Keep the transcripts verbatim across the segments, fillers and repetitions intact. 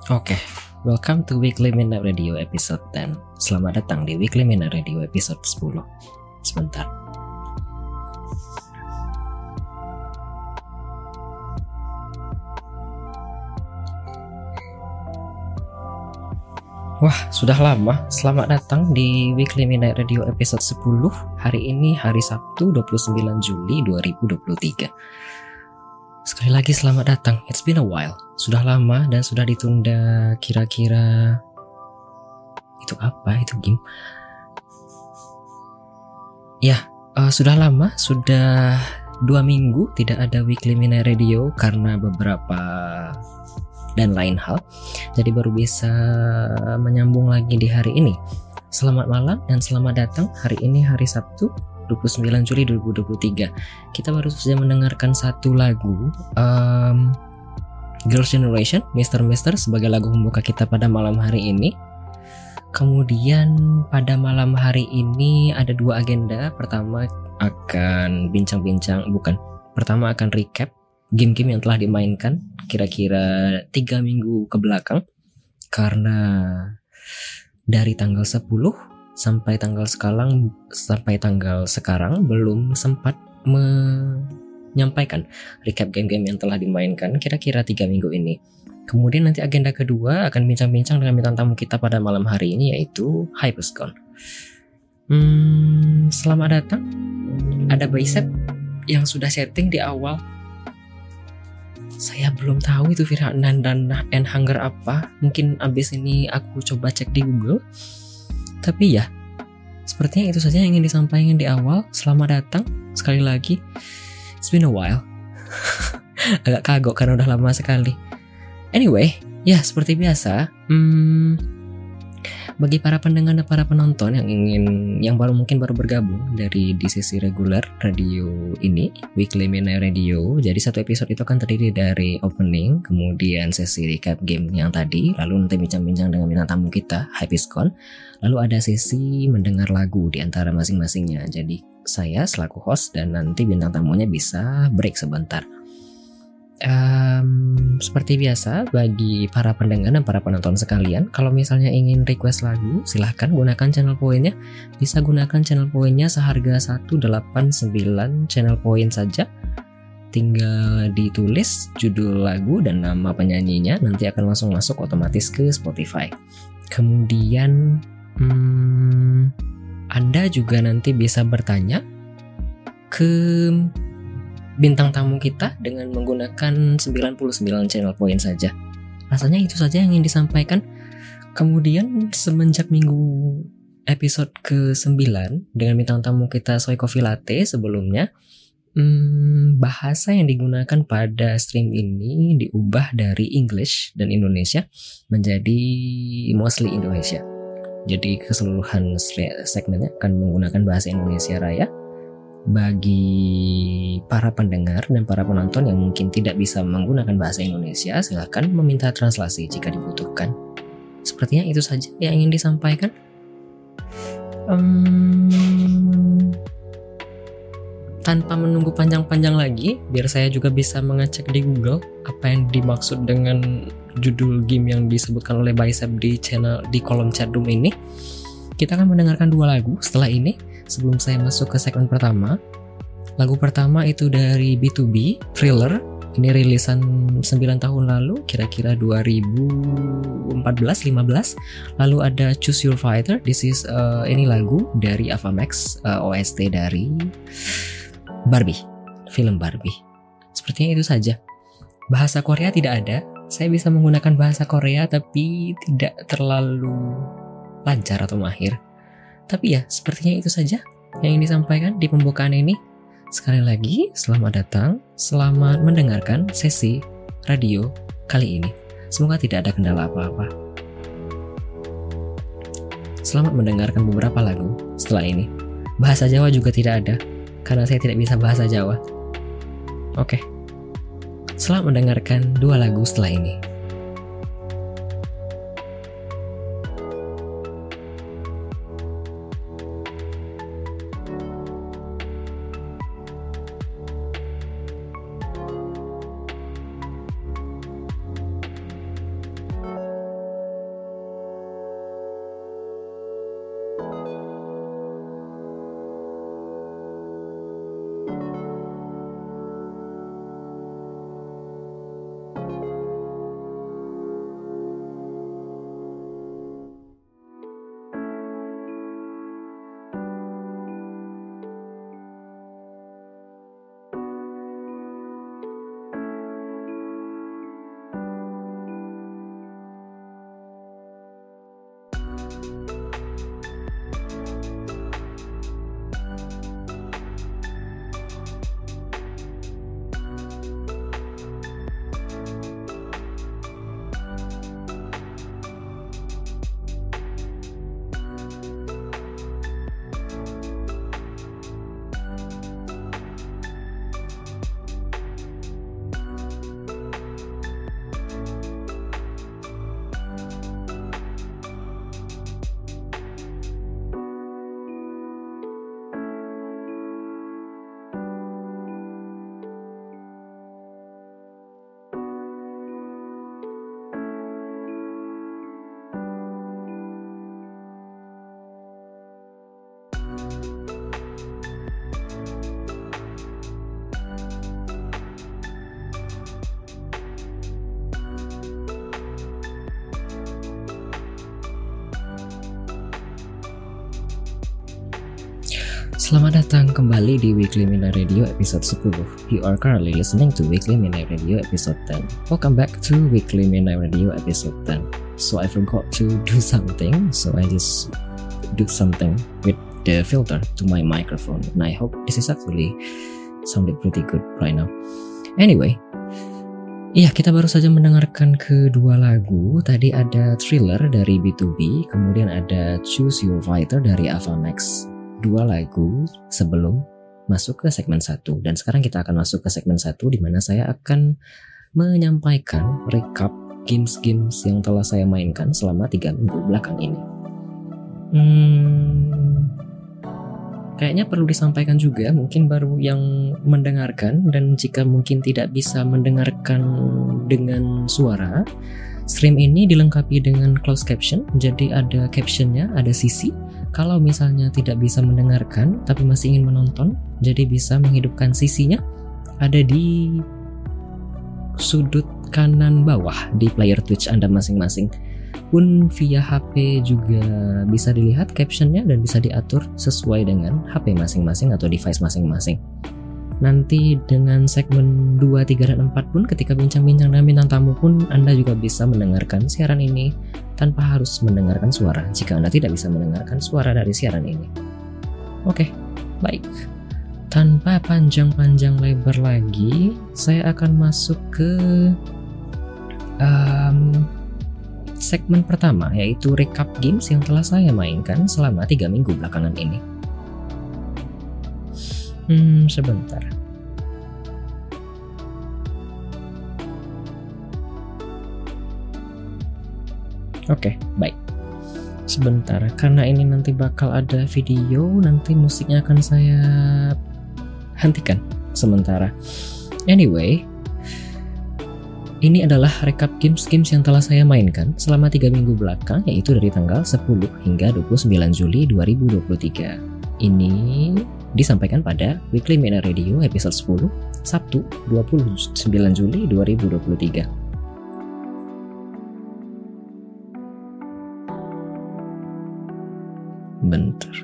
Oke, welcome to Weekly Midnight Radio episode sepuluh. Selamat datang di Weekly Midnight Radio episode sepuluh. Sebentar. Wah, sudah lama. Selamat datang di Weekly Midnight Radio episode sepuluh. Hari ini hari Sabtu dua puluh sembilan Juli dua ribu dua puluh tiga. Sekali lagi selamat datang. It's been a while. Sudah lama dan sudah ditunda kira-kira itu apa? Itu game. Ya, uh, sudah lama, sudah dua minggu tidak ada Weekly Midnight Radio karena beberapa dan lain hal. Jadi baru bisa menyambung lagi di hari ini. Selamat malam dan selamat datang. Hari ini hari Sabtu dua puluh sembilan Juli dua ribu dua puluh tiga. Kita baru saja mendengarkan satu lagu um, Girls' Generation, Mister Mister sebagai lagu pembuka kita pada malam hari ini. Kemudian pada malam hari ini ada dua agenda. Pertama akan bincang-bincang, bukan. Pertama akan recap game-game yang telah dimainkan kira-kira tiga minggu ke belakang. Karena dari tanggal sepuluh sampai tanggal sekarang sampai tanggal sekarang belum sempat menyampaikan recap game-game yang telah dimainkan kira-kira tiga minggu ini. Kemudian nanti agenda kedua akan bincang-bincang dengan bintang tamu kita pada malam hari ini, yaitu Hyperscon. Hmm, selamat datang. Ada Bicep yang sudah setting di awal. Saya belum tahu itu Firanan dan N-Hunger apa. Mungkin abis ini aku coba cek di Google. Tapi ya, sepertinya itu saja yang ingin disampaikan di awal. Selamat datang sekali lagi. It's been a while. Agak kagok karena udah lama sekali. Anyway, ya seperti biasa, hmm, bagi para pendengar dan para penonton yang ingin, yang baru mungkin baru bergabung dari di sesi reguler radio ini, Weekly Midnight Radio. Jadi satu episode itu akan terdiri dari opening, kemudian sesi recap game yang tadi, lalu nanti bincang-bincang dengan bintang tamu kita, Hyperscon. Lalu ada sesi mendengar lagu di antara masing-masingnya. Jadi saya selaku host dan nanti bintang tamunya bisa break sebentar. Um, seperti biasa bagi para pendengar dan para penonton sekalian, kalau misalnya ingin request lagu, silahkan gunakan channel poinnya. Bisa gunakan channel poinnya seharga seratus delapan puluh sembilan channel poin saja. Tinggal ditulis judul lagu dan nama penyanyinya, nanti akan langsung masuk otomatis ke Spotify. Kemudian hmm, Anda juga nanti bisa bertanya ke bintang tamu kita dengan menggunakan sembilan puluh sembilan channel point saja. Rasanya itu saja yang ingin disampaikan. Kemudian semenjak minggu episode ke sembilan dengan bintang tamu kita Soy Coffee Latte sebelumnya, hmm, bahasa yang digunakan pada stream ini diubah dari English dan Indonesia menjadi mostly Indonesia. Jadi keseluruhan segmennya akan menggunakan bahasa Indonesia Raya. Bagi para pendengar dan para penonton yang mungkin tidak bisa menggunakan bahasa Indonesia, silakan meminta translasi jika dibutuhkan. Sepertinya itu saja yang ingin disampaikan. Um, tanpa menunggu panjang-panjang lagi, biar saya juga bisa mengecek di Google apa yang dimaksud dengan judul game yang disebutkan oleh Bicep di channel di kolom chat room ini. Kita akan mendengarkan dua lagu setelah ini. Sebelum saya masuk ke segmen pertama, lagu pertama itu dari B two B, Thriller. Ini rilisan sembilan tahun lalu, kira-kira dua ribu empat belas lima belas. Lalu ada Choose Your Fighter. This is uh, ini lagu dari Avamax, uh, O S T dari Barbie, film Barbie. Sepertinya itu saja. Bahasa Korea tidak ada. Saya bisa menggunakan bahasa Korea tapi tidak terlalu lancar atau mahir. Tapi ya, sepertinya itu saja yang ingin disampaikan di pembukaan ini. Sekali lagi, selamat datang, selamat mendengarkan sesi radio kali ini. Semoga tidak ada kendala apa-apa. Selamat mendengarkan beberapa lagu setelah ini. Bahasa Jawa juga tidak ada, karena saya tidak bisa bahasa Jawa. Oke, selamat mendengarkan dua lagu setelah ini. Selamat datang kembali di Weekly Midnight Radio episode sepuluh. You are currently listening to Weekly Midnight Radio episode ten. Welcome back to Weekly Midnight Radio episode ten. So I forgot to do something, so I just do something with the filter to my microphone. And I hope this is actually sounded pretty good right now. Anyway, iya, kita baru saja mendengarkan kedua lagu. Tadi ada Thriller dari B two B, kemudian ada Choose Your Fighter dari Avamax. Dua lagu sebelum masuk ke segmen satu. Dan sekarang kita akan masuk ke segmen satu, di mana saya akan menyampaikan recap games-games yang telah saya mainkan selama tiga minggu belakang ini. Hmm, kayaknya perlu disampaikan juga, mungkin baru yang mendengarkan, dan jika mungkin tidak bisa mendengarkan dengan suara, stream ini dilengkapi dengan closed caption. Jadi ada captionnya, ada sisi. Kalau misalnya tidak bisa mendengarkan tapi masih ingin menonton, jadi bisa menghidupkan sisinya, ada di sudut kanan bawah di player Twitch Anda masing-masing. Pun via H P juga bisa dilihat captionnya dan bisa diatur sesuai dengan H P masing-masing atau device masing-masing. Nanti dengan segmen dua, tiga, dan empat pun, ketika bincang-bincang dengan bintang tamu pun, Anda juga bisa mendengarkan siaran ini tanpa harus mendengarkan suara jika Anda tidak bisa mendengarkan suara dari siaran ini. Oke, baik. Tanpa panjang-panjang lebar lagi, saya akan masuk ke um, segmen pertama, yaitu recap games yang telah saya mainkan selama tiga minggu belakangan ini. Hmm, sebentar. Oke, baik. Sebentar, karena ini nanti bakal ada video, nanti musiknya akan saya hentikan sementara. Anyway, ini adalah recap games-games yang telah saya mainkan selama tiga minggu belakang, yaitu dari tanggal sepuluh hingga dua puluh sembilan Juli dua ribu dua puluh tiga. Ini disampaikan pada Weekly Midnight Radio episode sepuluh, Sabtu dua puluh sembilan Juli dua ribu dua puluh tiga. Bentar.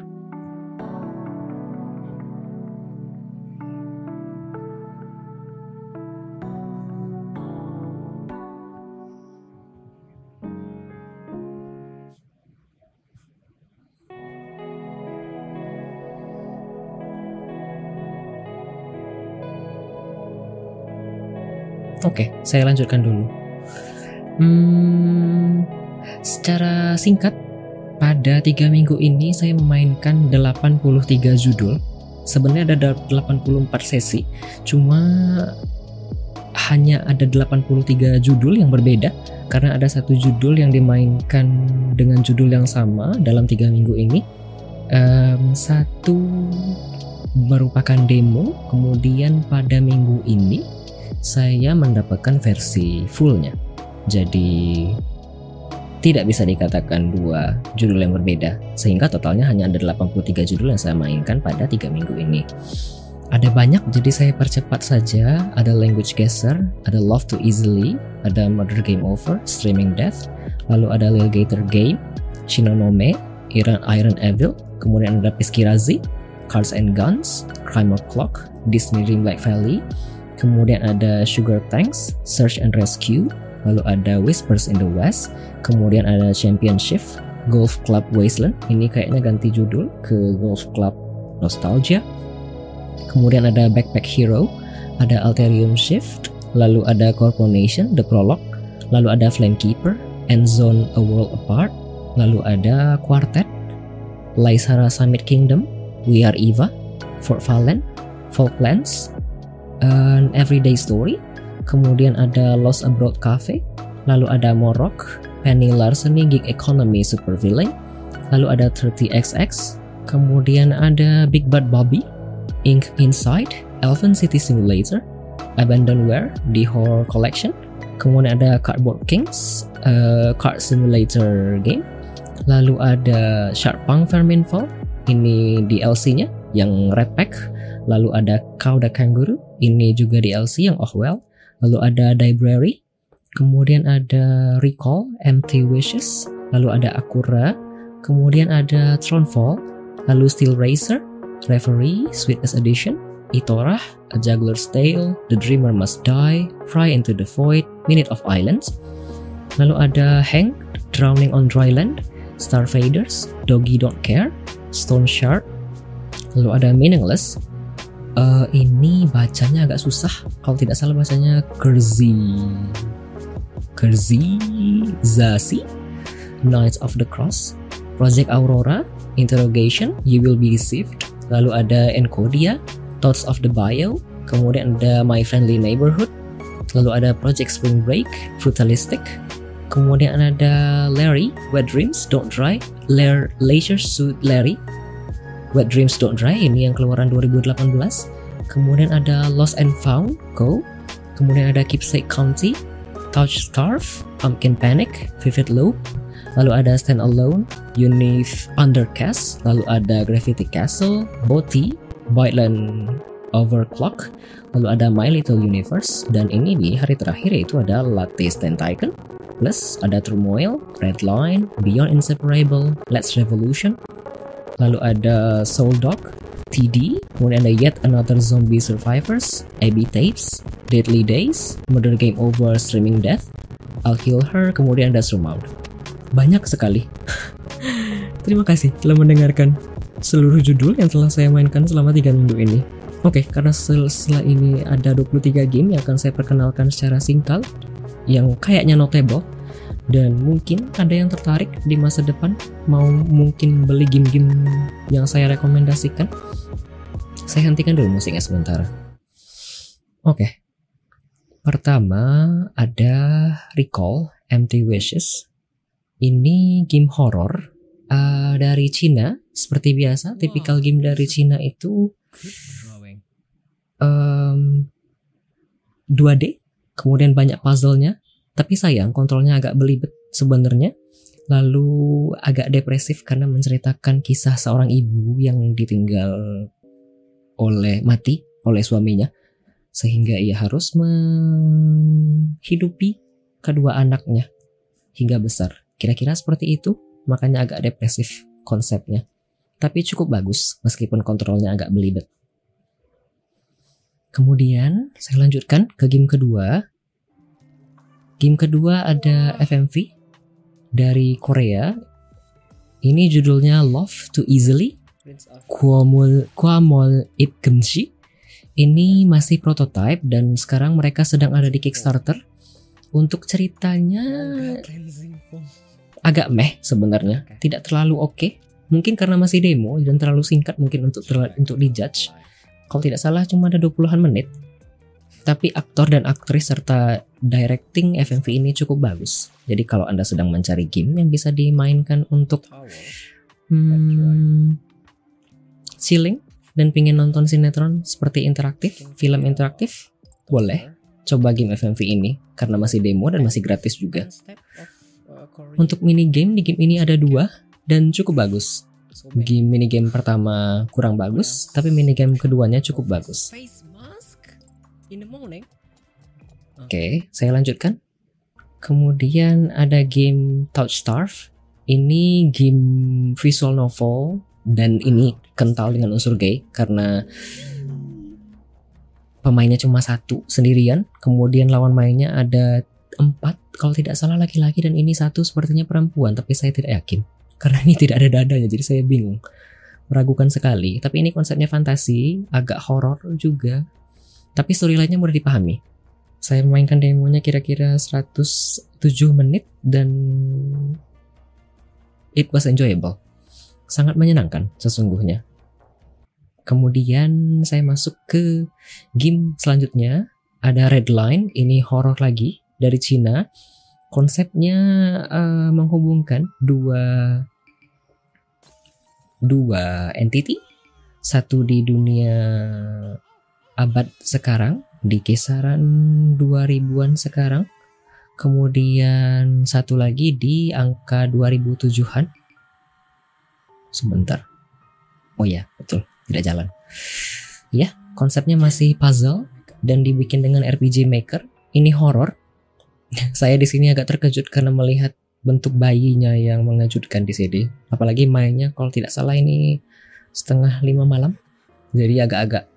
Oke, saya lanjutkan dulu. Hmm, secara singkat, pada tiga minggu ini saya memainkan delapan puluh tiga judul. Sebenarnya ada delapan puluh empat sesi, cuma hanya ada delapan puluh tiga judul yang berbeda, karena ada satu judul yang dimainkan dengan judul yang sama dalam tiga minggu ini. Um, satu merupakan demo, kemudian pada minggu ini saya mendapatkan versi fullnya. Jadi tidak bisa dikatakan dua judul yang berbeda, sehingga totalnya hanya ada delapan puluh tiga judul yang saya mainkan pada tiga minggu ini. Ada banyak, jadi saya percepat saja. Ada Language Guesser, ada Love Too Easily, ada Murder Game Over, Streaming Death, lalu ada Lil Gator Game, Shinonome, Iron, Iron Evil, kemudian ada Piskirazi, Cards and Guns, Crime O'Clock, Disney Dreamlight Valley, kemudian ada Sugar Tanks, Search and Rescue, lalu ada Whispers in the West, kemudian ada Championship, Golf Club Wasteland, ini kayaknya ganti judul ke Golf Club Nostalgia. Kemudian ada Backpack Hero, ada Alterium Shift, lalu ada Corporation The Prologue, lalu ada Flamekeeper, Endzone A World Apart, lalu ada Quartet, Lysara Summit Kingdom, We Are Eva, Fort Valen, Falklands, and Everyday Story. Kemudian ada Lost Abroad Cafe, lalu ada Morok, Penny Larceny Gig Economy Supervillain, lalu ada thirty X X, kemudian ada Big Bad Bobby, Ink Inside, Elven City Simulator, Abandonware, The Horror Collection, kemudian ada Cardboard Kings, uh, Card Simulator Game, lalu ada Sharpunk Verminfall, ini D L C-nya yang Red Pack, lalu ada Cow the Kangaroo, ini juga D L C yang Ohwell, lalu ada Library, kemudian ada Recall, Empty Wishes, lalu ada Akura, kemudian ada Thronefall, lalu Steel Racer, Reverie, Sweetness Edition, Itorah, A Juggler's Tale, The Dreamer Must Die, Fry Into the Void, Minute of Islands, lalu ada Hang, Drowning on Dry Land, Starfaders, Doggy Don't Care, Stone Shard, lalu ada Meaningless. Uh, ini bacanya agak susah, kalau tidak salah bacanya Kerzi Kerzi Zasi, Knights of the Cross, Project Aurora, Interrogation, You Will Be Deceived, lalu ada Encodia, Thoughts of the Bio, kemudian ada My Friendly Neighborhood, lalu ada Project Spring Break, Brutalistic, kemudian ada Larry, Wet Dreams Don't Dry, Lair, Leisure Suit Larry, Wet Dreams Don't Dry, ini yang keluaran dua ribu delapan belas, kemudian ada Lost and Found, Go, kemudian ada Keepsake County, Touch Starve, Pumpkin Panic, Vivid Loop, lalu ada Stand Alone, Unif Undercast, lalu ada Gravity Castle, Boti, Byteland Overclock, lalu ada My Little Universe, dan ini di hari terakhir yaitu ada Latte Stand Tycoon, plus ada Turmoil, Redline, Beyond Inseparable, Let's Revolution, lalu ada Soul Dog, T D, kemudian ada Yet Another Zombie Survivors, Abby Tapes, Deadly Days, Murder Game Over Streaming Death, I'll Kill Her, kemudian ada Surmount. Banyak sekali. Terima kasih telah mendengarkan seluruh judul yang telah saya mainkan selama tiga minggu ini. Oke, karena setelah ini ada dua puluh tiga game yang akan saya perkenalkan secara singkat, yang kayaknya notable, dan mungkin ada yang tertarik di masa depan mau mungkin beli game-game yang saya rekomendasikan. Saya hentikan dulu musiknya sebentar. Oke. Pertama ada Recall, Empty Wishes. Ini game horror uh, dari Cina. Seperti biasa, tipikal game dari Cina itu um, dua D, kemudian banyak puzzle-nya. Tapi sayang kontrolnya agak belibet sebenarnya, lalu agak depresif karena menceritakan kisah seorang ibu yang ditinggal oleh mati oleh suaminya, sehingga ia harus menghidupi kedua anaknya hingga besar. Kira-kira seperti itu, makanya agak depresif konsepnya. Tapi cukup bagus meskipun kontrolnya agak belibet. Kemudian saya lanjutkan ke game kedua. Game kedua ada F M V dari Korea. Ini judulnya Love Too Easily, Kwamol Kwamol Ipgenshi. Ini masih prototype dan sekarang mereka sedang ada di Kickstarter. Untuk ceritanya agak meh sebenarnya, tidak terlalu oke. Okay. Mungkin karena masih demo dan terlalu singkat mungkin untuk ter- untuk dijudge. Kalau tidak salah cuma ada dua puluhan menit. Tapi aktor dan aktris serta directing F M V ini cukup bagus. Jadi kalau Anda sedang mencari game yang bisa dimainkan untuk hmm, chilling dan pingin nonton sinetron seperti interaktif, film interaktif, boleh coba game F M V ini karena masih demo dan masih gratis juga. Untuk mini game di game ini ada dua dan cukup bagus. Game mini game pertama kurang bagus, tapi mini game keduanya cukup bagus. Oke, okay, saya lanjutkan. Kemudian ada game Touch Starve. Ini game visual novel dan ini kental dengan unsur gay karena pemainnya cuma satu sendirian. Kemudian lawan mainnya ada empat, kalau tidak salah laki-laki, dan ini satu sepertinya perempuan, tapi saya tidak yakin. karena ini tidak ada dadanya, jadi saya bingung, meragukan sekali. Tapi ini konsepnya fantasi, agak horor juga, tapi storyline-nya mudah dipahami. Saya memainkan demonya kira-kira seratus tujuh menit dan it was enjoyable, sangat menyenangkan sesungguhnya. Kemudian saya masuk ke game selanjutnya, ada Redline. Ini horor lagi dari Cina. Konsepnya uh, menghubungkan dua dua entity, satu di dunia abad sekarang, di kisaran dua ribuan sekarang, kemudian satu lagi di angka dua ribu tujuhan. Sebentar, oh ya betul, tidak jalan. Ya, konsepnya masih puzzle dan dibikin dengan R P G Maker. Ini horor. Saya di sini agak terkejut karena melihat bentuk bayinya yang mengejutkan di sini. Apalagi mainnya kalau tidak salah ini setengah lima malam. Jadi agak-agak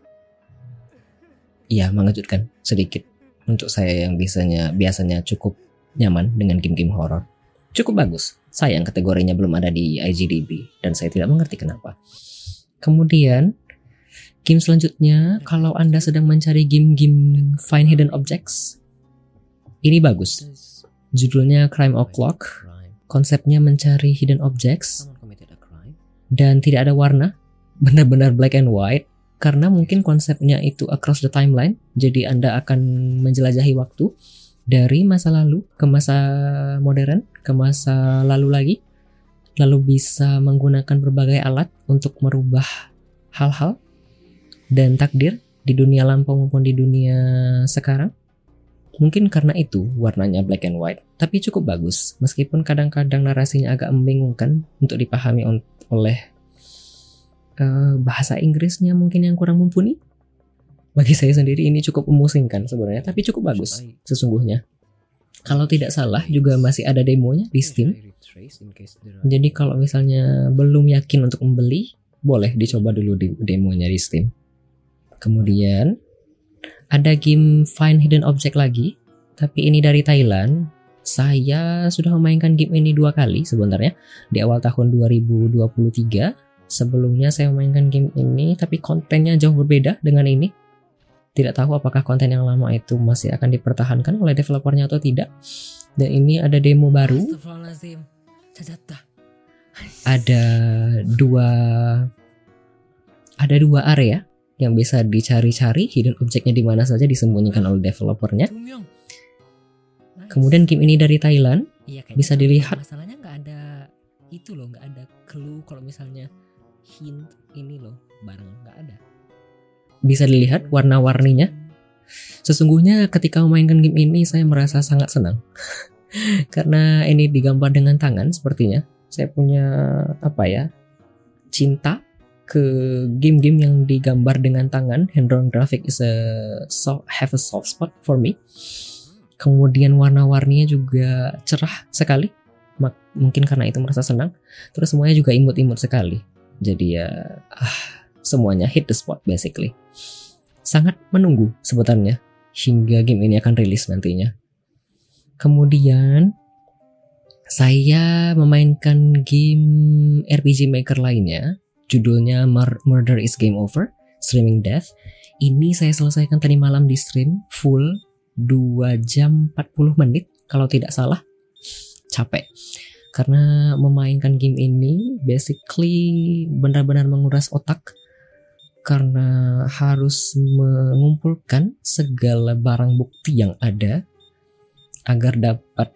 ya mengejutkan sedikit untuk saya yang biasanya biasanya cukup nyaman dengan game-game horor. Cukup bagus. Sayang kategorinya belum ada di I G D B dan saya tidak mengerti kenapa. Kemudian game selanjutnya, kalau Anda sedang mencari game-game Find Hidden Objects, ini bagus. Judulnya Crime O'Clock. Konsepnya mencari hidden objects dan tidak ada warna, benar-benar black and white. Karena mungkin konsepnya itu across the timeline, jadi Anda akan menjelajahi waktu dari masa lalu ke masa modern, ke masa lalu lagi, lalu bisa menggunakan berbagai alat untuk merubah hal-hal dan takdir di dunia lampau maupun di dunia sekarang. Mungkin karena itu warnanya black and white, tapi cukup bagus. Meskipun kadang-kadang narasinya agak membingungkan untuk dipahami oleh uh, bahasa Inggrisnya mungkin yang kurang mumpuni. Bagi saya sendiri ini cukup memusingkan sebenarnya, tapi cukup bagus sesungguhnya. Kalau tidak salah juga masih ada demonya di Steam. Jadi kalau misalnya belum yakin untuk membeli, boleh dicoba dulu di demonya di Steam. Kemudian ada game Find Hidden Object lagi, tapi ini dari Thailand. Saya sudah memainkan game ini dua kali sebenarnya di awal tahun dua ribu dua puluh tiga. Sebelumnya saya memainkan game ini, tapi kontennya jauh berbeda dengan ini. Tidak tahu apakah konten yang lama itu masih akan dipertahankan oleh developernya atau tidak. Dan ini ada demo baru. Ada dua ada dua area yang bisa dicari-cari hidden objeknya di mana saja, disembunyikan oleh developernya. Kemudian game ini dari Thailand, bisa dilihat. Masalahnya nggak ada itu loh, nggak ada clue kalau misalnya hint ini loh barang nggak ada. Bisa dilihat warna-warninya. Sesungguhnya ketika memainkan game ini saya merasa sangat senang karena ini digambar dengan tangan sepertinya. Saya punya apa ya, cinta ke game-game yang digambar dengan tangan. Hand-drawn graphic is a soft, have a soft spot for me. Kemudian warna-warninya juga cerah sekali. Mak- mungkin karena itu merasa senang. Terus semuanya juga imut-imut sekali. Jadi ya ah, semuanya hit the spot basically. Sangat menunggu sebenarnya hingga game ini akan rilis nantinya. Kemudian saya memainkan game R P G Maker lainnya. Judulnya Murder is Game Over, Streaming Death. Ini saya selesaikan tadi malam di stream full dua jam empat puluh menit kalau tidak salah. Capek. Karena memainkan game ini basically benar-benar menguras otak. Karena harus mengumpulkan segala barang bukti yang ada agar dapat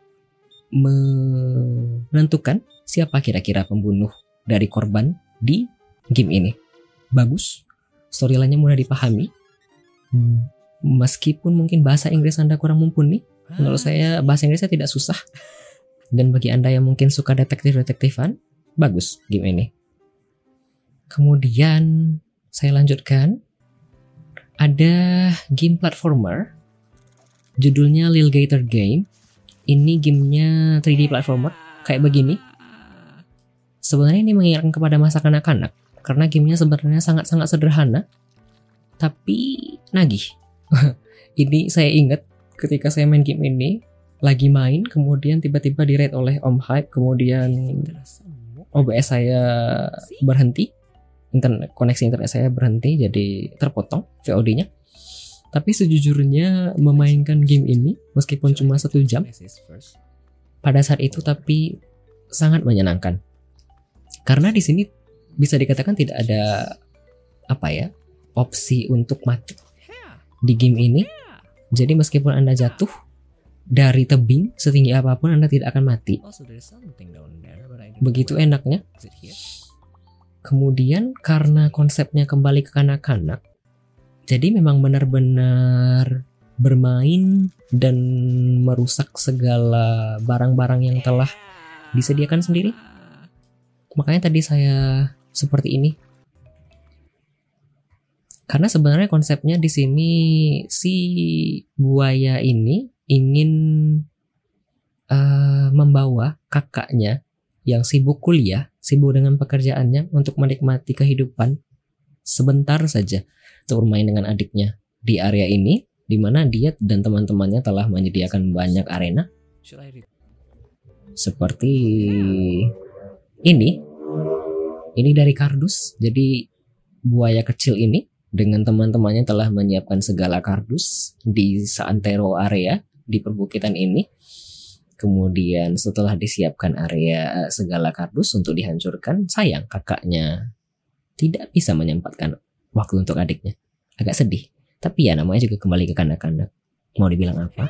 menentukan siapa kira-kira pembunuh dari korban di game ini. Bagus, storyline-nya mudah dipahami. Meskipun mungkin bahasa Inggris Anda kurang mumpuni, menurut saya bahasa Inggrisnya tidak susah. Dan bagi Anda yang mungkin suka detektif-detektifan, bagus game ini. Kemudian saya lanjutkan. Ada game platformer, judulnya Lil Gator Game. Ini gamenya tiga D platformer kayak begini. Sebenarnya ini mengingatkan kepada masa kanak-kanak karena gamenya sebenarnya sangat-sangat sederhana, tapi nagih. Ini saya ingat ketika saya main game ini, lagi main, kemudian tiba-tiba di-rate oleh Om Hype, kemudian O B S saya berhenti, internet koneksi internet saya berhenti, jadi terpotong V O D-nya. Tapi sejujurnya memainkan game ini meskipun cuma satu jam pada saat itu, tapi sangat menyenangkan. Karena di sini bisa dikatakan tidak ada apa ya opsi untuk mati di game ini. Jadi meskipun Anda jatuh dari tebing setinggi apapun, Anda tidak akan mati. Begitu enaknya. Kemudian karena konsepnya kembali ke kanak-kanak, jadi memang benar-benar bermain dan merusak segala barang-barang yang telah disediakan sendiri. Makanya tadi saya seperti ini. Karena sebenarnya konsepnya di sini si buaya ini ingin uh, membawa kakaknya yang sibuk kuliah, sibuk dengan pekerjaannya untuk menikmati kehidupan sebentar saja untuk bermain dengan adiknya di area ini, di mana dia dan teman-temannya telah menyediakan banyak arena seperti ini. Ini dari kardus. Jadi buaya kecil ini dengan teman-temannya telah menyiapkan segala kardus di seantero area di perbukitan ini. Kemudian setelah disiapkan area segala kardus untuk dihancurkan, sayang kakaknya tidak bisa menyempatkan waktu untuk adiknya. Agak sedih. Tapi ya namanya juga kembali ke kanak-kanak. Mau dibilang apa?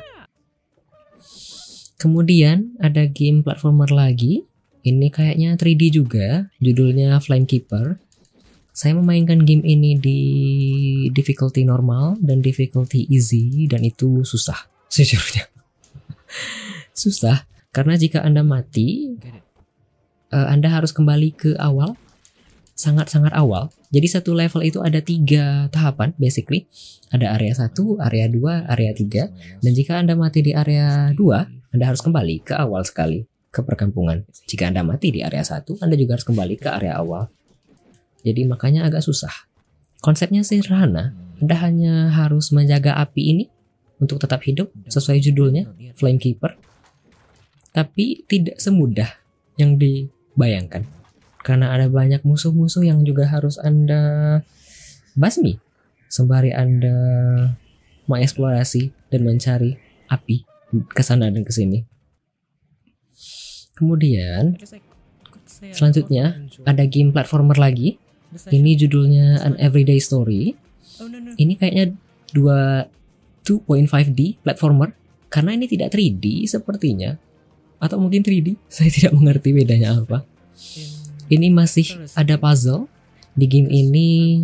Kemudian ada game platformer lagi. Ini kayaknya tiga D juga. Judulnya Flamekeeper. Saya memainkan game ini di difficulty normal dan difficulty easy, dan itu susah sejujurnya. Susah karena jika Anda mati, Anda harus kembali ke awal, sangat-sangat awal. Jadi satu level itu ada tiga tahapan basically. Ada area satu, area dua, area tiga. Dan jika Anda mati di area dua, Anda harus kembali ke awal sekali, ke perkampungan. Jika Anda mati di area satu, Anda juga harus kembali ke area awal. Jadi makanya agak susah. Konsepnya sederhana. Anda hanya harus menjaga api ini untuk tetap hidup sesuai judulnya, Flamekeeper. Tapi tidak semudah yang dibayangkan. Karena ada banyak musuh-musuh yang juga harus Anda basmi sembari Anda mengeksplorasi dan mencari api ke sana dan ke sini. Kemudian selanjutnya ada game platformer lagi. Ini judulnya An Everyday Story. Ini kayaknya dua koma lima D platformer karena ini tidak tiga D sepertinya, atau mungkin tiga D. Saya tidak mengerti bedanya apa. Ini masih ada puzzle. Di game ini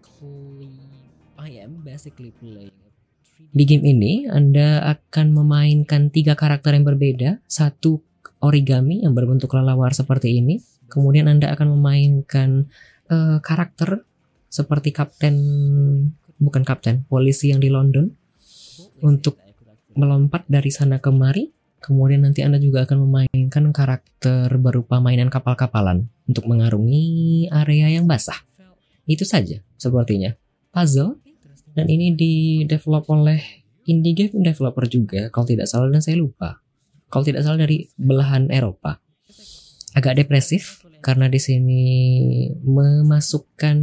Di game ini Anda akan memainkan tiga karakter yang berbeda. Satu origami yang berbentuk kelelawar seperti ini. Kemudian Anda akan memainkan uh, karakter seperti kapten, bukan kapten, polisi yang di London untuk melompat dari sana kemari. Kemudian nanti Anda juga akan memainkan karakter berupa mainan kapal-kapalan untuk mengarungi area yang basah. Itu saja sepertinya. Puzzle. Dan ini di-develop oleh indie game developer juga, kalau tidak salah, dan saya lupa. Kalau tidak salah dari belahan Eropa. Agak depresif karena di sini memasukkan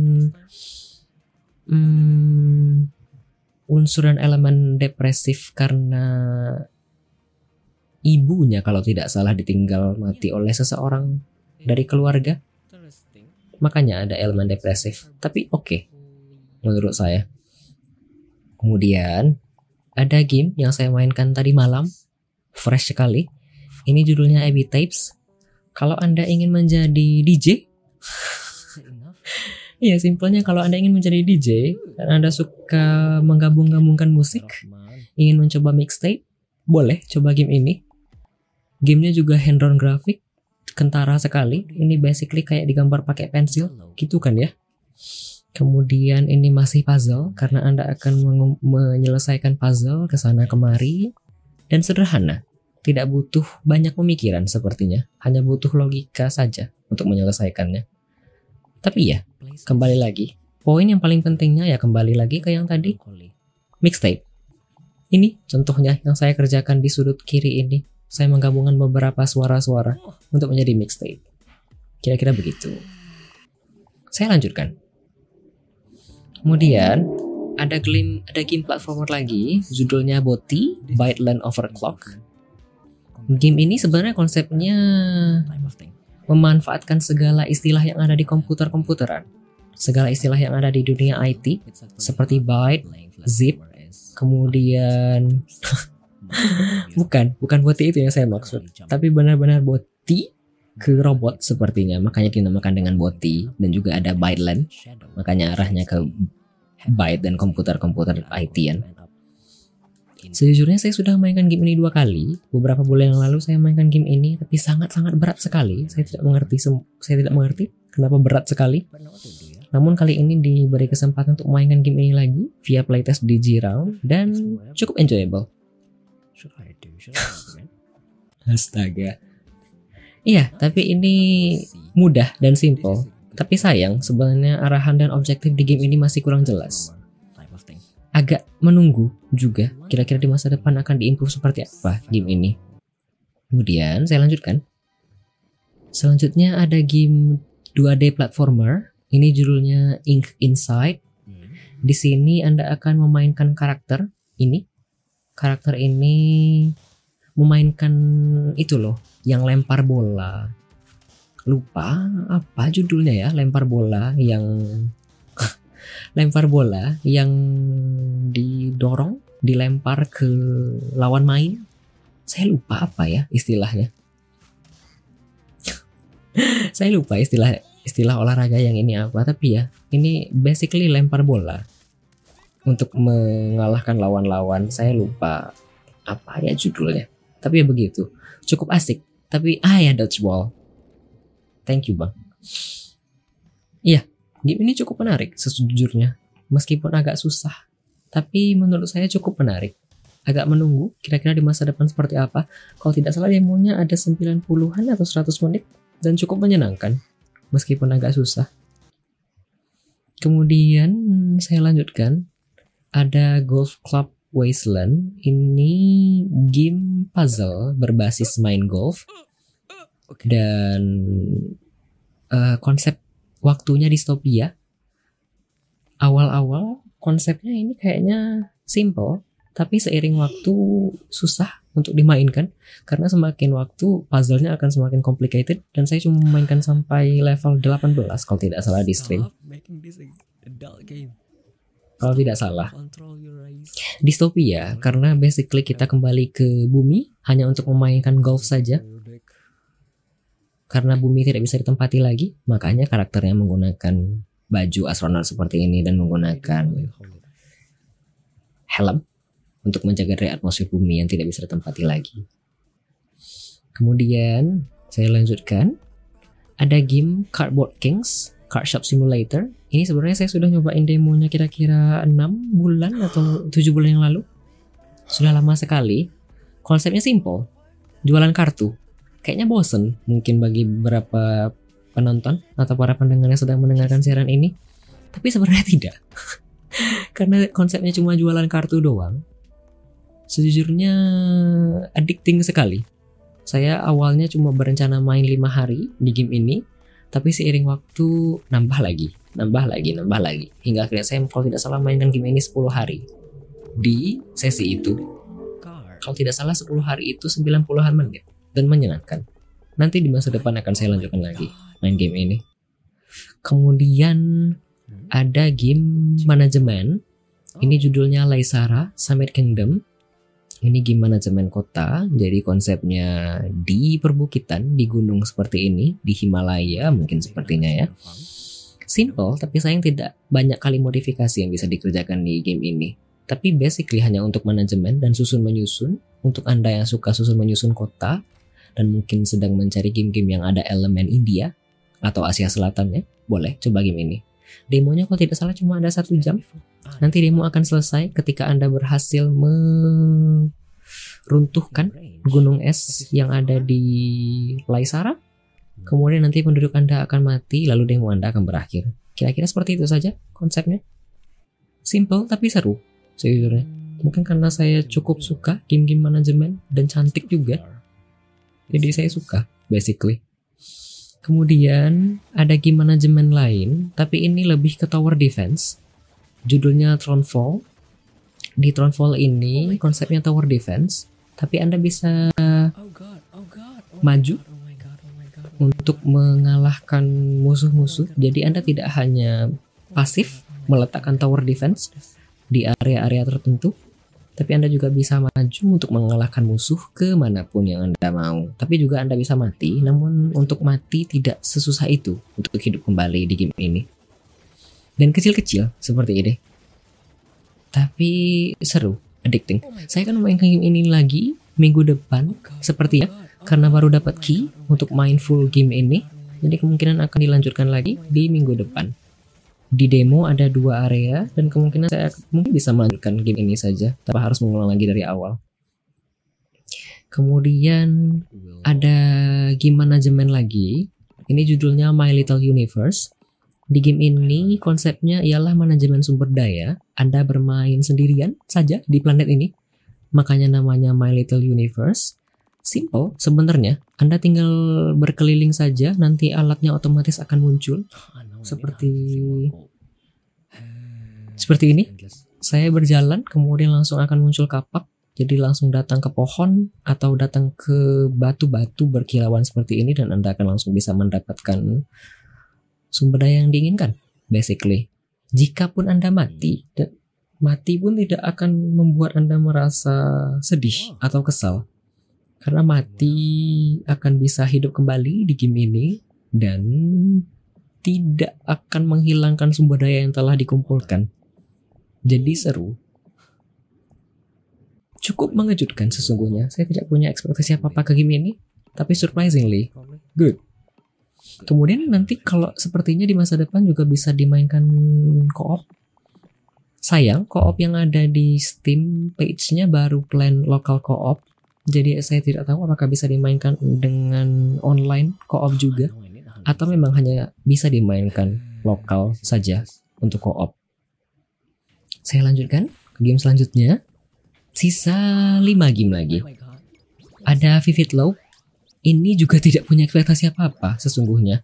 hmm, unsur dan elemen depresif karena ibunya kalau tidak salah ditinggal mati oleh seseorang dari keluarga. Makanya ada elemen depresif. Tapi oke okay, menurut saya. Kemudian ada game yang saya mainkan tadi malam, fresh sekali. Ini judulnya Abbey Tapes. Kalau Anda ingin menjadi D J, ya simpelnya kalau Anda ingin menjadi D J dan Anda suka menggabung-gabungkan musik, ingin mencoba mixtape, boleh coba game ini. Gamenya juga hand-drawn grafik, kentara sekali. Ini basically kayak digambar pakai pensil, gitu kan ya. Kemudian ini masih puzzle karena Anda akan menge- menyelesaikan puzzle ke sana kemari, dan sederhana. Tidak butuh banyak pemikiran sepertinya, hanya butuh logika saja untuk menyelesaikannya. Tapi ya, kembali lagi, poin yang paling pentingnya ya kembali lagi ke yang tadi, mixtape. Ini contohnya yang saya kerjakan di sudut kiri ini. Saya menggabungkan beberapa suara-suara untuk menjadi mixtape. Kira-kira begitu. Saya lanjutkan. Kemudian ada game ada game platformer lagi, judulnya Boti Byte Land Overclock. Game ini sebenarnya konsepnya memanfaatkan segala istilah yang ada di komputer-komputeran, segala istilah yang ada di dunia I T, seperti byte, zip, kemudian bukan, bukan Boti itu yang saya maksud, tapi benar-benar Boti ke robot sepertinya, makanya dinamakan dengan Boti. Dan juga ada byte land, makanya arahnya ke byte dan komputer-komputer I T-an. Sejujurnya saya sudah mainkan game ini dua kali. Beberapa bulan yang lalu saya mainkan game ini, tapi sangat-sangat berat sekali. Saya tidak mengerti, saya tidak mengerti kenapa berat sekali. Namun kali ini diberi kesempatan untuk mainkan game ini lagi via playtest di G-Round dan cukup enjoyable. Astaga. Iya, tapi ini mudah dan simple. Tapi sayang, sebenarnya arahan dan objektif di game ini masih kurang jelas. Agak menunggu juga, kira-kira di masa depan akan diimprove seperti apa game ini. Kemudian saya lanjutkan. Selanjutnya ada game dua D platformer. Ini judulnya Ink Inside. Di sini Anda akan memainkan karakter ini. Karakter ini memainkan itu loh, yang lempar bola. Lupa apa judulnya ya, lempar bola yang lempar bola yang didorong, dilempar ke lawan main. Saya lupa apa ya istilahnya. Saya lupa istilah istilah olahraga yang ini apa, tapi ya ini basically lempar bola untuk mengalahkan lawan-lawan. Saya lupa apa ya judulnya. Tapi ya begitu, cukup asik. Tapi ah ya, dodgeball. Thank you bang. Iya, game ini cukup menarik sejujurnya. Meskipun agak susah, tapi menurut saya cukup menarik. Agak menunggu kira-kira di masa depan seperti apa. Kalau tidak salah demonya ada sembilan puluhan atau seratus menit. Dan cukup menyenangkan, meskipun agak susah. Kemudian saya lanjutkan. Ada Golf Club Wasteland. Ini game puzzle berbasis main golf. Dan uh, konsep waktunya distopia. Awal-awal konsepnya ini kayaknya simple, tapi seiring waktu susah untuk dimainkan. Karena semakin waktu puzzle-nya akan semakin complicated. Dan saya cuma memainkan sampai level delapan belas kalau tidak salah di stream. Kalau tidak salah. Distopia karena basically kita kembali ke bumi hanya untuk memainkan golf saja. Karena bumi tidak bisa ditempati lagi, makanya karakternya menggunakan baju astronot seperti ini dan menggunakan helm untuk menjaga dari atmosfer bumi yang tidak bisa ditempati lagi. Kemudian saya lanjutkan. Ada game Cardboard Kings, Card Shop Simulator. Ini sebenarnya saya sudah nyobain demonya kira-kira enam bulan atau tujuh bulan yang lalu. Sudah lama sekali. Konsepnya simple, jualan kartu. Kayaknya bosen mungkin bagi beberapa penonton atau para pendengar yang sedang mendengarkan siaran ini. Tapi sebenarnya tidak. Karena konsepnya cuma jualan kartu doang. Sejujurnya addicting sekali. Saya awalnya cuma berencana main lima hari di game ini, tapi seiring waktu nambah lagi, nambah lagi, nambah lagi. Hingga akhirnya saya kalau tidak salah mainkan game ini sepuluh hari di sesi itu. Kalau tidak salah sepuluh hari itu sembilan puluhan menit dan menyenangkan. Nanti di masa depan akan saya lanjutkan lagi main game ini. Kemudian ada game manajemen. Ini judulnya Laisara Summit Kingdom. Ini game manajemen kota, jadi konsepnya di perbukitan, di gunung seperti ini, di Himalaya mungkin sepertinya ya. Simple, tapi sayang tidak banyak kali modifikasi yang bisa dikerjakan di game ini. Tapi basically hanya untuk manajemen dan susun menyusun. Untuk Anda yang suka susun menyusun kota, dan mungkin sedang mencari game-game yang ada elemen India atau Asia Selatan ya, boleh coba game ini. Demonya kalau tidak salah cuma ada satu jam. Nanti demo akan selesai ketika Anda berhasil meruntuhkan gunung es yang ada di Laisara. Kemudian nanti penduduk Anda akan mati, lalu demo Anda akan berakhir. Kira-kira seperti itu saja konsepnya. Simple tapi seru sejujurnya. Mungkin karena saya cukup suka game-game manajemen dan cantik juga. Jadi saya suka basically. Kemudian ada game manajemen lain, tapi ini lebih ke tower defense. Judulnya Thronefall. Di Thronefall ini konsepnya tower defense, tapi Anda bisa maju untuk mengalahkan musuh-musuh. Jadi Anda tidak hanya pasif meletakkan tower defense di area-area tertentu, tapi Anda juga bisa maju untuk mengalahkan musuh kemanapun yang Anda mau. Tapi juga Anda bisa mati, namun untuk mati tidak sesusah itu untuk hidup kembali di game ini. Dan kecil-kecil seperti ini. Tapi seru, addicting. Saya akan main game ini lagi minggu depan, sepertinya, karena baru dapat key untuk main full game ini. Jadi kemungkinan akan dilanjutkan lagi di minggu depan. Di demo ada dua area dan kemungkinan saya mungkin bisa melanjutkan game ini saja tanpa harus mengulang lagi dari awal. Kemudian ada game manajemen lagi. Ini judulnya My Little Universe. Di game ini konsepnya ialah manajemen sumber daya. Anda bermain sendirian saja di planet ini. Makanya namanya My Little Universe. Simple sebenarnya. Anda tinggal berkeliling saja, nanti alatnya otomatis akan muncul. Seperti seperti ini. Saya berjalan, kemudian langsung akan muncul kapak. Jadi langsung datang ke pohon atau datang ke batu-batu berkilauan seperti ini, dan Anda akan langsung bisa mendapatkan sumber daya yang diinginkan. Basically, jikapun Anda mati, dan mati pun tidak akan membuat Anda merasa sedih atau kesal, karena mati akan bisa hidup kembali di game ini dan tidak akan menghilangkan sumber daya yang telah dikumpulkan. Jadi seru. Cukup mengejutkan sesungguhnya. Saya tidak punya ekspektasi apa-apa ke game ini, tapi surprisingly good. Kemudian nanti kalau sepertinya di masa depan juga bisa dimainkan co-op. Sayang, co-op yang ada di Steam page-nya baru plan local co-op. Jadi saya tidak tahu apakah bisa dimainkan dengan online co-op juga, atau memang hanya bisa dimainkan lokal saja untuk co-op. Saya lanjutkan ke game selanjutnya. Sisa lima game lagi. Ada Vivid Loop. Ini juga tidak punya ekspektasi apa-apa sesungguhnya.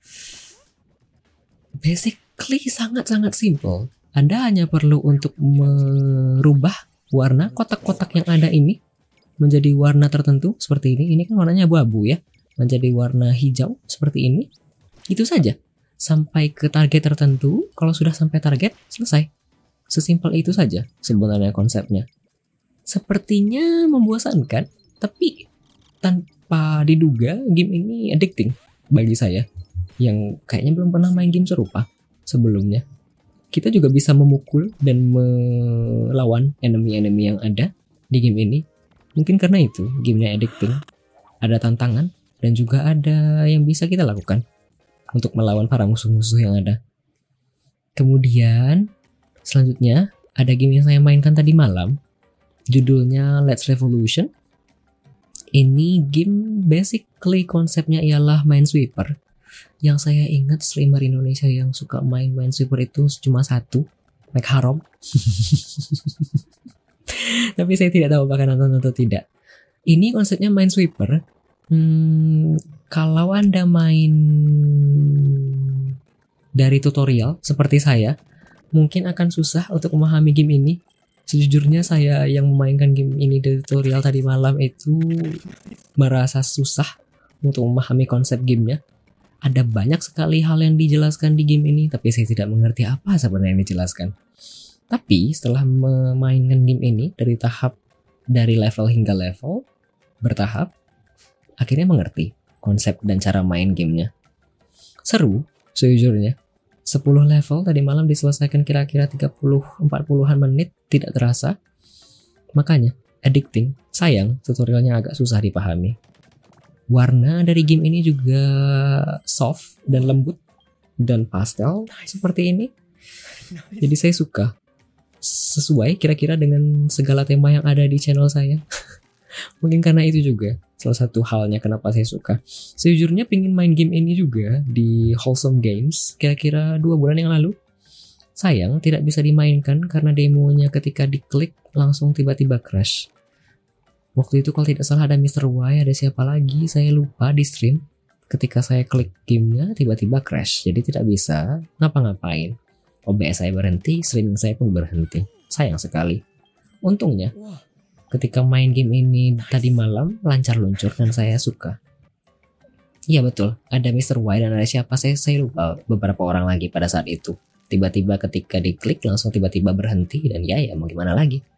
Basically sangat-sangat simple. Anda hanya perlu untuk merubah warna kotak-kotak yang ada ini menjadi warna tertentu seperti ini. Ini kan warnanya abu-abu ya. Menjadi warna hijau seperti ini. Itu saja. Sampai ke target tertentu. Kalau sudah sampai target, selesai. Sesimpel itu saja sebenarnya konsepnya. Sepertinya membosankan, tapi tanpa diduga game ini addicting bagi saya yang kayaknya belum pernah main game serupa sebelumnya. Kita juga bisa memukul dan melawan enemy-enemy yang ada di game ini. Mungkin karena itu gamenya addicting. Ada tantangan dan juga ada yang bisa kita lakukan untuk melawan para musuh-musuh yang ada. Kemudian selanjutnya ada game yang saya mainkan tadi malam. Judulnya Let's Revolution. Ini game basically konsepnya ialah Minesweeper. Yang saya ingat streamer Indonesia yang suka main Minesweeper itu cuma satu, Mike Harom. Tapi saya tidak tahu apakah nonton atau tidak. Ini konsepnya Minesweeper. Hmm, kalau Anda main dari tutorial seperti saya, mungkin akan susah untuk memahami game ini. Sejujurnya saya yang memainkan game ini dari tutorial tadi malam itu merasa susah untuk memahami konsep gamenya. Ada banyak sekali hal yang dijelaskan di game ini, tapi saya tidak mengerti apa sebenarnya yang dijelaskan. Tapi setelah memainkan game ini dari tahap dari level hingga level bertahap, akhirnya mengerti konsep dan cara main gamenya. Seru sejujurnya. sepuluh level tadi malam diselesaikan kira-kira tiga puluh sampai empat puluhan menit, tidak terasa. Makanya addicting. Sayang tutorialnya agak susah dipahami. Warna dari game ini juga soft dan lembut dan pastel seperti ini. Jadi saya suka. Sesuai kira-kira dengan segala tema yang ada di channel saya. Mungkin karena itu juga salah satu halnya kenapa saya suka. Sejujurnya pengen main game ini juga di Wholesome Games kira-kira dua bulan yang lalu. Sayang tidak bisa dimainkan karena demonya ketika diklik langsung tiba-tiba crash. Waktu itu kalau tidak salah ada mister Y, ada siapa lagi saya lupa di stream. ketika saya klik gamenya tiba-tiba crash, jadi tidak bisa ngapa-ngapain. O B S saya berhenti, streaming saya pun berhenti. Sayang sekali. Untungnya ketika main game ini tadi malam lancar luncur dan saya suka. Iya betul, ada mister Y dan ada siapa saya saya lupa beberapa orang lagi pada saat itu. Tiba-tiba ketika diklik langsung tiba-tiba berhenti dan ya ya mau gimana lagi.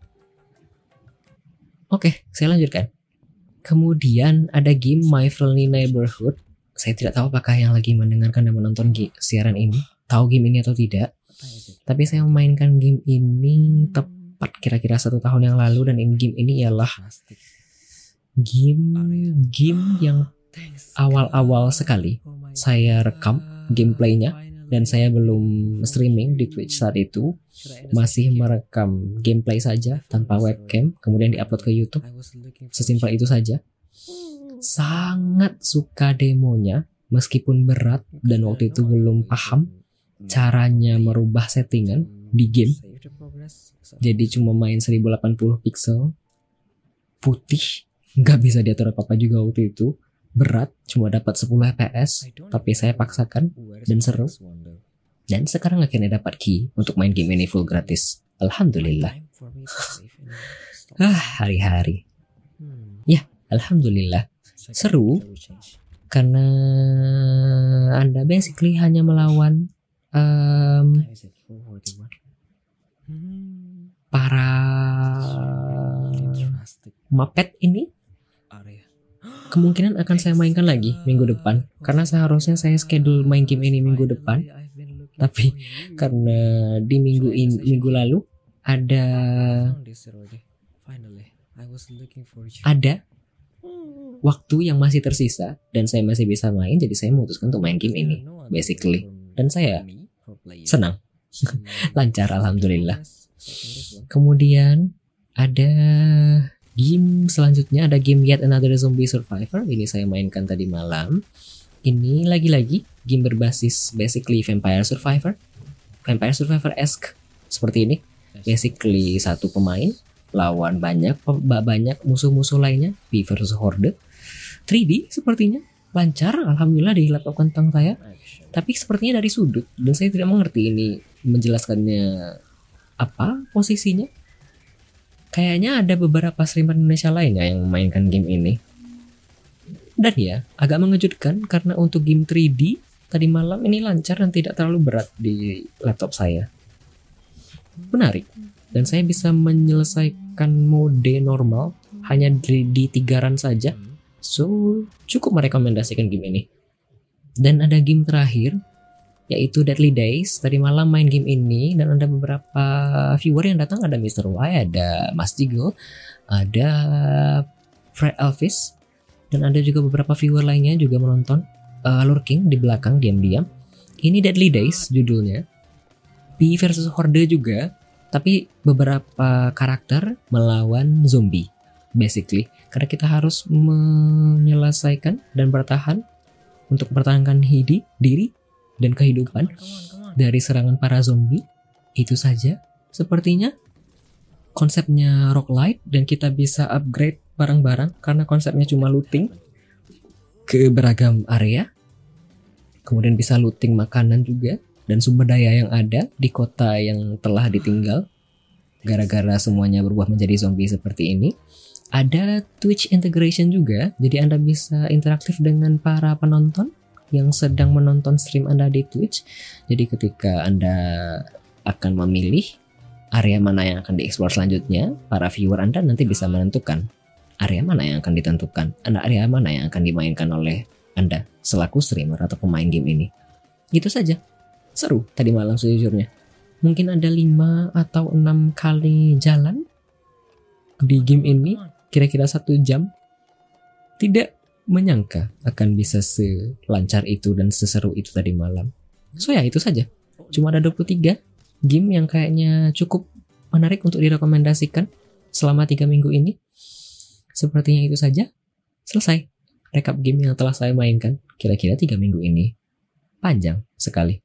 Oke, saya lanjutkan. Kemudian ada game My Friendly Neighborhood. Saya tidak tahu apakah yang lagi mendengarkan dan menonton siaran ini tahu game ini atau tidak. Tapi saya memainkan game ini tepat kira-kira satu tahun yang lalu dan in game ini ialah game game yang awal-awal sekali saya rekam gameplaynya dan saya belum streaming di Twitch saat itu, masih merekam gameplay saja tanpa webcam kemudian diupload ke YouTube. Sesimpel itu saja. Sangat suka demonya meskipun berat dan waktu itu belum paham caranya merubah settingan di game. Jadi cuma main seribu delapan puluh pixel putih, nggak bisa diatur apa-apa juga waktu itu. Berat, cuma dapat sepuluh F P S, tapi saya paksakan dan seru. Dan sekarang akhirnya dapat key untuk main game ini full gratis. Alhamdulillah. Ah, hari-hari. Ya, alhamdulillah. Seru karena Anda basically hanya melawan um, para mapet ini. Kemungkinan akan saya mainkan lagi minggu depan karena seharusnya saya schedule main game ini minggu depan, tapi karena di minggu ini minggu lalu ada ada waktu yang masih tersisa dan saya masih bisa main, jadi saya memutuskan untuk main game ini basically dan saya senang. Lancar alhamdulillah. Kemudian ada game selanjutnya, ada game Yet Another Zombie Survivor. Ini saya mainkan tadi malam. Ini lagi-lagi game berbasis basically Vampire Survivor. Vampire Survivor-esque seperti ini. Basically satu pemain lawan banyak banyak musuh-musuh lainnya, V versus Horde. tiga D sepertinya. Lancar alhamdulillah di laptop kentang saya. Tapi sepertinya dari sudut dan saya tidak mengerti ini menjelaskannya apa posisinya. Kayaknya ada beberapa streamer Indonesia lainnya yang memainkan game ini. Dan ya, agak mengejutkan karena untuk game tiga D tadi malam ini lancar dan tidak terlalu berat di laptop saya. Menarik. Dan saya bisa menyelesaikan mode normal hanya di, di tiga run saja. So, cukup merekomendasikan game ini. Dan ada game terakhir yaitu Deadly Days. Tadi malam main game ini dan ada beberapa viewer yang datang, ada mister Y, ada Mas Jiggle, ada Fred Elvis, dan ada juga beberapa viewer lainnya juga menonton uh, lurking di belakang diam-diam. Ini Deadly Days judulnya. V versus Horde juga, tapi beberapa karakter melawan zombie basically. Karena kita harus menyelesaikan dan bertahan untuk mempertahankan hidup, diri dan kehidupan dari serangan para zombie. Itu saja sepertinya. Konsepnya roguelite dan kita bisa upgrade barang-barang karena konsepnya cuma looting ke beragam area. Kemudian bisa looting makanan juga dan sumber daya yang ada di kota yang telah ditinggal gara-gara semuanya berubah menjadi zombie seperti ini. Ada Twitch integration juga, jadi Anda bisa interaktif dengan para penonton yang sedang menonton stream Anda di Twitch. Jadi ketika Anda akan memilih area mana yang akan dieksplor selanjutnya, para viewer Anda nanti bisa menentukan area mana yang akan ditentukan, area mana yang akan dimainkan oleh Anda selaku streamer atau pemain game ini. Gitu saja. Seru tadi malam sejujurnya. Mungkin ada lima atau enam kali jalan di game ini, kira-kira satu jam. Tidak menyangka akan bisa selancar itu dan seseru itu tadi malam. So ya itu saja. Cuma ada dua puluh tiga game yang kayaknya cukup menarik untuk direkomendasikan selama tiga minggu ini. Sepertinya itu saja. Selesai rekap game yang telah saya mainkan kira-kira tiga minggu ini. Panjang sekali.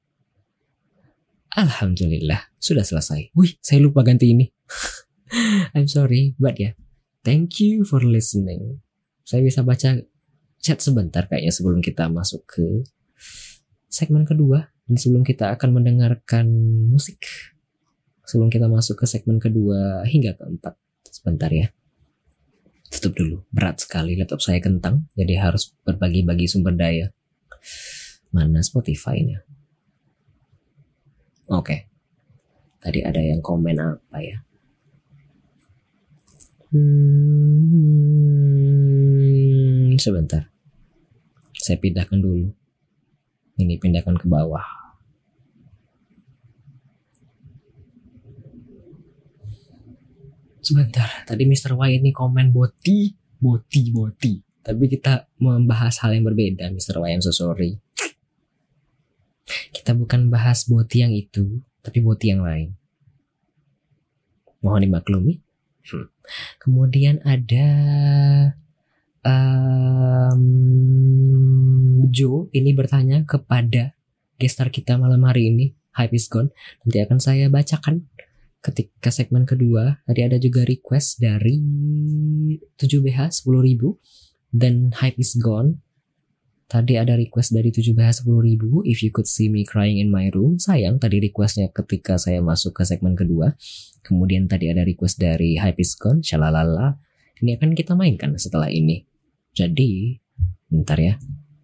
Alhamdulillah sudah selesai. Wih, saya lupa ganti ini. I'm sorry, but ya, yeah. Thank you for listening. Saya bisa baca chat sebentar kayaknya sebelum kita masuk ke segmen kedua dan sebelum kita akan mendengarkan musik. Sebelum kita masuk ke segmen kedua hingga keempat. Sebentar ya. Tutup dulu. Berat sekali laptop saya kentang, jadi harus berbagi-bagi sumber daya. Mana Spotify-nya? Oke. Tadi ada yang komen apa ya? Hmm, sebentar. Saya pindahkan dulu. Ini pindahkan ke bawah. Sebentar. Tadi mister Y ini komen boti, boti, boti. Tapi kita membahas hal yang berbeda, mister Y. I'm so sorry. Kita bukan bahas boti yang itu, tapi boti yang lain. Mohon dimaklumi. Hmm. Kemudian ada um, Joe ini bertanya kepada gestar kita malam hari ini, Hype is Gone. Nanti akan saya bacakan ketika segmen kedua. Tadi ada juga request dari tujuh B H sepuluh ribu dan Hype is Gone. Tadi ada request dari tujuh B H sepuluh ribu, If You Could See Me Crying in My Room. Sayang tadi requestnya ketika saya masuk ke segmen kedua. Kemudian tadi ada request dari Hype is Gone, Shalalala. Ini akan kita mainkan setelah ini. Jadi, bentar ya.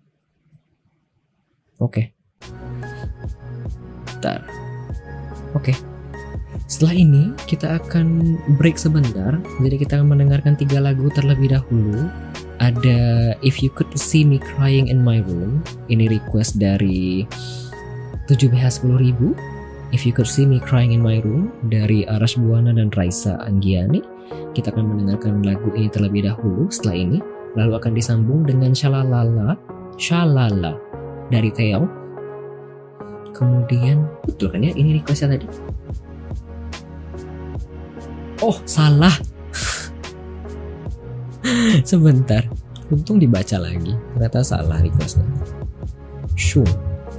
Oke. Bentar. Oke. Setelah ini kita akan break sebentar. Jadi kita akan mendengarkan tiga lagu terlebih dahulu. Ada If You Could See Me Crying in My Room. Ini request dari tujuh B H sepuluh ribu. If You Could See Me Crying in My Room dari Arash Buwana dan Raisa Anggiani. Kita akan mendengarkan lagu ini terlebih dahulu. Setelah ini lalu akan disambung dengan Shalalala, Shalala dari Theo. Kemudian betul kan ya ini requestnya tadi? Oh salah. Sebentar, untung dibaca lagi. Ternyata salah requestnya. Shoo.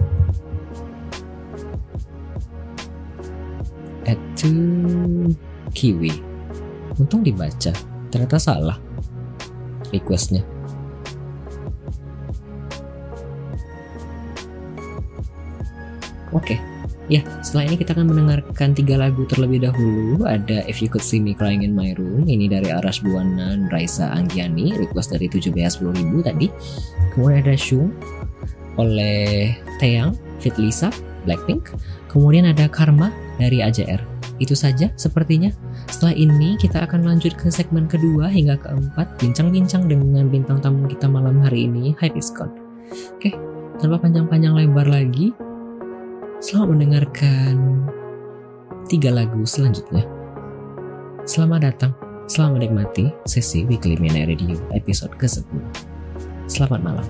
Itu Kiwi. Untung dibaca. Ternyata salah requestnya. Oke. Ya, setelah ini kita akan mendengarkan tiga lagu terlebih dahulu. Ada If You Could See Me Crying in My Room. Ini dari Arash Buwana dan Raisa Anggiani. Request dari tujuh B H sepuluh ribu tadi. Kemudian ada Shung oleh Taeyang, Fit Lisa, Blackpink. Kemudian ada Karma dari A J R. Itu saja sepertinya. Setelah ini kita akan lanjut ke segmen kedua hingga keempat. Bincang-bincang dengan bintang tamu kita malam hari ini, Hype is Gone. Oke, tanpa panjang-panjang lebar lagi, selamat mendengarkan tiga lagu selanjutnya. Selamat datang, selamat menikmati sesi Weekly Midnight Radio episode kesepuluh. Selamat malam.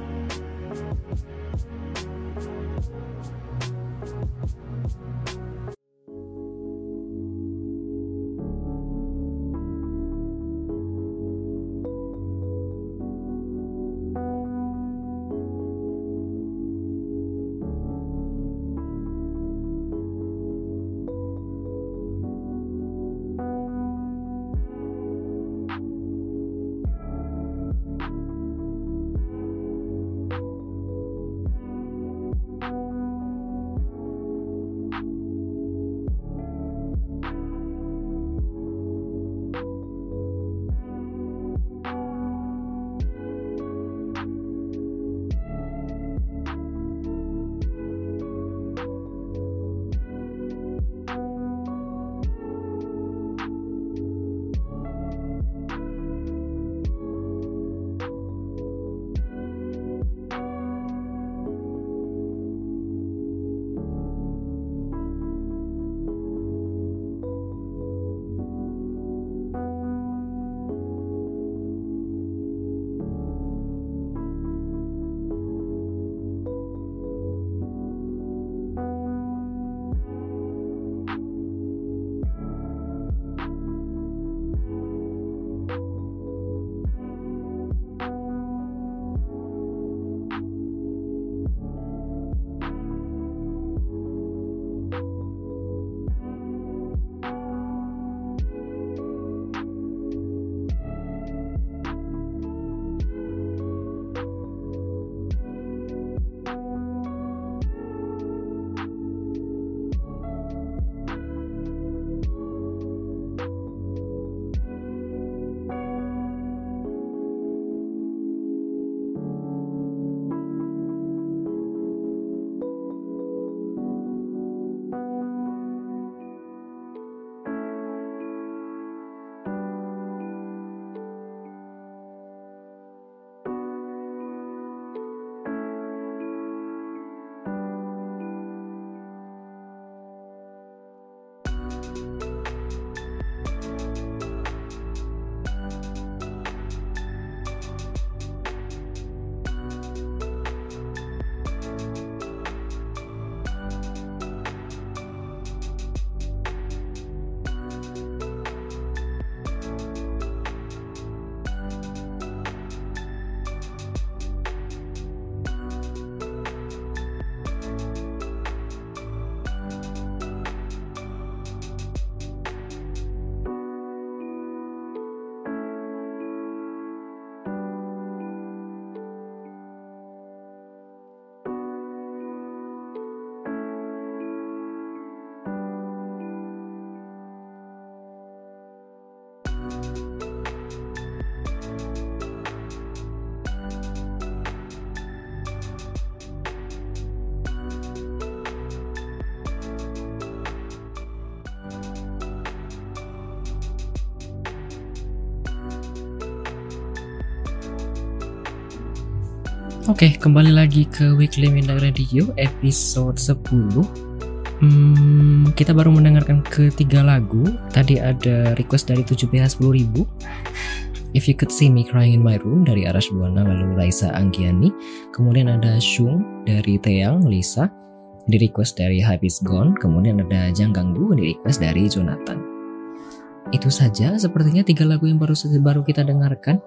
Oke, kembali lagi ke Weekly Midnight Radio episode sepuluh. Hmm, kita baru mendengarkan ketiga lagu. Tadi ada request dari tujuh B H sepuluh ribu, If You Could See Me Crying in My Room dari Arash Buana lalu Raisa Anggiani. Kemudian ada Shung dari Teang Lisa, di request dari Hype Is Gone. Kemudian ada Jang Ganggu di request dari Jonathan. Itu saja sepertinya tiga lagu yang baru baru kita dengarkan.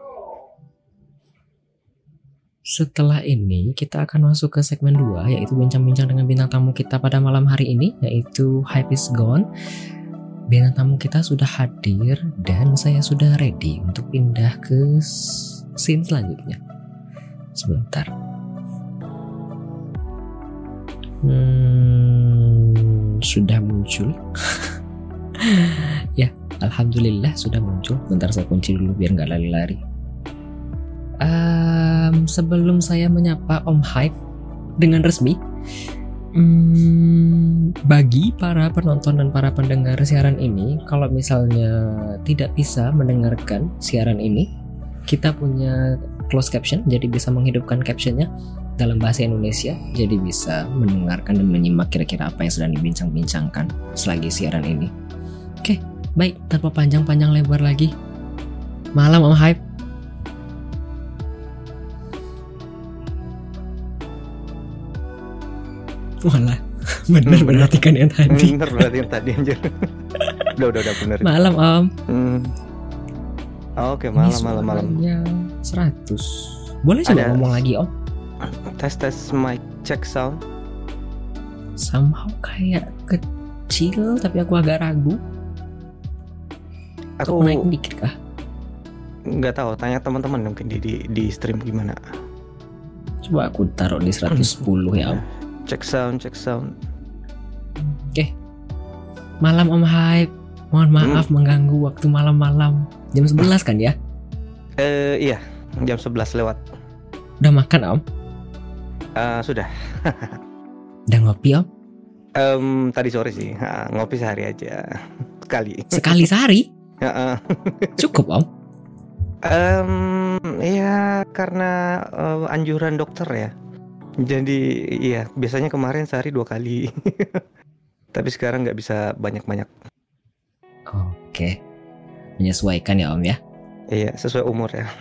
Setelah ini kita akan masuk ke segmen dua, yaitu bincang-bincang dengan bintang tamu kita pada malam hari ini, yaitu Hype Is Gone. Bintang tamu kita sudah hadir dan saya sudah ready untuk pindah ke scene selanjutnya. Sebentar. Hmm, sudah muncul. Ya, alhamdulillah sudah muncul. Bentar saya kunci dulu biar nggak lari-lari. Um, sebelum saya menyapa Om Hype dengan resmi, um, bagi para penonton dan para pendengar siaran ini, kalau misalnya tidak bisa mendengarkan siaran ini, kita punya closed caption, jadi bisa menghidupkan captionnya dalam bahasa Indonesia, jadi bisa mendengarkan dan menyimak kira-kira apa yang sedang dibincang-bincangkan selagi siaran ini. Oke, baik, tanpa panjang-panjang lebar lagi, malam Om Hype. Walah, bener perhatikan yang tadi. Bener perhatikan tadi anjir. udah udah udah bener. Malam Om. Hmm. Oh, Oke okay, malam malam malam. seratus. Boleh coba Ada... ngomong lagi Om? Tes tes mic check sound. Somehow kayak kecil tapi aku agak ragu. Aku Kok naik dikit kah? Nggak tahu, tanya teman-teman mungkin di, di di stream gimana. Coba aku taruh di seratus sepuluh ya Om. Check sound, check sound. Oke. Okay. Malam Om Hype. Mohon maaf hmm. mengganggu waktu malam-malam. Jam sebelas kan ya? Eh uh, iya, jam sebelas lewat. Udah makan Om? Uh, sudah. Udah ngopi Om? Um, tadi sore sih. Ha, ngopi sehari aja. Sekali. Sekali sehari? uh-uh. Cukup Om? Um, ya karena uh, anjuran dokter ya. Jadi iya biasanya kemarin sehari dua kali. Tapi sekarang nggak bisa banyak-banyak. Oke, menyesuaikan ya Om ya. Iya sesuai umur ya.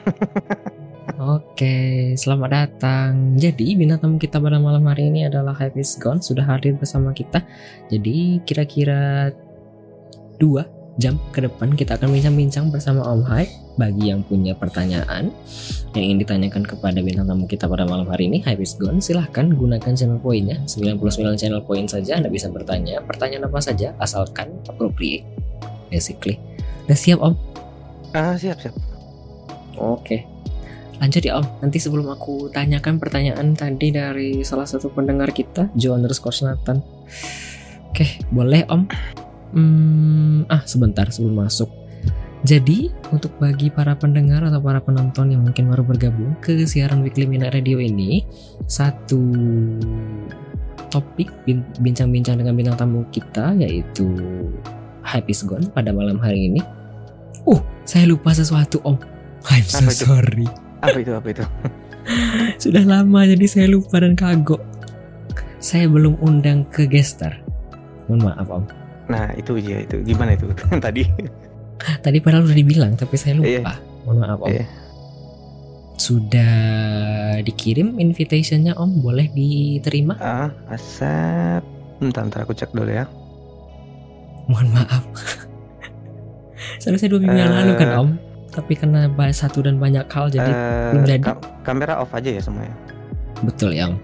Oke, selamat datang. Jadi bintang tamu kita pada malam hari ini adalah Hype Is Gone, sudah hadir bersama kita. Jadi kira-kira dua jam ke depan kita akan bincang-bincang bersama Om Hype. Bagi yang punya pertanyaan yang ingin ditanyakan kepada bintang tamu kita pada malam hari ini, Hype Is Gone, silahkan gunakan channel poinnya. sembilan puluh sembilan channel poin saja Anda bisa bertanya pertanyaan apa saja asalkan appropriate, basically. Udah siap Om? Ah siap siap. Oke, lanjut ya Om. Nanti sebelum aku tanyakan pertanyaan tadi dari salah satu pendengar kita, Joe underscore Nathan. Oke, boleh Om? Hmm, ah sebentar sebelum masuk. Jadi untuk bagi para pendengar atau para penonton yang mungkin baru bergabung ke siaran Weekly Midnight Radio ini, satu topik bincang-bincang dengan bintang tamu kita yaitu Hype Is Gone pada malam hari ini. Uh, saya lupa sesuatu Om. I'm so apa sorry. Apa itu apa itu? Sudah lama jadi saya lupa dan kagok. Saya belum undang ke gestar. Mohon maaf Om. Nah itu ya itu gimana itu tadi? Tadi padahal udah dibilang tapi saya lupa. Iya. Mohon maaf Om. Iya. Sudah dikirim invitationnya Om, boleh diterima? Ah, asap. Bentar, bentar aku cek dulu ya. Mohon maaf. Seharusnya dua minggu yang uh, lalu kan Om. Tapi karena satu dan banyak hal jadi uh, belum jadi. Ka- kamera off aja ya semuanya. Betul ya Om.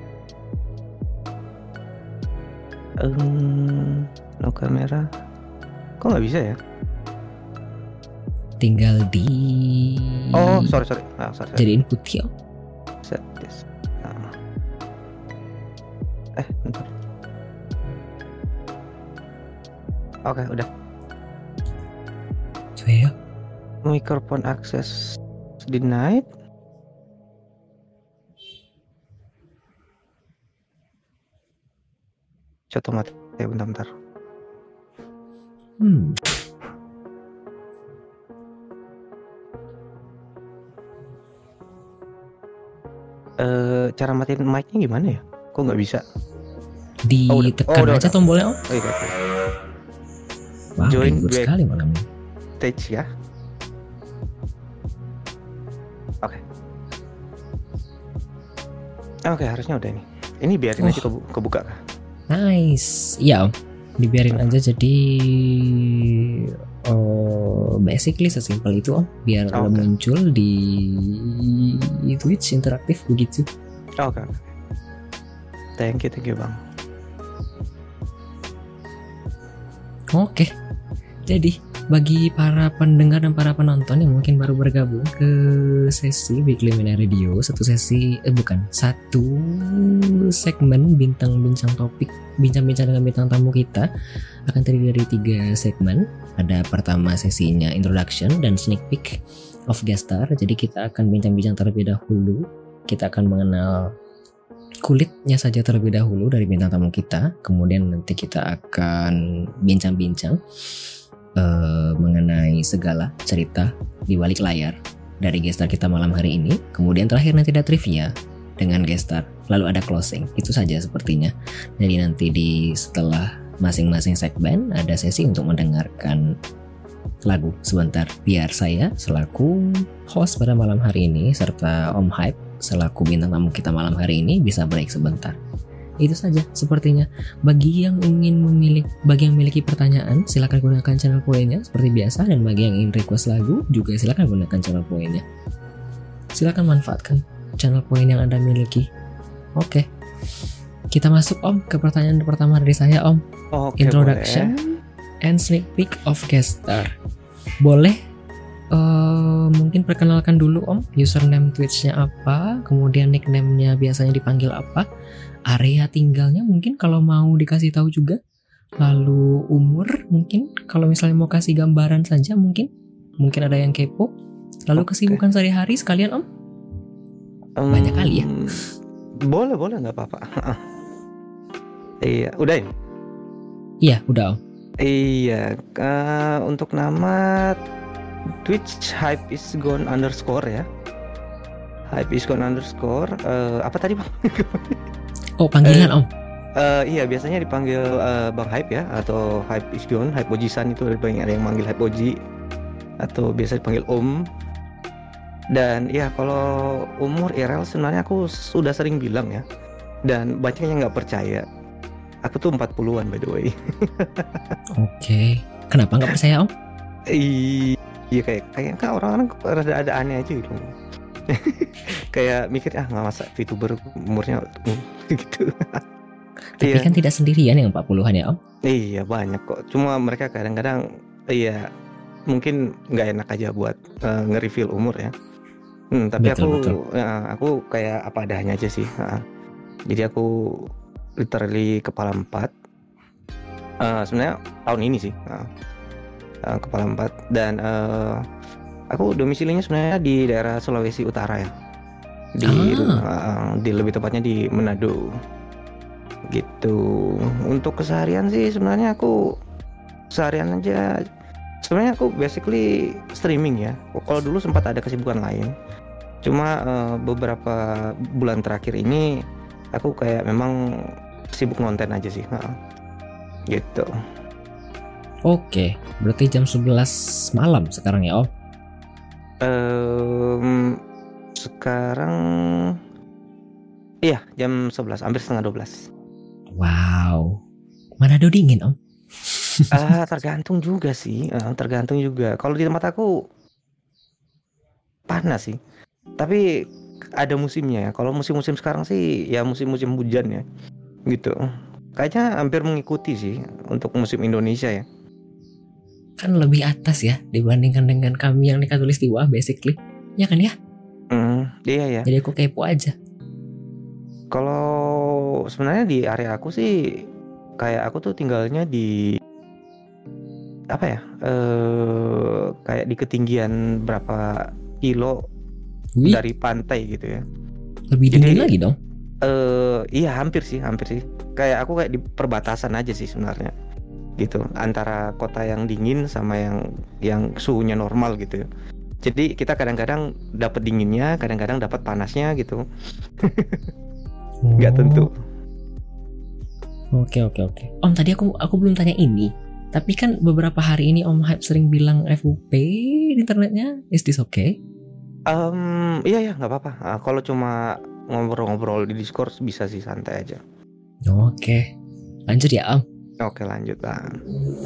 Um, no kamera. Kok nggak bisa ya? Tinggal di. Oh sorry sorry. Ah, sorry, sorry. Jadiin putih Om. Set this. Nah. Eh bentar. Oke okay, udah. Coba ya. Microphone access denied. Coba mati ya bentar-bentar. Hmm. Eh, cara matiin mic-nya gimana ya? Kok nggak bisa? Oh, udah. Ditekan Oh, udah, aja udah. tombolnya Om. Oh, iya, oke. Wah, Join ribut back. sekali malam ini. Stage ya. Oke. Oke, harusnya udah nih. Ini biarin Oh. aja kebu- kebuka kah? Nice. Iya Om, dibiarin aja jadi oh, basically sesimpel itu Om, biar Oke. muncul di Twitch interaktif begitu. Oke. oke. Thank you, thank you Bang. Oke. Jadi bagi para pendengar dan para penonton yang mungkin baru bergabung ke sesi Weekly Mina Radio, satu sesi eh bukan, satu segmen bintang bincang topik, bincang-bincang dengan bintang tamu kita akan terdiri dari tiga segmen. Ada pertama sesinya introduction dan sneak peek of guest star. Jadi kita akan bincang-bincang terlebih dahulu. Kita akan mengenal kulitnya saja terlebih dahulu dari bintang tamu kita. Kemudian nanti kita akan bincang-bincang uh, mengenai segala cerita di balik layar dari guest star kita malam hari ini. Kemudian terakhir nanti ada trivia dengan guest star. Lalu ada closing. Itu saja sepertinya. Jadi nanti di setelah masing-masing segmen ada sesi untuk mendengarkan lagu sebentar, biar saya selaku host pada malam hari ini serta Om Hype selaku bintang tamu kita malam hari ini bisa break sebentar. Itu saja sepertinya. Bagi yang ingin memiliki, bagi yang memiliki pertanyaan, silakan gunakan channel poinnya seperti biasa, dan bagi yang ingin request lagu juga silakan gunakan channel poinnya. Silakan manfaatkan channel poin yang Anda miliki. Oke. Kita masuk Om ke pertanyaan pertama dari saya Om. Oke, Introduction boleh. and sneak peek of guest star. Boleh uh, mungkin perkenalkan dulu Om, username Twitch-nya apa, kemudian nickname-nya biasanya dipanggil apa, area tinggalnya mungkin kalau mau dikasih tahu juga, lalu umur mungkin kalau misalnya mau kasih gambaran saja mungkin, mungkin ada yang kepo, lalu Oke. kesibukan sehari-hari sekalian Om. Um, Banyak kali ya. Boleh, boleh, nggak apa-apa. Iya, udah ya? Iya, udah Om. Iya, eh, untuk nama Twitch Hype is gone underscore ya. Hype is gone underscore. eh, apa tadi Bang? Oh, panggilan Eh, Om. Eh, iya, biasanya dipanggil eh, Bang Hype ya, atau Hype is gone, Hype Oji-san itu ada banyak ada yang manggil Hype Oji, atau biasa dipanggil Om. Dan ya kalau umur I R L sebenarnya aku sudah sering bilang ya, dan banyak yang nggak percaya. Aku tuh empat puluhan by the way. Oke. Kenapa nggak percaya Om? Iya, kayak kayak kan orang-orang rada ada aneh aja gitu. Kayak mikir ah nggak masa VTuber umurnya um, gitu. Tapi Iya. kan tidak sendirian yang empat puluhan ya Om. Iya banyak kok. Cuma mereka kadang-kadang iya mungkin nggak enak aja buat uh, nge-reveal umur ya. Hmm, tapi Betul, aku betul. ya, aku kayak apa adanya aja sih. Ha. Jadi aku literally kepala empat. Uh, sebenarnya tahun ini sih. Ha. Uh, kepala empat dan uh, aku domisilinya sebenarnya di daerah Sulawesi Utara ya. Di Ah. uh, di lebih tepatnya di Manado. Gitu. Untuk keseharian sih sebenarnya aku seharian aja sebenarnya aku basically streaming ya. Kalau dulu sempat ada kesibukan lain, cuma uh, beberapa bulan terakhir ini aku kayak memang sibuk ngonten aja sih. Ha. Gitu. Oke, berarti jam sebelas malam sekarang ya Om. Um, sekarang iya jam sebelas, hampir setengah dua belas. Wow. Manado dingin Om. Ah, tergantung juga sih, ah, tergantung juga. Kalau di tempat aku panas sih, tapi ada musimnya ya. Kalau musim-musim sekarang sih ya musim-musim hujan ya, gitu. Kayaknya hampir mengikuti sih untuk musim Indonesia ya. Kan lebih atas ya dibandingkan dengan kami yang di Katulistiwa basically. Ya kan ya? Hmm, iya ya. Jadi aku kepo aja. Kalau sebenarnya di area aku sih kayak aku tuh tinggalnya di apa ya? Eh kayak di ketinggian berapa kilo Wih, dari pantai gitu ya. lebih jadi- dingin lagi dong. Eh iya hampir sih, hampir sih. Kayak aku kayak di perbatasan aja sih sebenarnya. Gitu, antara kota yang dingin sama yang yang suhunya normal gitu ya. Jadi kita kadang-kadang dapat dinginnya, kadang-kadang dapat panasnya gitu. Nggak tentu. Oke oke oke. Om tadi aku aku belum tanya ini. Tapi kan beberapa hari ini Om Hype sering bilang F U P di internetnya. Is this okay? Um, iya ya nggak apa-apa. Nah, kalau cuma ngobrol-ngobrol di Discord bisa sih, santai aja. Oke. Lanjut ya Om. Oke lanjut Bang.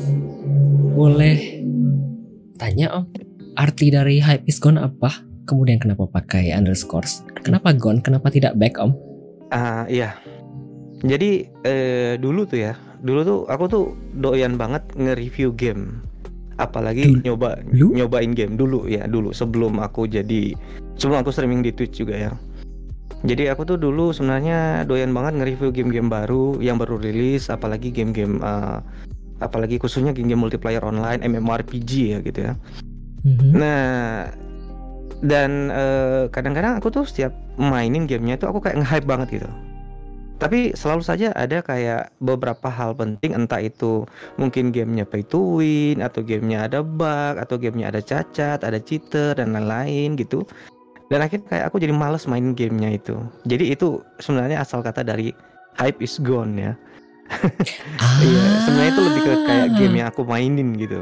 Boleh tanya Om, arti dari hype is gone apa? Kemudian kenapa pakai underscores? Kenapa gone? Kenapa tidak back Om? Ah iya. Jadi eh, dulu tuh ya, dulu tuh aku tuh doyan banget nge-review game. Apalagi Dulu? nyoba Lu? nyobain game dulu ya, dulu sebelum aku jadi sebelum aku streaming di Twitch juga ya. Jadi aku tuh dulu sebenarnya doyan banget nge-review game-game baru yang baru rilis, apalagi game-game uh, apalagi khususnya game-game multiplayer online, MMORPG ya gitu ya. Mm-hmm. Nah, dan uh, kadang-kadang aku tuh setiap mainin gamenya tuh aku kayak nge-hype banget gitu. Tapi selalu saja ada kayak beberapa hal penting, entah itu mungkin gamenya pay to win, atau gamenya ada bug, atau gamenya ada cacat, ada cheater dan lain-lain gitu. Dan akhirnya kayak aku jadi males main gamenya itu. Jadi itu sebenarnya asal kata dari hype is gone ya. Iya, Ah. sebenarnya itu lebih ke kayak game yang aku mainin gitu.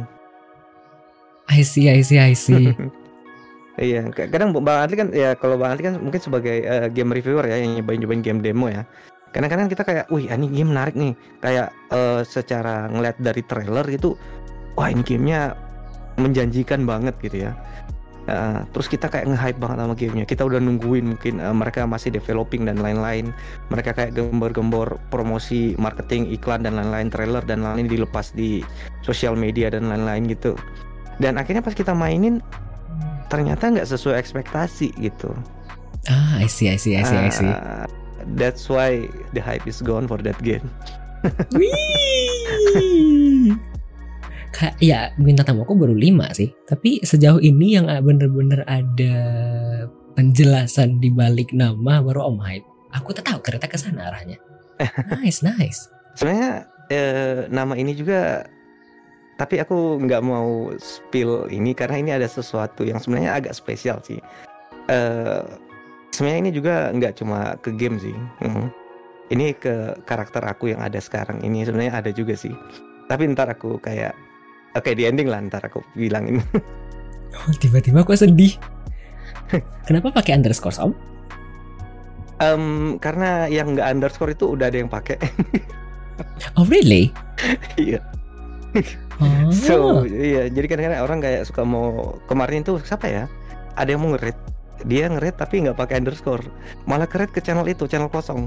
I see, I see, I see. Iya, kadang Bang Adli kan ya, kalau Bang Adli kan mungkin sebagai uh, game reviewer ya yang nyobain-nyobain game demo ya. Kadang-kadang kita kayak, wih ini game menarik nih. Kayak uh, secara ngeliat dari trailer gitu, wah ini gamenya menjanjikan banget gitu ya. Uh, terus kita kayak nge-hype banget sama gamenya. Kita udah nungguin mungkin uh, mereka masih developing dan lain-lain. Mereka kayak gembor-gembor promosi, marketing, iklan dan lain-lain, trailer dan lain-lain dilepas di sosial media dan lain-lain gitu. Dan akhirnya pas kita mainin ternyata nggak sesuai ekspektasi gitu. Ah, I see, I see, I see, I see. Uh, that's why the hype is gone for that game. Wih. Kayak ya minta tamu aku baru lima sih. Tapi sejauh ini yang bener-bener ada penjelasan di balik nama baru Om Hype. Aku tak tahu ternyata ke sana arahnya. Nice, nice. Sebenarnya eh, nama ini juga, tapi aku nggak mau spill ini karena ini ada sesuatu yang sebenarnya agak spesial sih. Eh, sebenarnya ini juga nggak cuma ke game sih. Hmm. Ini ke karakter aku yang ada sekarang ini sebenarnya ada juga sih. Tapi ntar aku kayak oke okay, di ending lah ntar aku bilangin. Oh, tiba-tiba aku sedih. Kenapa pakai underscore Om? Um, karena yang nggak underscore itu udah ada yang pakai. Oh really? Iya. Oh. So iya, jadi kadang-kadang orang kayak suka mau, kemarin itu siapa ya? Ada yang mau nge-rate, dia nge-rate tapi nggak pakai underscore, malah nge-rate ke channel itu, channel kosong.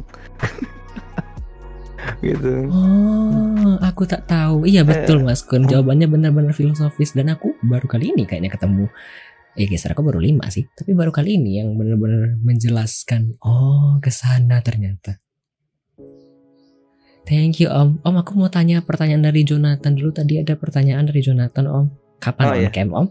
Gitu. Oh, aku tak tahu. Iya betul Mas Kun. Jawabannya benar-benar filosofis dan aku baru kali ini kayaknya ketemu. Eh geser aku baru lima sih, tapi baru kali ini yang benar-benar menjelaskan. Oh, ke sana ternyata. Thank you Om. Om aku mau tanya pertanyaan dari Jonathan dulu. Tadi ada pertanyaan dari Jonathan Om. Kapan Oh, on iya. cam Om?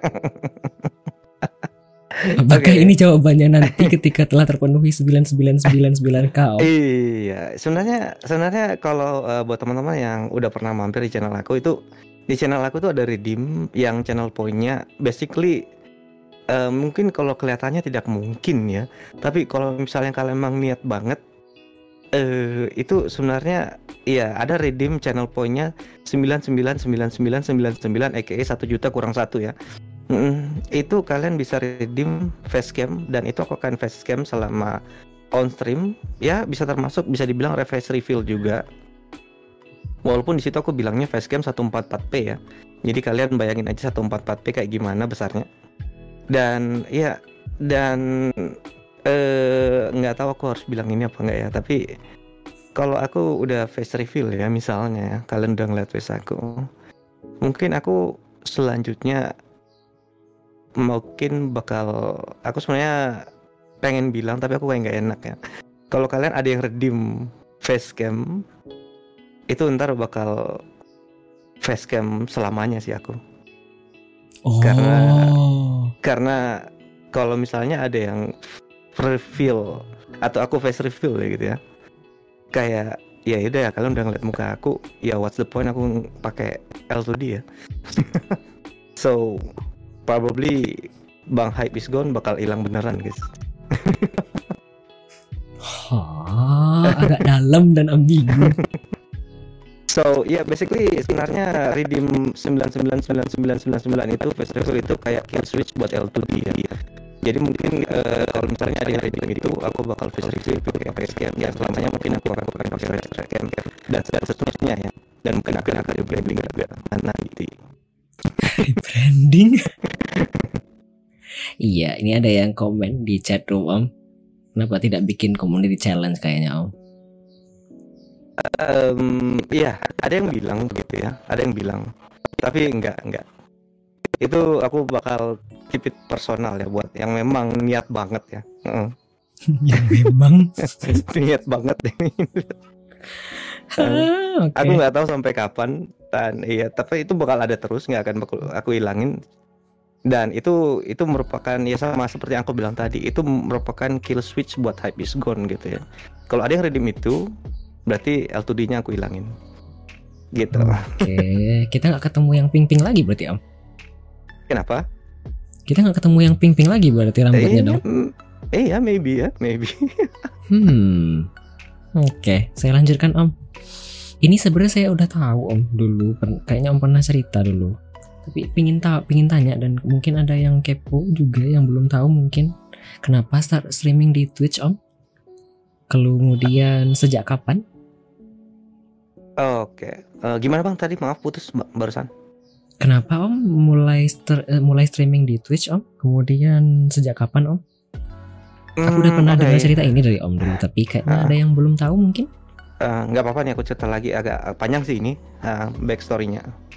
Apakah Okay. ini jawabannya nanti ketika telah terpenuhi sembilan sembilan sembilan sembilan K Om? Iya, sebenarnya sebenarnya kalau uh, buat teman-teman yang udah pernah mampir di channel aku itu, di channel aku tuh ada redeem yang channel poinnya basically uh, mungkin kalau kelihatannya tidak mungkin ya, tapi kalau misalnya kalian emang niat banget uh, itu sebenarnya iya ada redeem channel poinnya sembilan sembilan sembilan sembilan sembilan sembilan aka satu juta kurang satu ya. Mm, itu kalian bisa redeem facecam dan itu aku akan facecam selama on stream ya, bisa termasuk bisa dibilang face reveal juga. Walaupun di situ aku bilangnya facecam seratus empat puluh empat p ya. Jadi kalian bayangin aja seratus empat puluh empat p kayak gimana besarnya. Dan ya dan eh nggak tahu aku harus bilang ini apa enggak ya, tapi kalau aku udah face reveal ya misalnya kalian udah ngeliat face aku, mungkin aku selanjutnya mungkin bakal, aku sebenarnya pengen bilang tapi aku kayak nggak enak ya. Kalau kalian ada yang redeem facecam, itu ntar bakal facecam selamanya sih aku. Oh. Karena karena kalau misalnya ada yang reveal atau aku face reveal ya gitu ya, kayak ya udah ya kalian udah ngeliat muka aku, ya what's the point aku pakai L dua D ya. So probably Bang Hype is Gone bakal hilang beneran guys. Hah, agak dalam dan ambigu. So ya yeah, basically sebenarnya redeem sembilan sembilan sembilan sembilan sembilan sembilan itu festival itu kayak kill switch buat L two D ya. Jadi mungkin uh, kalau misalnya ada yang redeem itu aku bakal festival pakai facecam ya, selamanya mungkin aku akan pakai facecam dan seterusnya ya. Dan mungkin akan akan di branding juga mana gitu. Branding. Iya, ini ada yang komen di chat room Om. Kenapa tidak bikin community challenge kayaknya Om? Um, iya, ada yang bilang begitu ya, ada yang bilang. Tapi enggak, enggak. Itu aku bakal keep it personal ya buat yang memang niat banget ya. Uh-uh. Yang memang niat banget ini. Ah, okay. Aku nggak tahu sampai kapan dan iya, tapi itu bakal ada terus, nggak akan aku, aku hilangin. Dan itu itu merupakan ya sama seperti yang aku bilang tadi, itu merupakan kill switch buat Hype is Gone gitu ya. Kalau ada yang redeem itu, berarti L two D-nya aku hilangin. Gitu. Oke, okay. Kita nggak ketemu yang pink-pink lagi berarti Om? Kenapa? Kita nggak ketemu yang pink-pink lagi berarti rambutnya eh, dong? Eh ya, maybe ya, maybe. hmm. Oke, okay. Saya lanjutkan Om. Ini sebenarnya saya udah tahu Om dulu, kayaknya Om pernah cerita dulu. Tapi pingin tahu, pingin tanya dan mungkin ada yang kepo juga yang belum tahu mungkin kenapa start streaming di Twitch Om? Kemudian sejak kapan? Oh, Oke, okay. uh, gimana Bang tadi? Maaf putus barusan. Kenapa Om mulai ster, uh, mulai streaming di Twitch Om? Kemudian sejak kapan Om? Hmm, Aku udah pernah okay. dengar cerita ini dari Om dulu, tapi kayaknya uh. ada yang belum tahu mungkin. Nggak uh, apa-apa nih aku cerita lagi, agak panjang sih ini uh, backstory-nya.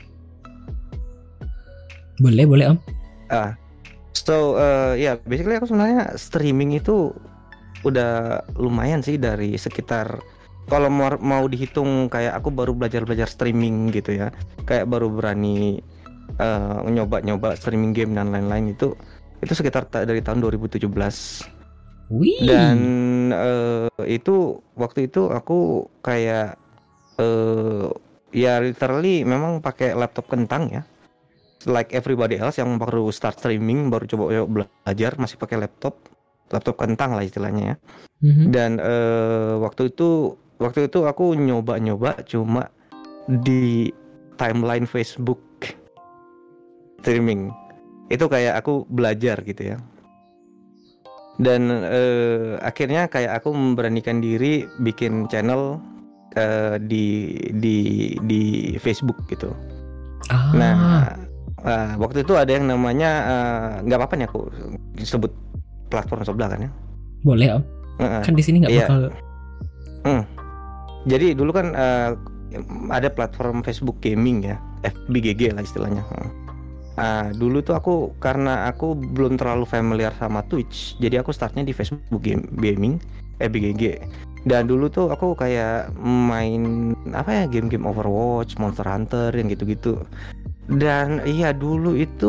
Boleh, boleh Om. Uh, so, uh, ya yeah, basically aku sebenarnya streaming itu udah lumayan sih dari sekitar, kalau mau, mau dihitung kayak aku baru belajar-belajar streaming gitu ya, kayak baru berani uh, nyoba-nyoba streaming game dan lain-lain itu itu sekitar ta- dari tahun dua ribu tujuh belas. Wih. Dan uh, itu waktu itu aku kayak uh, ya literally memang pakai laptop kentang ya. Like everybody else yang baru start streaming, baru coba belajar masih pakai laptop, laptop kentang lah istilahnya ya. Mm-hmm. Dan uh, waktu itu, waktu itu aku nyoba-nyoba cuma di timeline Facebook streaming. Itu kayak aku belajar gitu ya. Dan uh, akhirnya kayak aku memberanikan diri bikin channel uh, di di di Facebook gitu. Ah. Nah. Uh, waktu itu ada yang namanya nggak uh, apa-apa nih aku sebut platform sebelah kan ya? Boleh Om. Uh-uh. Kan di sini nggak iya. bakal. Hmm. Jadi dulu kan uh, ada platform Facebook gaming ya, F B G G lah istilahnya. Uh, dulu tuh aku karena aku belum terlalu familiar sama Twitch, jadi aku startnya di Facebook game, gaming F B G G. Dan dulu tuh aku kayak main apa ya, game-game Overwatch, Monster Hunter yang gitu-gitu. Dan iya dulu itu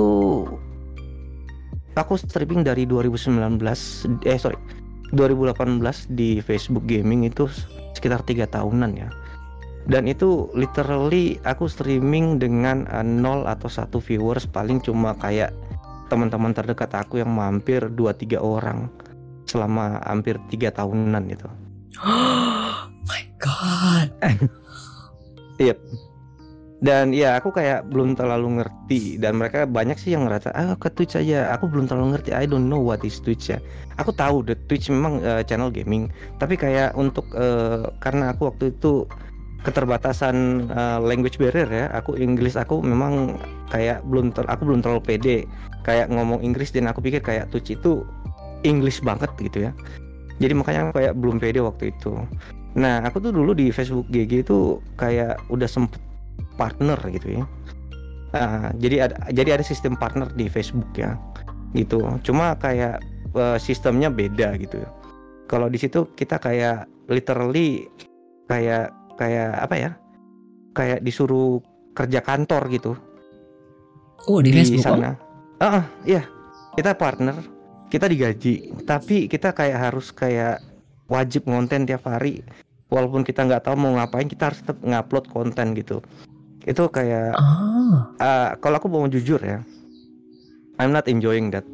aku streaming dari dua ribu sembilan belas eh sorry dua ribu delapan belas di Facebook gaming itu sekitar tiga tahunan ya. Dan itu literally aku streaming dengan uh, nol atau satu viewers, paling cuma kayak teman-teman terdekat aku yang mampir dua tiga orang selama hampir tiga tahunan itu. Oh my god. Yep. Dan ya aku kayak belum terlalu ngerti, dan mereka banyak sih yang ngerasa ah ke Twitch aja, aku belum terlalu ngerti, I don't know what is Twitch ya. Aku tahu the Twitch memang uh, channel gaming, tapi kayak untuk uh, karena aku waktu itu keterbatasan uh, language barrier ya, aku Inggris aku memang kayak belum ter, aku belum terlalu pede kayak ngomong Inggris, dan aku pikir kayak Twitch itu English banget gitu ya. Jadi makanya aku kayak belum pede waktu itu. Nah aku tuh dulu di Facebook G G itu kayak udah sempet partner gitu ya. Uh, jadi ada jadi ada sistem partner di Facebook ya, gitu. Cuma kayak uh, sistemnya beda gitu. Kalau di situ kita kayak literally kayak kayak apa ya? Kayak disuruh kerja kantor gitu. Oh di, di Facebook sana. Ah oh? uh, iya. Kita partner, kita digaji, tapi kita kayak harus kayak wajib ngonten tiap hari. Walaupun kita nggak tahu mau ngapain, kita harus tetap ngupload konten gitu. Itu kayak ah. uh, kalau aku mau jujur ya, I'm not enjoying that.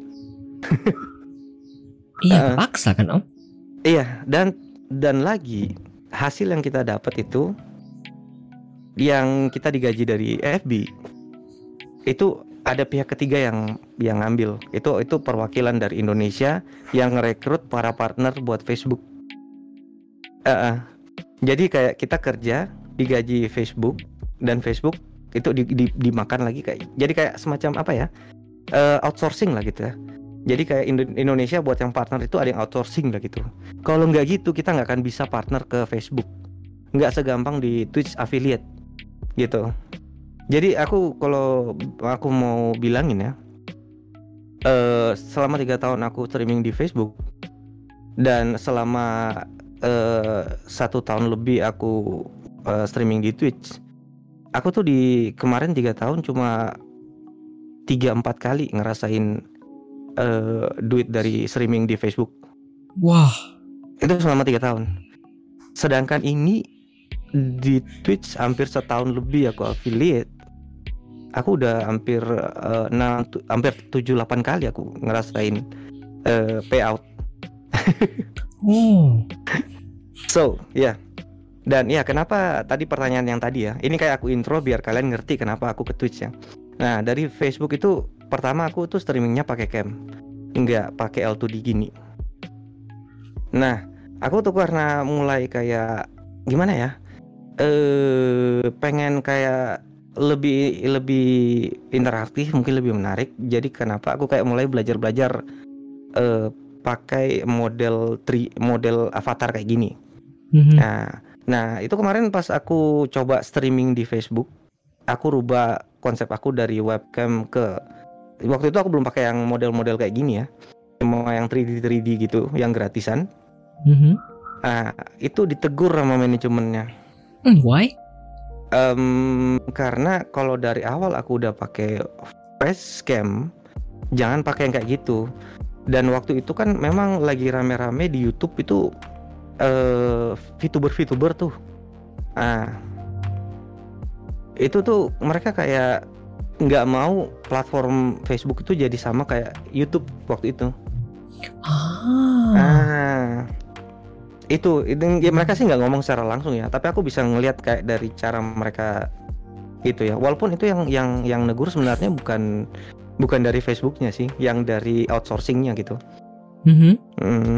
Iya, Uh, kepaksa kan Om? iya, dan dan lagi hasil yang kita dapat itu yang kita digaji dari F B itu ada pihak ketiga yang yang ngambil. Itu itu perwakilan dari Indonesia yang ngerekrut para partner buat Facebook. Uh, uh. Jadi kayak kita kerja digaji Facebook dan Facebook itu di, di, dimakan lagi kayak jadi kayak semacam apa ya? Uh, outsourcing lah gitu ya. Jadi kayak Indo- Indonesia buat yang partner itu ada yang outsourcing lah gitu. Kalau nggak gitu kita nggak akan bisa partner ke Facebook. Nggak segampang di Twitch affiliate gitu. Jadi aku kalau aku mau bilangin ya, uh, selama tiga tahun aku streaming di Facebook dan selama uh, satu tahun lebih aku uh, streaming di Twitch, aku tuh di kemarin tiga tahun cuma tiga empat kali ngerasain uh, duit dari streaming di Facebook. Wah. Itu selama tiga tahun. Sedangkan ini di Twitch hampir setahun lebih aku affiliate. Aku udah hampir uh, enam, tu, hampir tujuh delapan kali aku ngerasain uh, payout. Oh. So, ya. Yeah. Dan ya, kenapa tadi pertanyaan yang tadi ya. Ini kayak aku intro biar kalian ngerti kenapa aku ke Twitch ya. Nah, dari Facebook itu pertama aku tuh streamingnya pakai cam. Enggak pakai L two D gini. Nah, aku tuh karena mulai kayak gimana ya? Eh pengen kayak lebih lebih interaktif, mungkin lebih menarik. Jadi kenapa aku kayak mulai belajar-belajar eh, pakai model tri model avatar kayak gini. Mm-hmm. Nah, nah itu kemarin pas aku coba streaming di Facebook, aku rubah konsep aku dari webcam ke waktu itu aku belum pakai yang model-model kayak gini ya, mau yang tiga D tiga D gitu, yang gratisan. Mm-hmm. Nah, itu ditegur sama manajemennya. Mm, why? Um, karena kalau dari awal aku udah pakai facecam, jangan pakai yang kayak gitu. Dan waktu itu kan memang lagi rame-rame di YouTube itu uh, VTuber-VTuber tuh. Nah, itu tuh mereka kayak nggak mau platform Facebook itu jadi sama kayak YouTube waktu itu. Ah. Ah, itu, itu ya mereka sih nggak ngomong secara langsung ya, tapi aku bisa ngelihat kayak dari cara mereka gitu ya. Walaupun itu yang yang yang negur sebenarnya bukan bukan dari Facebooknya sih, yang dari outsourcingnya gitu. Mm-hmm. Mm.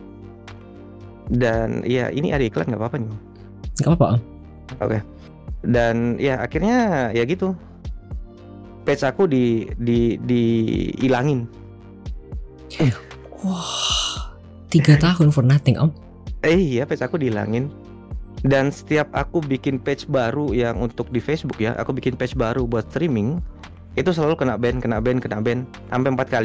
Dan ya ini ada iklan nggak apa-apa nih? Nggak apa-apa. Oke. Okay. Dan ya akhirnya ya gitu, page aku di di diilangin. Wah, tiga tahun for nothing Om. Eh iya, page aku dihilangin. Dan setiap aku bikin page baru yang untuk di Facebook ya, aku bikin page baru buat streaming, itu selalu kena ban, kena ban, kena ban sampai empat kali.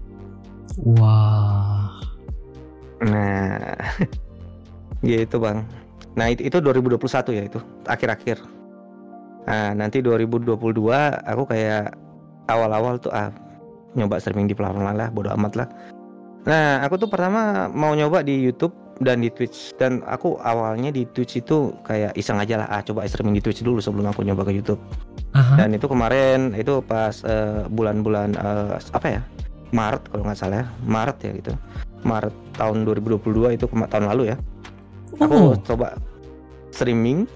Wah. Nah, gitu bang. Nah itu, itu dua ribu dua puluh satu ya, itu akhir-akhir. Nah nanti dua ribu dua puluh dua aku kayak awal-awal tuh ah nyoba streaming di platform lain lah, bodo amat lah. Nah aku tuh pertama mau nyoba di YouTube dan di Twitch, dan aku awalnya di Twitch itu kayak iseng aja lah, ah coba streaming di Twitch dulu sebelum aku nyoba ke YouTube. Aha. Dan itu kemarin itu pas uh, bulan-bulan uh, apa ya, Maret kalau nggak salah ya, Maret ya gitu, Maret tahun dua ribu dua puluh dua itu kema- tahun lalu ya. Aku Oh. coba streaming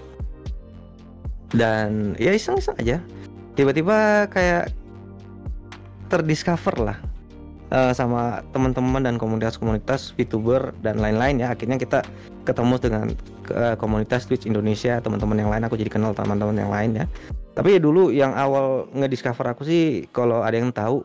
dan ya iseng-iseng aja, tiba-tiba kayak terdiscover lah uh, sama teman-teman dan komunitas-komunitas VTuber dan lain-lain ya. Akhirnya kita ketemu dengan uh, komunitas Twitch Indonesia, teman-teman yang lain, aku jadi kenal teman-teman yang lain ya. Tapi ya dulu yang awal ngediscover aku sih, kalau ada yang tahu,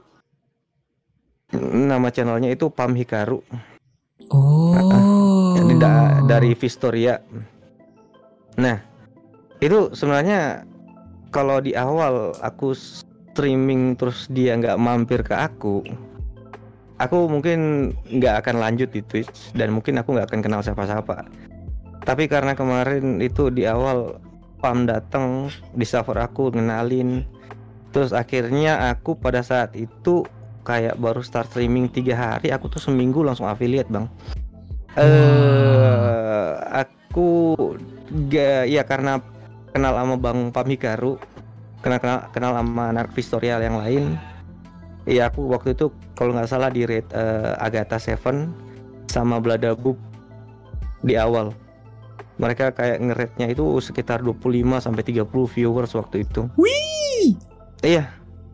nama channelnya itu Pam Hikaru. Oh. Uh, da- dari Vistoria. Nah, itu sebenarnya kalau di awal aku streaming terus dia nggak mampir ke aku, aku mungkin nggak akan lanjut di Twitch dan mungkin aku nggak akan kenal siapa-siapa. Tapi karena kemarin itu di awal Pam datang di server aku, ngenalin, terus akhirnya aku pada saat itu kayak baru start streaming tiga hari, aku tuh seminggu langsung affiliate bang. Eh uh, aku gak, ya karena kenal sama Bang Pam Hikaru, kenal kenal kenal sama anak Vistorial yang lain. Iya, aku waktu itu kalau nggak salah di rate uh, Agatha Seven sama Bladabub di awal. Mereka kayak nge-rate-nya itu sekitar dua puluh lima sampai tiga puluh viewers waktu itu. Wih. Iya.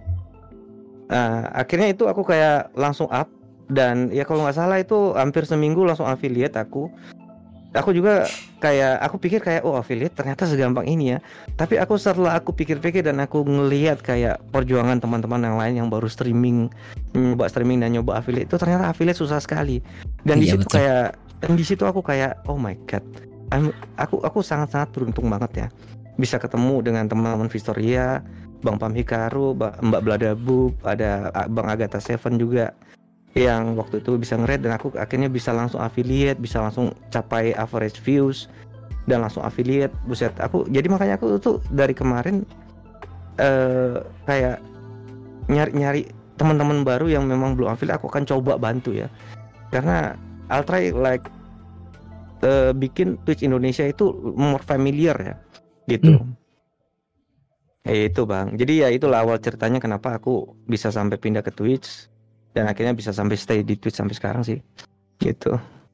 Uh, akhirnya itu aku kayak langsung up dan ya kalau nggak salah itu hampir seminggu langsung affiliate aku. Aku juga kayak aku pikir kayak oh affiliate ternyata segampang ini ya. Tapi aku setelah aku pikir-pikir dan aku ngelihat kayak perjuangan teman-teman yang lain yang baru streaming, nyoba streaming dan nyoba affiliate itu ternyata affiliate susah sekali. Dan di Iya, situ betul. kayak dan di situ aku kayak oh my god. I'm, aku aku sangat-sangat beruntung banget ya bisa ketemu dengan teman-teman Vistoria, Bang Pam Hikaru, Mbak Bladabub, ada Bang Agatha Seven juga yang waktu itu bisa nge-rate dan aku akhirnya bisa langsung affiliate, bisa langsung capai average views dan langsung affiliate. Buset, aku jadi makanya aku tuh dari kemarin uh, kayak nyari-nyari teman-teman baru yang memang belum affiliate, aku akan coba bantu ya. Karena I'll try like uh, bikin Twitch Indonesia itu more familiar ya. Gitu. Hmm. Eh, itu Bang. Jadi ya itulah awal ceritanya kenapa aku bisa sampai pindah ke Twitch. Dan akhirnya bisa sampai stay di Twitch sampai sekarang sih, gitu.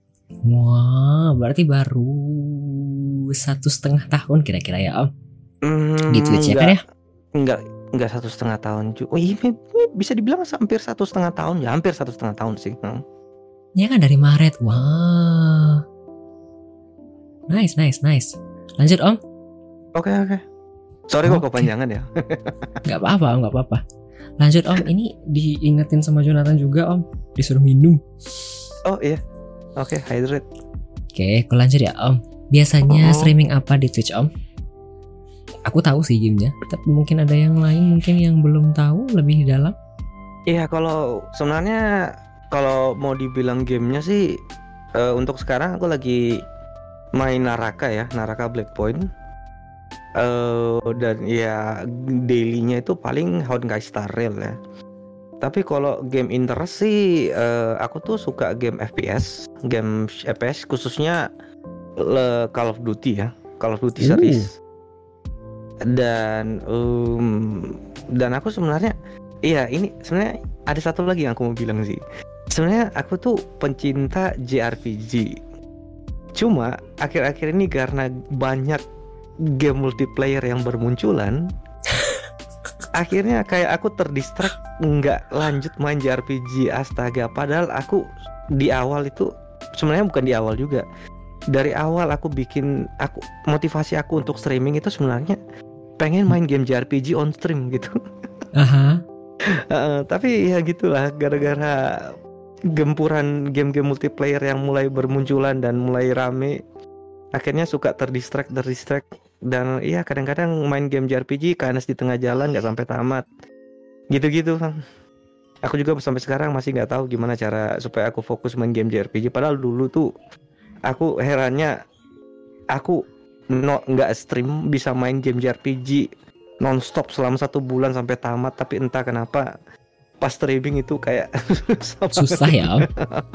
Wah, berarti baru satu setengah tahun kira-kira ya Om hmm, di Twitch ya enggak, kan ya? Enggak, enggak satu setengah tahun. Oh iya, bisa dibilang hampir satu setengah tahun ya, hampir satu setengah tahun sih. Hmm. Ya kan dari Maret, wah, nice, nice, nice. Lanjut Om. Oke, okay, oke. Okay. Sorry okay. Kok kepanjangan ya. Gak apa-apa, gak apa-apa. Lanjut Om, ini diingetin sama Jonathan juga Om, disuruh minum. Oh iya, oke, okay, hydrate. Oke, okay, aku lanjut ya Om. Biasanya oh. streaming apa di Twitch Om? Aku tahu sih gamenya, tapi mungkin ada yang lain mungkin yang belum tahu lebih dalam. Iya, kalau sebenarnya kalau mau dibilang gamenya sih uh, untuk sekarang aku lagi main Naraka ya, Naraka Blackpoint. Uh, dan ya dailynya itu paling Honkai Star Rail ya. Tapi kalau game interest sih uh, aku tuh suka game F P S, game F P S khususnya le Call of Duty ya, Call of Duty series. Dan um, dan aku sebenarnya iya ini sebenarnya ada satu lagi yang aku mau bilang sih. Sebenarnya aku tuh pencinta J R P G. Cuma akhir-akhir ini karena banyak game multiplayer yang bermunculan, akhirnya kayak aku terdistract nggak lanjut main J R P G. Astaga, padahal aku di awal itu sebenarnya bukan di awal juga. Dari awal aku bikin aku motivasi aku untuk streaming itu sebenarnya pengen main game J R P G on stream gitu. Aha. uh, tapi ya gitulah, gara-gara gempuran game-game multiplayer yang mulai bermunculan dan mulai rame, akhirnya suka terdistract terdistract dan iya kadang-kadang main game J R P G kandas di tengah jalan nggak sampai tamat gitu-gitu Bang. Aku juga sampai sekarang masih nggak tahu gimana cara supaya aku fokus main game J R P G, padahal dulu tuh aku herannya aku no, nggak stream bisa main game J R P G nonstop selama satu bulan sampai tamat, tapi entah kenapa pas streaming itu kayak susah ya Om.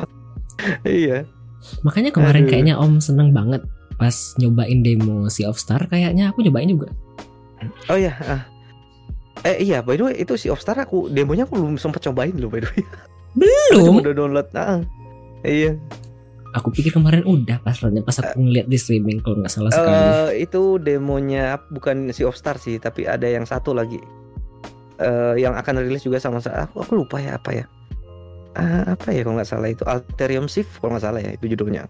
Iya. Makanya kemarin Aduh. Kayaknya Om seneng banget pas nyobain demo Sea of Star, kayaknya aku nyobain juga. Oh ya, ah. eh iya by the way itu Sea of Star aku demonya aku belum sempat cobain loh by the way. Belum? Udah download, ah. Iya. Aku pikir kemarin udah pas pas aku ngeliat di streaming kalau nggak salah sekali. Uh, itu demonya bukan Sea of Star sih, tapi ada yang satu lagi uh, yang akan rilis juga sama saya. Aku, aku lupa ya apa ya. Uh, apa ya kalau nggak salah itu Alterium Shift kalau nggak salah ya itu judulnya.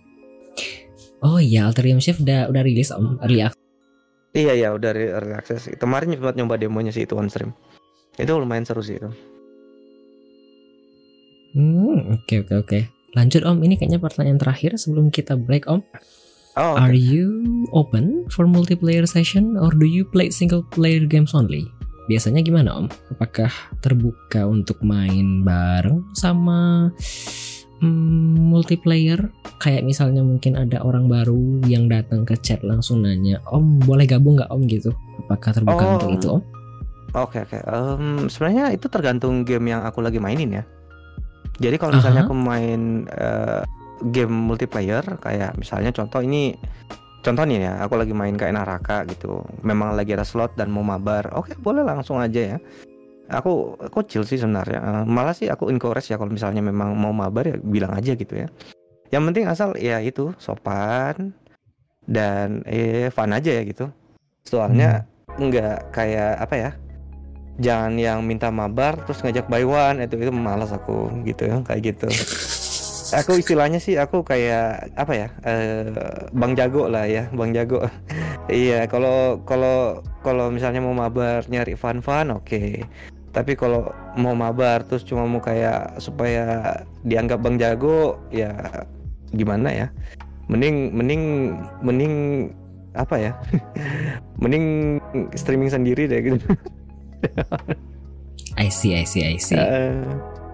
Oh iya, Alterium Shift udah udah rilis Om, early access. Iya ya udah early access. Kemarin sempat nyoba demonya sih itu on stream. Itu lumayan seru sih itu. Hmm, oke okay, oke okay, oke. Okay. Lanjut Om, ini kayaknya pertanyaan terakhir sebelum kita break Om. Oh, okay. Are you open for multiplayer session or do you play single player games only? Biasanya gimana Om? Apakah terbuka untuk main bareng sama hmm, multiplayer? Kayak misalnya mungkin ada orang baru yang datang ke chat langsung nanya, Om boleh gabung nggak Om gitu? Apakah terbuka oh. untuk itu Om? Oke okay, oke. Okay. Um, sebenarnya itu tergantung game yang aku lagi mainin ya. Jadi kalau misalnya Aha. aku main uh, game multiplayer kayak misalnya contoh ini contoh nih ya, aku lagi main kayak Naraka gitu, memang lagi ada slot dan mau mabar, oke boleh langsung aja ya. Aku aku chill sih sebenarnya. Uh, malah sih aku encourage ya kalau misalnya memang mau mabar ya bilang aja gitu ya. Yang penting asal ya itu sopan dan eh fun aja ya gitu. Soalnya Hmm. nggak kayak apa ya? Jangan yang minta mabar terus ngajak buy one, itu itu malas aku gitu ya kayak gitu. Aku istilahnya sih aku kayak apa ya? Eh, Bang Jago lah ya, Bang Jago. Iya, kalau kalau kalau misalnya mau mabar nyari fun-fun oke. Tapi kalau mau mabar terus cuma mau kayak supaya dianggap Bang Jago ya gimana ya? Mending mending mending apa ya? Mending streaming sendiri deh gitu. I see, I see, I see. Uh,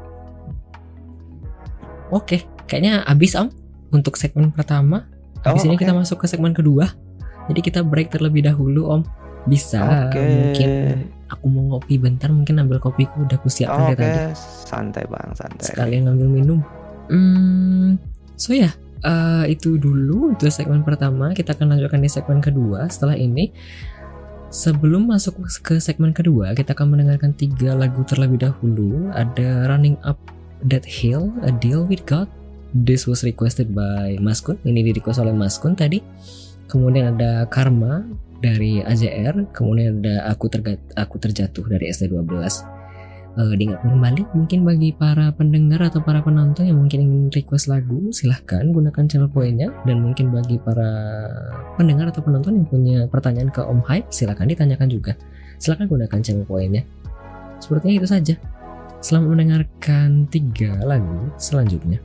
Oke, kayaknya habis Om untuk segmen pertama. Habis Oh, ini kita oke. masuk ke segmen kedua. Jadi kita break terlebih dahulu Om. Bisa Oke. mungkin aku mau ngopi bentar, mungkin ambil kopiku udah aku siapkan dari Oke, tadi. santai Bang, santai. Sekalian ngambil minum. Hmm, so ya, eh, itu dulu untuk segmen pertama. Kita akan lanjutkan di segmen kedua setelah ini. Sebelum masuk ke segmen kedua, kita akan mendengarkan tiga lagu terlebih dahulu. Ada Running Up That Hill, A Deal With God. This was requested by Mas Kun. Ini di request oleh Mas Kun tadi. Kemudian ada Karma dari A J R. Kemudian ada Aku Terga- Aku Terjatuh dari S T dua belas. Uh, diingatkan kembali, mungkin bagi para pendengar atau para penonton yang mungkin ingin request lagu, silahkan gunakan channel poinnya. Dan mungkin bagi para pendengar atau penonton yang punya pertanyaan ke Om Hype, silahkan ditanyakan juga. Silahkan gunakan channel poinnya. Sepertinya itu saja. Selamat mendengarkan tiga lagu selanjutnya.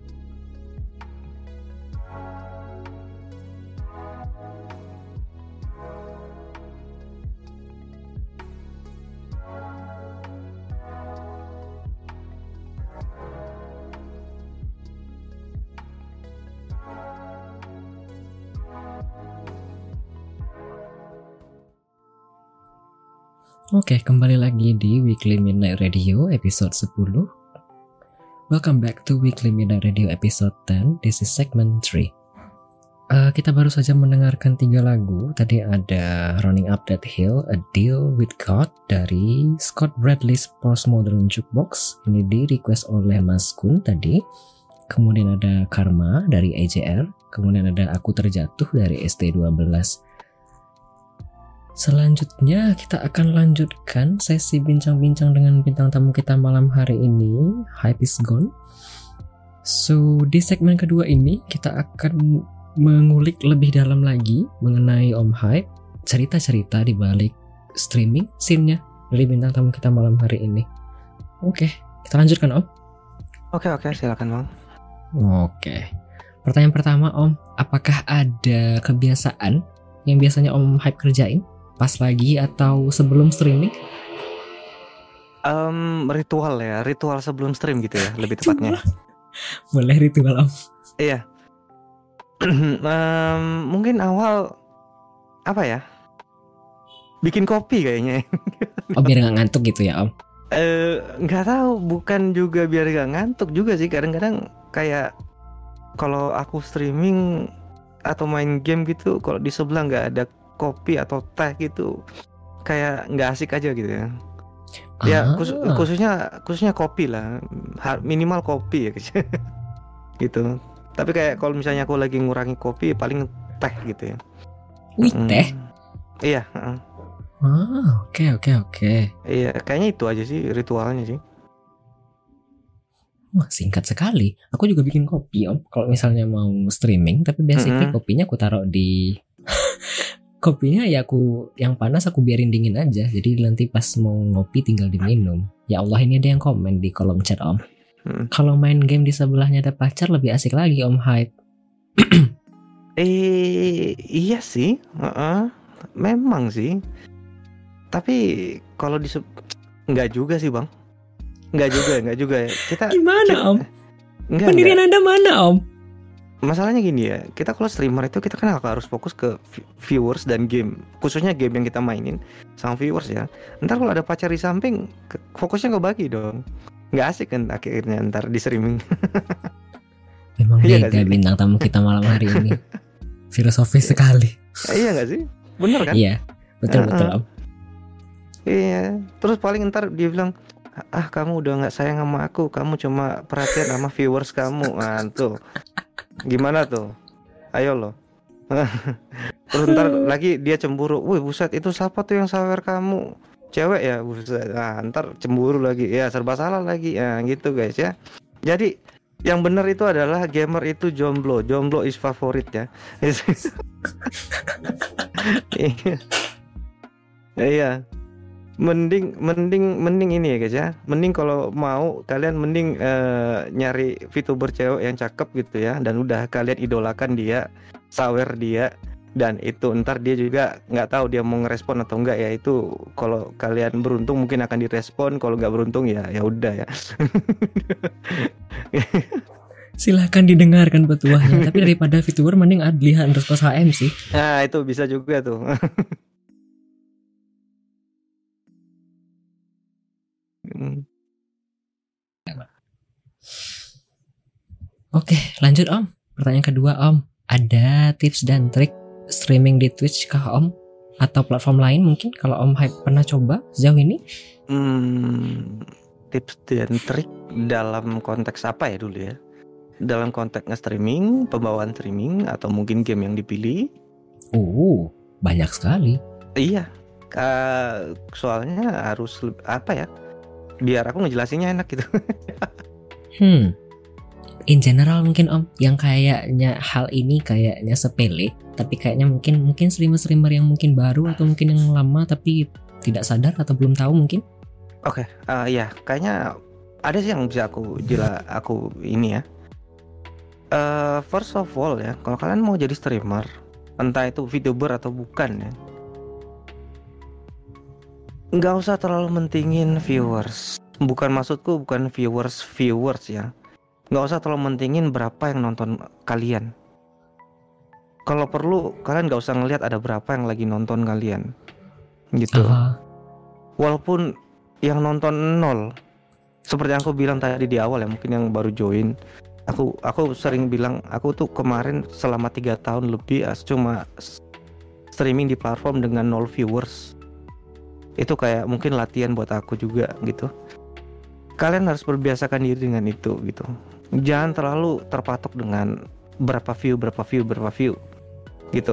Oke, kembali lagi di Weekly Midnight Radio episode sepuluh. Welcome back to Weekly Midnight Radio episode sepuluh. This is segment three. Uh, kita baru saja mendengarkan tiga lagu. Tadi ada Running Up That Hill, A Deal With God dari Scott Bradley's Postmodern Jukebox. Ini di request oleh Mas Kun tadi. Kemudian ada Karma dari A J R. Kemudian ada Aku Terjatuh dari S T dua belas. Selanjutnya kita akan lanjutkan sesi bincang-bincang dengan bintang tamu kita malam hari ini, Hype is Gone. So di segmen kedua ini kita akan mengulik lebih dalam lagi mengenai Om Hype, cerita-cerita di balik streaming scene-nya dari bintang tamu kita malam hari ini. Oke, kita lanjutkan Om. Oke, oke, silakan Bang. Oke. Pertanyaan pertama Om, apakah ada kebiasaan yang biasanya Om Hype kerjain pas lagi atau sebelum streaming? Um, ritual ya, ritual sebelum stream gitu ya, lebih tepatnya. Boleh ritual Om. Iya. um, mungkin awal apa ya? Bikin kopi kayaknya. Oh, biar nggak ngantuk gitu ya Om? Eh, nggak tahu, bukan juga biar nggak ngantuk juga sih. Kadang-kadang kayak kalau aku streaming atau main game gitu, kalau di sebelah nggak ada kopi atau teh gitu, kayak nggak asik aja gitu ya. Ya Ah. khusus, khususnya khususnya kopi lah, minimal kopi ya gitu. Tapi kayak kalau misalnya aku lagi ngurangi kopi, paling teh gitu ya. Wih, Mm. teh? Iya. Uh. Ah, oke oke oke. Iya, kayaknya itu aja sih ritualnya sih. Wah, singkat sekali. Aku juga bikin kopi Om. Kalau misalnya mau streaming, tapi basically Mm-mm. kopinya aku taruh di kopinya ya aku yang panas aku biarin dingin aja. Jadi nanti pas mau ngopi tinggal diminum. Ya Allah, ini ada yang komen di kolom chat Om. Mm. Kalau main game di sebelahnya ada pacar lebih asik lagi Om Hype. Eh, iya sih, uh-uh. Memang sih. Tapi kalau di nggak juga sih Bang, nggak juga, nggak juga ya. Kita Gimana kita, Om? Enggak, Pendirian Anda mana Om? masalahnya gini ya, kita kalau streamer itu kita kan harus fokus ke viewers dan game, khususnya game yang kita mainin sama viewers ya. Ntar kalau ada pacar di samping, fokusnya kebagi dong, nggak asik kan akhirnya ntar di streaming. Memang Iya beda bintang tamu kita malam hari ini. Filosofis sekali. Iya nggak sih, bener kan? Iya, betul betul Om. Iya, terus paling ntar dia bilang, ah kamu udah nggak sayang sama aku, kamu cuma perhatian sama viewers kamu. Nah tuh, gimana tuh? Ayo loh. Terus ntar lagi dia cemburu, wih buset itu siapa tuh yang sawer kamu? Cewek ya buset. Nah ntar cemburu lagi, ya serba salah lagi. Ya gitu guys ya. Jadi yang benar itu adalah gamer itu jomblo, jomblo is favorit ya. Iya, iya. Mending, mending, mending ini ya guys ya. Mending kalau mau kalian mending eh, nyari VTuber cewek yang cakep gitu ya. Dan udah kalian idolakan dia, sawer dia, dan itu ntar dia juga nggak tahu dia mau ngerespon atau enggak ya. Itu kalau kalian beruntung mungkin akan direspon. Kalau nggak beruntung ya ya udah ya. Silahkan didengarkan petuahnya. Tapi daripada VTuber mending Adliha underscore H M sih. Nah itu bisa juga tuh. Hmm. Oke, lanjut Om. Pertanyaan kedua Om, ada tips dan trik streaming di Twitch kah Om? Atau platform lain mungkin kalau Om Hype pernah coba sejauh ini? Hmm, tips dan trik dalam konteks apa ya dulu ya? Dalam konteks nge-streaming, pembawaan streaming, atau mungkin game yang dipilih? Oh, banyak sekali. Iya, uh, soalnya harus leb- apa ya? Biar aku ngejelasinnya enak gitu. Hmm, in general mungkin Om, yang kayaknya hal ini kayaknya sepele, tapi kayaknya mungkin mungkin streamer-streamer yang mungkin baru atau mungkin yang lama tapi tidak sadar atau belum tahu mungkin. Oke, uh, ya kayaknya ada sih yang bisa aku jela aku ini ya. Uh, first of all ya, kalau kalian mau jadi streamer, entah itu VTuber atau bukan ya, nggak usah terlalu mentingin viewers. Bukan maksudku bukan viewers viewers ya. Nggak usah terlalu mentingin berapa yang nonton kalian. Kalau perlu kalian nggak usah ngelihat ada berapa yang lagi nonton kalian, gitu. Aha. Walaupun yang nonton nol, seperti yang aku bilang tadi di awal ya, mungkin yang baru join. Aku aku sering bilang aku tuh kemarin selama tiga tahun lebih as cuma streaming di platform dengan nol viewers. Itu kayak mungkin latihan buat aku juga gitu. Kalian harus berbiasakan diri dengan itu gitu. Jangan terlalu terpatok dengan berapa view, berapa view, berapa view gitu.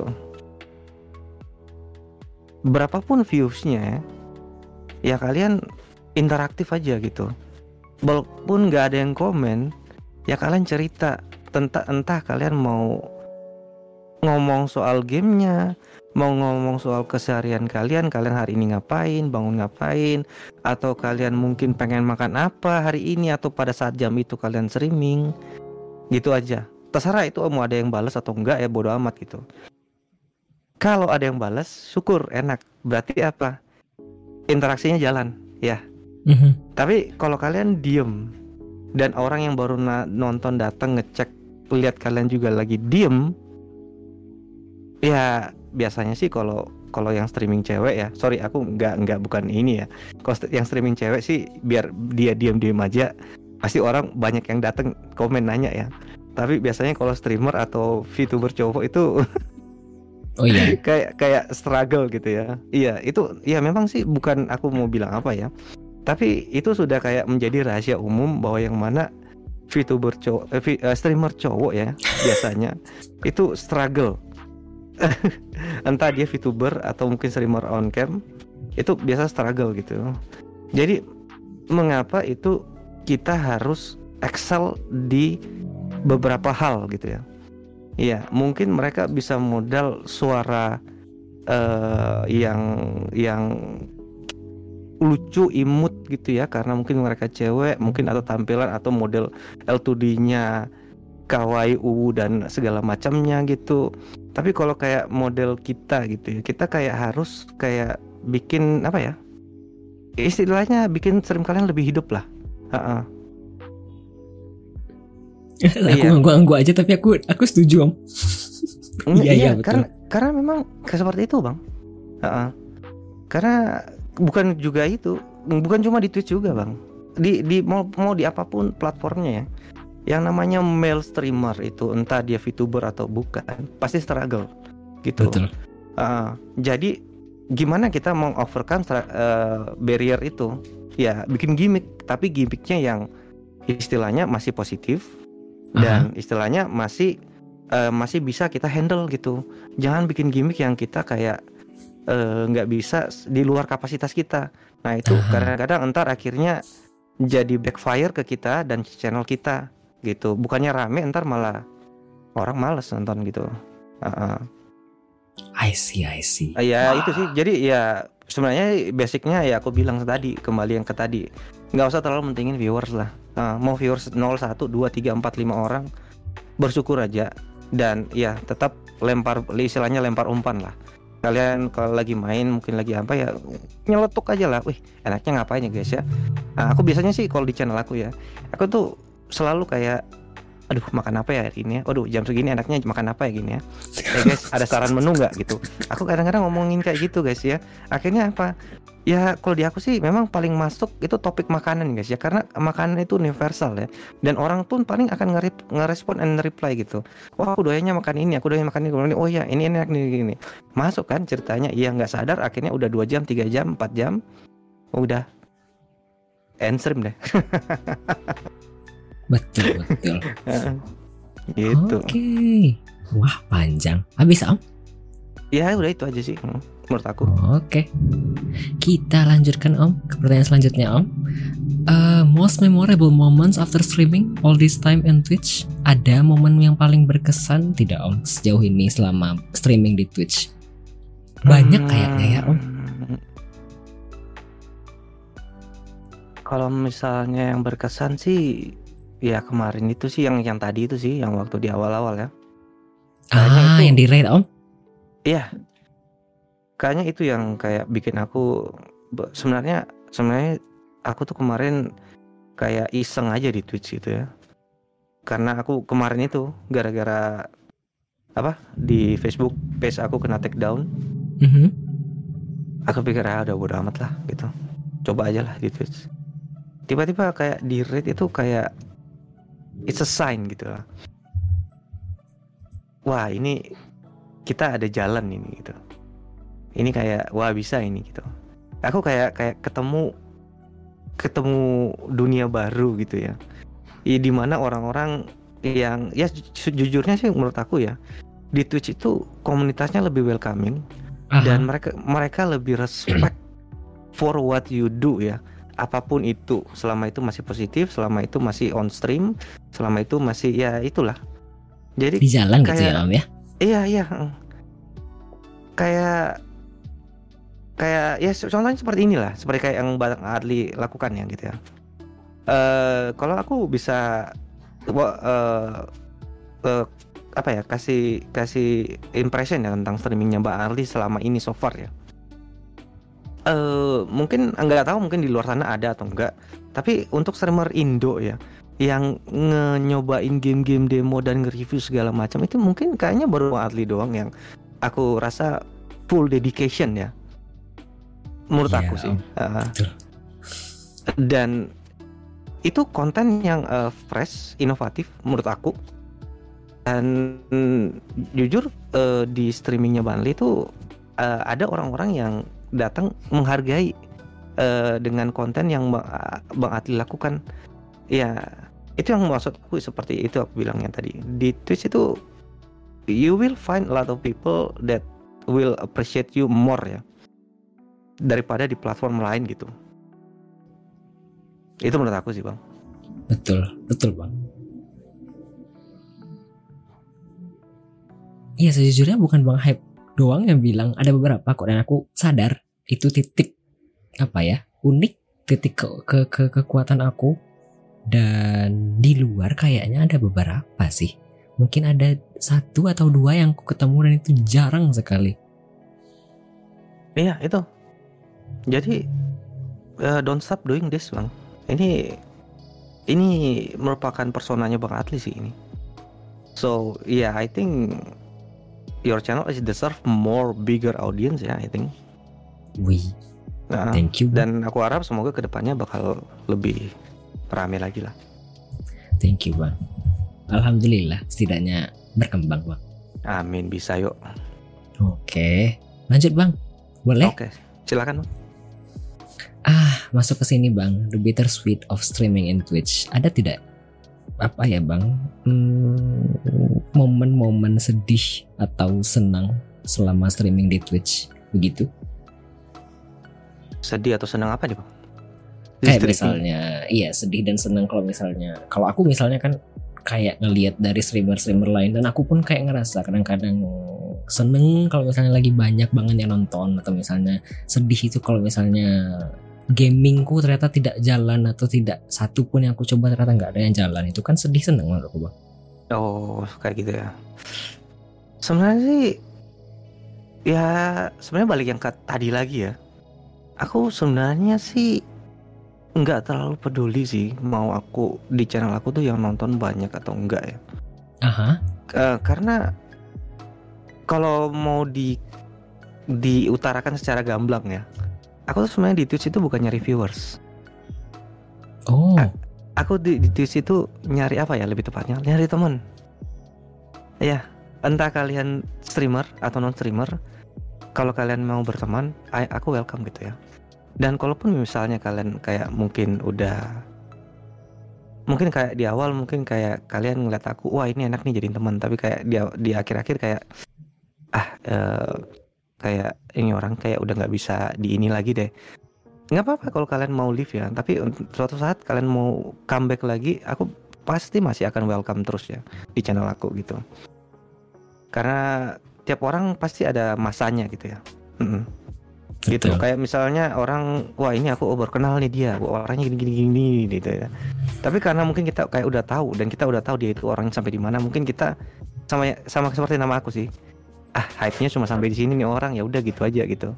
Berapapun viewsnya ya kalian interaktif aja gitu. Walaupun nggak ada yang komen, ya kalian cerita tentang entah kalian mau ngomong soal gamenya, mau ngomong soal keseharian kalian, kalian hari ini ngapain, bangun ngapain, atau kalian mungkin pengen makan apa hari ini atau pada saat jam itu kalian streaming, gitu aja. Terserah itu mau ada yang balas atau enggak ya bodo amat gitu. Kalau ada yang balas, syukur enak. Berarti apa? Interaksinya jalan, ya. Mhm. Tapi kalau kalian diem dan orang yang baru na- nonton datang ngecek lihat kalian juga lagi diem, ya biasanya sih kalau kalau yang streaming cewek ya, sorry aku nggak nggak bukan ini ya. Kalau st- yang streaming cewek sih biar dia diem-diem aja, pasti orang banyak yang datang komen nanya ya. Tapi biasanya kalau streamer atau VTuber cowok itu Oh iya. kayak kayak struggle gitu ya. Iya, itu ya memang sih bukan aku mau bilang apa ya. Tapi itu sudah kayak menjadi rahasia umum bahwa yang mana VTuber cowok, eh, vi- eh, streamer cowok ya biasanya itu struggle. Entah dia VTuber atau mungkin streamer on cam, itu biasa struggle gitu. Jadi mengapa itu kita harus excel di beberapa hal gitu ya. Iya, mungkin mereka bisa modal suara uh, yang yang lucu, imut gitu ya, karena mungkin mereka cewek, mungkin atau tampilan atau model L dua D-nya kawaii, uwu dan segala macamnya gitu. Tapi kalau kayak model kita gitu ya, kita kayak harus kayak bikin apa ya? Istilahnya bikin stream kalian lebih hidup lah. Ha-ha. Aku Iya. nganggu-nganggu aja tapi aku aku setuju Om. Iya, Iya, iya, betul. karena karena memang kayak seperti itu bang. Ha-ha. Karena bukan juga itu, bukan cuma di Twitch juga bang. Di di mau mau di apapun platformnya ya. Yang namanya male streamer itu entah dia VTuber atau bukan, pasti struggle gitu. Betul. Uh, jadi gimana kita mengovercome uh, barrier itu? Ya bikin gimmick, tapi gimmicknya yang istilahnya masih positif dan uh-huh. istilahnya masih uh, masih bisa kita handle gitu. Jangan bikin gimmick yang kita kayak nggak uh, bisa di luar kapasitas kita. Nah itu uh-huh. kadang-kadang entar akhirnya jadi backfire ke kita dan channel kita gitu. Bukannya rame, entar malah orang malas nonton gitu. Uh-uh. I see, I see. Ya wow. itu sih. Jadi ya sebenarnya basicnya ya aku bilang tadi, kembali yang ke tadi, nggak usah terlalu mentingin viewers lah. Nah, mau viewers nol, satu, dua, tiga, empat, lima orang, bersyukur aja. Dan ya tetap lempar, istilahnya lempar umpan lah. Kalian kalau lagi main mungkin lagi apa ya, nyeletuk aja lah. Wih enaknya ngapain ya guys ya. Nah, aku biasanya sih kalau di channel aku ya, aku tuh selalu kayak, aduh makan apa ya hari ini ya. Waduh jam segini enaknya makan apa ya gini ya. Eh guys ada saran menu nggak gitu. Aku kadang-kadang ngomongin kayak gitu guys ya. Akhirnya apa? Ya kalau di aku sih memang paling masuk itu topik makanan guys ya. Karena makanan itu universal ya. Dan orang pun paling akan nge- ngerespon and reply gitu. Wah aku doyannya makan ini, aku doyannya makan ini. Oh ya ini enak nih gini. Masuk kan ceritanya. Iya nggak sadar akhirnya udah dua jam, tiga jam, empat jam. Udah end stream deh. Betul betul. Gitu. Oke. Okay. Wah panjang. Habis Om? Ya udah itu aja sih menurut aku. Oke. Kita lanjutkan Om ke pertanyaan selanjutnya Om. Uh, most memorable moments after streaming all this time in Twitch. Ada momen yang paling berkesan tidak Om sejauh ini selama streaming di Twitch? Banyak hmm. kayaknya ya Om. Kalau misalnya yang berkesan sih ya kemarin itu sih yang yang tadi itu sih yang waktu di awal-awal ya. Kayaknya ah, itu, yang di raid Om? Iya. Kayaknya itu yang kayak bikin aku sebenarnya sebenarnya aku tuh kemarin kayak iseng aja di Twitch gitu ya. Karena aku kemarin itu gara-gara apa di Facebook page aku kena take down. Mm-hmm. Aku pikir ah udah bodo amat lah gitu. Coba aja lah di Twitch. Tiba-tiba kayak di raid itu kayak it's a sign gitu lah. Wah ini kita ada jalan ini gitu. Ini kayak wah bisa ini gitu. Aku kayak kayak ketemu ketemu dunia baru gitu ya. Ya di mana orang-orang yang ya jujurnya sih menurut aku ya di Twitch itu komunitasnya lebih welcoming. Aha. Dan mereka mereka lebih respect for what you do ya. Apapun itu, selama itu masih positif, selama itu masih on stream, selama itu masih ya itulah. Jadi di jalan kayak, gitu ya Om ya. Iya iya. Kayak kayak ya contohnya seperti inilah, seperti kayak yang Bang Adli lakukan ya gitu ya. Uh, kalau aku bisa uh, uh, apa ya kasih kasih impression ya tentang streamingnya Bang Adli selama ini so far ya. Uh, mungkin enggak tahu mungkin di luar sana ada atau enggak. Tapi untuk streamer Indo ya yang nyobain game-game demo dan nge-review segala macam itu mungkin kayaknya baru Bang Adli doang yang aku rasa full dedication ya. Menurut yeah, aku sih. Uh, dan itu konten yang uh, fresh, inovatif menurut aku. Dan mm, jujur uh, di streamingnya Bang Adli itu uh, ada orang-orang yang datang menghargai uh, dengan konten yang Bang Adli lakukan. Ya itu yang maksudku seperti itu aku bilangnya tadi. Di Twitch itu you will find a lot of people that will appreciate you more ya daripada di platform lain gitu. Itu menurut aku sih Bang. Betul, betul Bang. Iya sejujurnya bukan Bang Hype doang yang bilang, ada beberapa kok, dan aku sadar itu titik apa ya unik, titik ke, ke, ke kekuatan aku. Dan di luar kayaknya ada beberapa sih. Mungkin ada satu atau dua yang aku ketemu dan itu jarang sekali. Iya itu. Jadi uh, don't stop doing this Bang. Ini ini merupakan personanya Bang Adli sih ini. So yeah, I think your channel is deserve more bigger audience ya, I think. Wih. Nah, thank you. Dan aku harap semoga kedepannya bakal lebih rame lagi lah. Thank you Bang. Alhamdulillah setidaknya berkembang Bang. Amin, bisa yuk. Oke, lanjut Bang. Boleh? Oke, silakan Bang. Ah, masuk ke sini Bang, the bittersweet of streaming in Twitch. Ada tidak apa ya Bang, hmm, momen-momen sedih atau senang selama streaming di Twitch begitu? Sedih atau senang apa nih Bang? Di Kayak streaming? misalnya, iya sedih dan senang kalau misalnya, kalau aku misalnya kan kayak ngelihat dari streamer-streamer lain dan aku pun kayak ngerasa kadang-kadang seneng kalau misalnya lagi banyak banget yang nonton, atau misalnya sedih itu kalau misalnya gamingku ternyata tidak jalan atau tidak satu pun yang aku coba ternyata nggak ada yang jalan. Itu kan sedih seneng menurutku Bang. Oh, kayak gitu ya. Sebenarnya sih ya sebenarnya balik yang ke tadi lagi ya. Aku sebenarnya sih nggak terlalu peduli sih mau aku di channel aku tuh yang nonton banyak atau enggak ya. Aha. Uh, karena kalau mau di diutarakan secara gamblang ya, aku tuh sebenarnya di Twitch itu bukan nyari viewers. Oh. A- aku di, di Twitch itu nyari apa ya, lebih tepatnya nyari teman. Ya, entah kalian streamer atau non streamer, kalau kalian mau berteman, I- aku welcome gitu ya. Dan kalaupun misalnya kalian kayak mungkin udah, mungkin kayak di awal mungkin kayak kalian ngeliat aku, wah ini enak nih jadiin teman, tapi kayak di di akhir-akhir kayak ah uh, kayak ini orang kayak udah nggak bisa di ini lagi deh. Nggak apa-apa kalau kalian mau leave ya, tapi suatu saat kalian mau comeback lagi, aku pasti masih akan welcome terus ya di channel aku gitu. Karena tiap orang pasti ada masanya gitu ya. Mm-mm. Gitu. Betul. Kayak misalnya orang, wah ini aku baru kenal nih dia, wah, orangnya gini-gini gitu ya. Tapi karena mungkin kita kayak udah tahu dan kita udah tahu dia itu orangnya sampai di mana, mungkin kita sama sama seperti nama aku sih. Ah, hype-nya cuma sampai di sini nih orang, ya udah gitu aja gitu.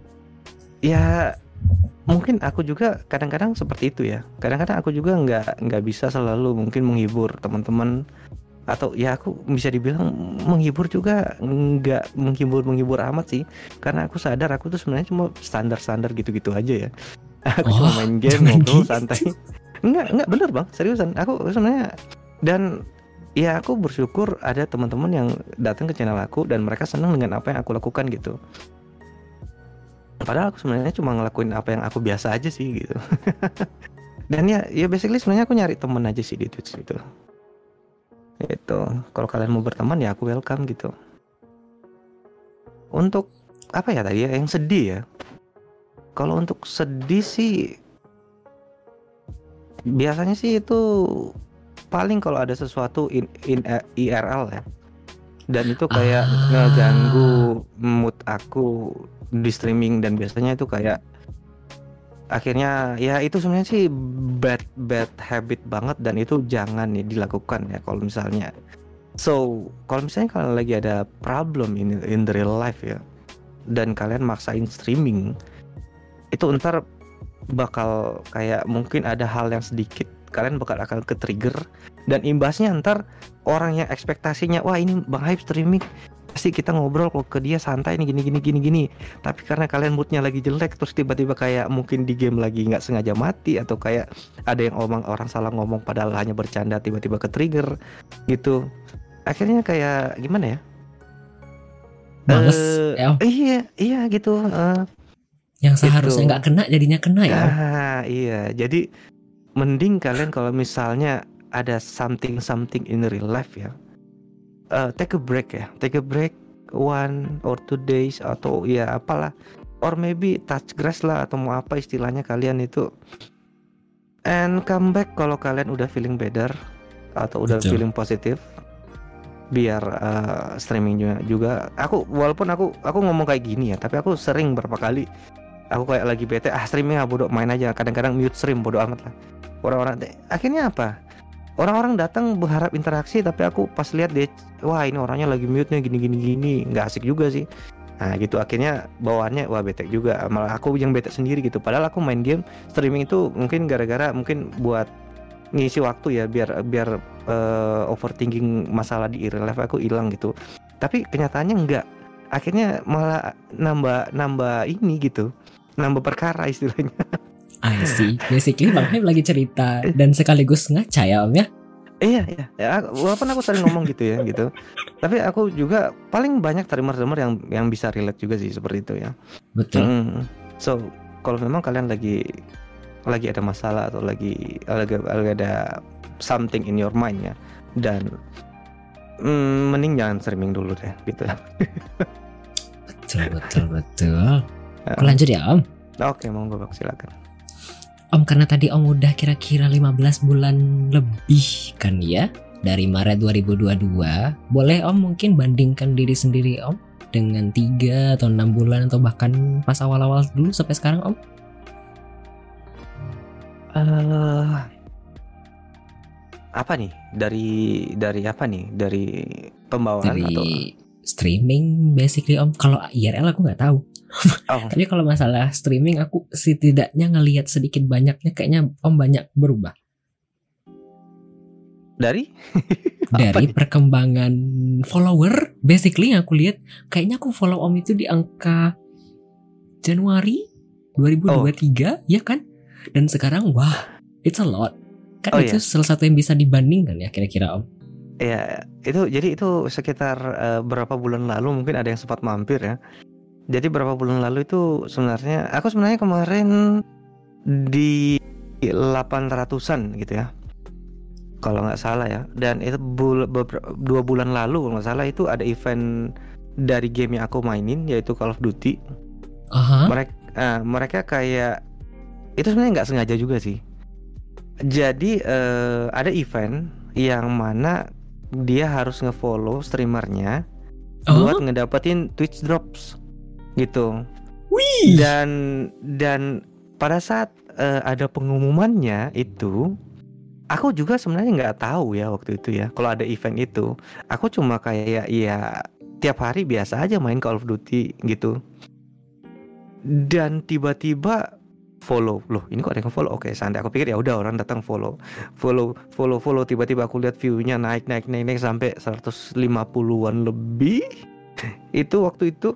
Ya mungkin aku juga kadang-kadang seperti itu ya. Kadang-kadang aku juga nggak nggak bisa selalu mungkin menghibur teman-teman, atau ya aku bisa dibilang menghibur juga nggak menghibur menghibur amat sih, karena aku sadar aku tuh sebenarnya cuma standar-standar gitu-gitu aja ya. Aku Oh, cuma main game, jangan ngobrol gitu. santai. Enggak enggak bener Bang, seriusan. Aku sebenarnya, dan ya aku bersyukur ada teman-teman yang datang ke channel aku dan mereka senang dengan apa yang aku lakukan gitu. Padahal aku sebenarnya cuma ngelakuin apa yang aku biasa aja sih gitu. Dan ya ya basically sebenarnya aku nyari temen aja sih di Twitch gitu. Itu kalau kalian mau berteman ya aku welcome gitu. Untuk apa ya tadi ya yang sedih ya. Kalau untuk sedih sih biasanya sih itu paling kalau ada sesuatu in, in uh, I R L ya. Dan itu kayak Ah. ngeganggu mood aku di streaming, dan biasanya itu kayak akhirnya ya itu sebenarnya sih bad bad habit banget, dan itu jangan nih dilakukan ya kalau misalnya. So kalau misalnya kalian lagi ada problem in in the real life ya, dan kalian maksain streaming, itu ntar bakal kayak mungkin ada hal yang sedikit kalian bakal akan ke trigger, dan imbasnya ntar orang yang ekspektasinya wah ini Bang Hype streaming pasti kita ngobrol kok ke dia santai nih gini gini gini gini, tapi karena kalian moodnya lagi jelek terus tiba-tiba kayak mungkin di game lagi nggak sengaja mati, atau kayak ada yang omong orang salah ngomong padahal hanya bercanda tiba-tiba ke trigger gitu, akhirnya kayak gimana ya, Males uh, ya. iya iya gitu uh, Yang seharusnya gitu. nggak kena jadinya kena ya. Ah, iya, jadi mending kalian kalau misalnya ada something something in real life ya, uh, take a break ya, take a break one or two days atau ya apalah, or maybe touch grass lah atau mau apa istilahnya kalian itu, and come back kalau kalian udah feeling better atau udah Betul. feeling positif, biar uh, streaming juga, juga. Aku walaupun aku aku ngomong kayak gini ya, tapi aku sering berapa kali aku kayak lagi bete, ah streaming ah bodoh, main aja, kadang-kadang mute stream bodoh amat lah. Orang-orang akhirnya apa? Orang-orang datang berharap interaksi, tapi aku pas lihat deh, wah ini orangnya lagi mute nya gini-gini gini, nggak asik juga sih. Nah gitu akhirnya bawaannya wah bete juga, malah aku yang bete sendiri gitu. Padahal aku main game streaming itu mungkin gara-gara mungkin buat ngisi waktu ya, biar biar uh, overthinking masalah di real life aku hilang gitu. Tapi kenyataannya enggak. Akhirnya malah nambah nambah ini gitu. Nambah perkara istilahnya. I see. Basically Bang Hype lagi cerita dan sekaligus ngaca ya Om ya. Iya, iya. Ya, walaupun aku sering ngomong gitu ya, gitu. Tapi aku juga paling banyak streamer-streamer yang yang bisa relate juga sih seperti itu ya. Betul. Mm. So, kalau memang kalian lagi lagi ada masalah atau lagi lagi, lagi ada something in your mind ya, dan mm, mending jangan streaming dulu deh, gitu. Betul, betul, betul. Aku lanjut ya Om. Oke, monggo Bang, silakan. Om, karena tadi Om udah kira-kira lima belas bulan lebih kan ya dari Maret dua ribu dua puluh dua, boleh Om mungkin bandingkan diri sendiri Om dengan tiga atau enam bulan atau bahkan pas awal-awal dulu sampai sekarang Om? Uh, apa nih? Dari dari apa nih? Dari pembawaan Dari atau streaming basically Om. Kalau I R L aku nggak tahu. Oh. Tapi kalau masalah streaming aku setidaknya ngelihat sedikit banyaknya kayaknya Om banyak berubah. Dari? Dari perkembangan follower, basically yang aku lihat kayaknya aku follow Om itu di angka Januari dua ribu dua puluh tiga, oh. Ya kan? Dan sekarang wah, it's a lot. Kan Oh, itu iya. salah satu yang bisa dibandingkan ya kira-kira Om. Ya, itu jadi itu sekitar uh, berapa bulan lalu mungkin ada yang sempat mampir ya. Jadi berapa bulan lalu itu sebenarnya aku sebenarnya kemarin di delapan ratusan gitu ya. Kalau nggak salah ya. Dan itu bul- beber- dua bulan lalu kalau nggak salah itu ada event dari game yang aku mainin yaitu Call of Duty. Aha. Mereka uh, mereka kayak itu sebenarnya nggak sengaja juga sih. Jadi uh, ada event yang mana dia harus ngefollow streamernya Oh? buat ngedapetin Twitch drops gitu. Wih. Dan dan pada saat uh, ada pengumumannya itu, aku juga sebenarnya nggak tahu ya waktu itu ya kalau ada event itu. Aku cuma kayak ya tiap hari biasa aja main Call of Duty gitu. Dan tiba-tiba follow, loh ini kok ada yang follow? Oke, santai. Aku pikir ya udah orang datang follow, follow, follow, follow. Tiba-tiba aku lihat view-nya naik, naik, naik, naik sampai seratus lima puluhan lebih. Itu waktu itu.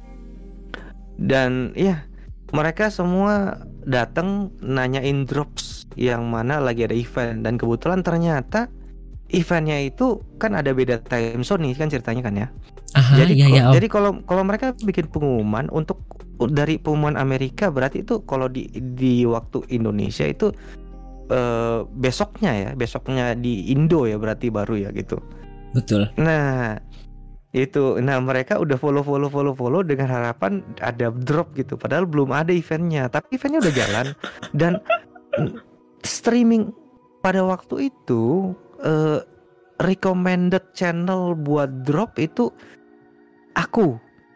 Dan ya mereka semua datang nanyain drops yang mana lagi ada event. Dan kebetulan ternyata eventnya itu kan ada beda time zone nih kan ceritanya kan ya. Aha, jadi ya, ko- ya, Om. jadi kalau kalau mereka bikin pengumuman untuk dari pengumuman Amerika berarti itu kalau di di waktu Indonesia itu uh, besoknya ya besoknya di Indo ya berarti baru ya gitu. Betul. Nah itu, nah mereka udah follow follow follow follow dengan harapan ada drop gitu. Padahal belum ada eventnya, tapi eventnya udah jalan dan streaming pada waktu itu uh, recommended channel buat drop itu aku.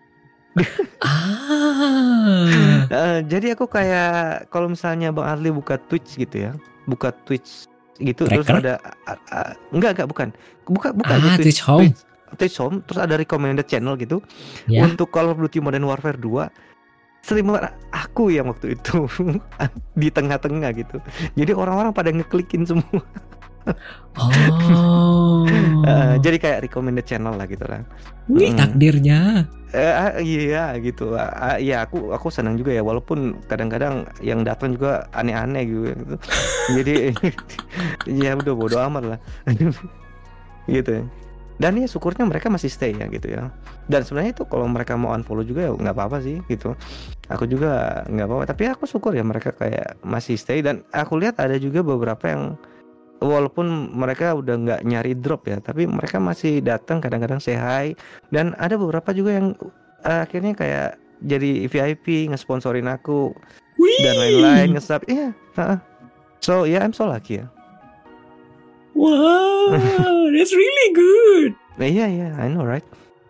Ah. uh, jadi aku kayak kalau misalnya Bang Adli buka Twitch gitu ya, buka Twitch gitu Tracker? terus ada uh, uh, enggak enggak bukan buka buka Ah, aja Twitch Home. Twitch, Twitch Home terus ada recommended channel gitu Ya. untuk Call of Duty Modern Warfare dua. Streamer aku yang waktu itu di tengah-tengah gitu. Jadi orang-orang pada ngeklikin semua. Oh. Uh, jadi kayak recommended channel lah gitu lah. Wih, Mm. takdirnya. Uh, iya gitu. Uh, iya aku aku senang juga ya walaupun kadang-kadang yang datang juga aneh-aneh gitu. Jadi ya udah bodo amat lah. Gitu. Dan ya syukurnya mereka masih stay ya gitu ya. Dan sebenarnya itu kalau mereka mau unfollow juga ya nggak apa-apa sih gitu. Aku juga nggak apa-apa. Tapi aku syukur ya mereka kayak masih stay. Dan aku lihat ada juga beberapa yang walaupun mereka udah nggak nyari drop ya, tapi mereka masih datang kadang-kadang say hi. Dan ada beberapa juga yang uh, akhirnya kayak jadi V I P ngesponsorin aku. Wih. Dan lain-lain nge-sub. Iya. Uh-uh. So ya yeah, I'm so lucky ya. Wow, that's really good. Nah, iya iya, I know right.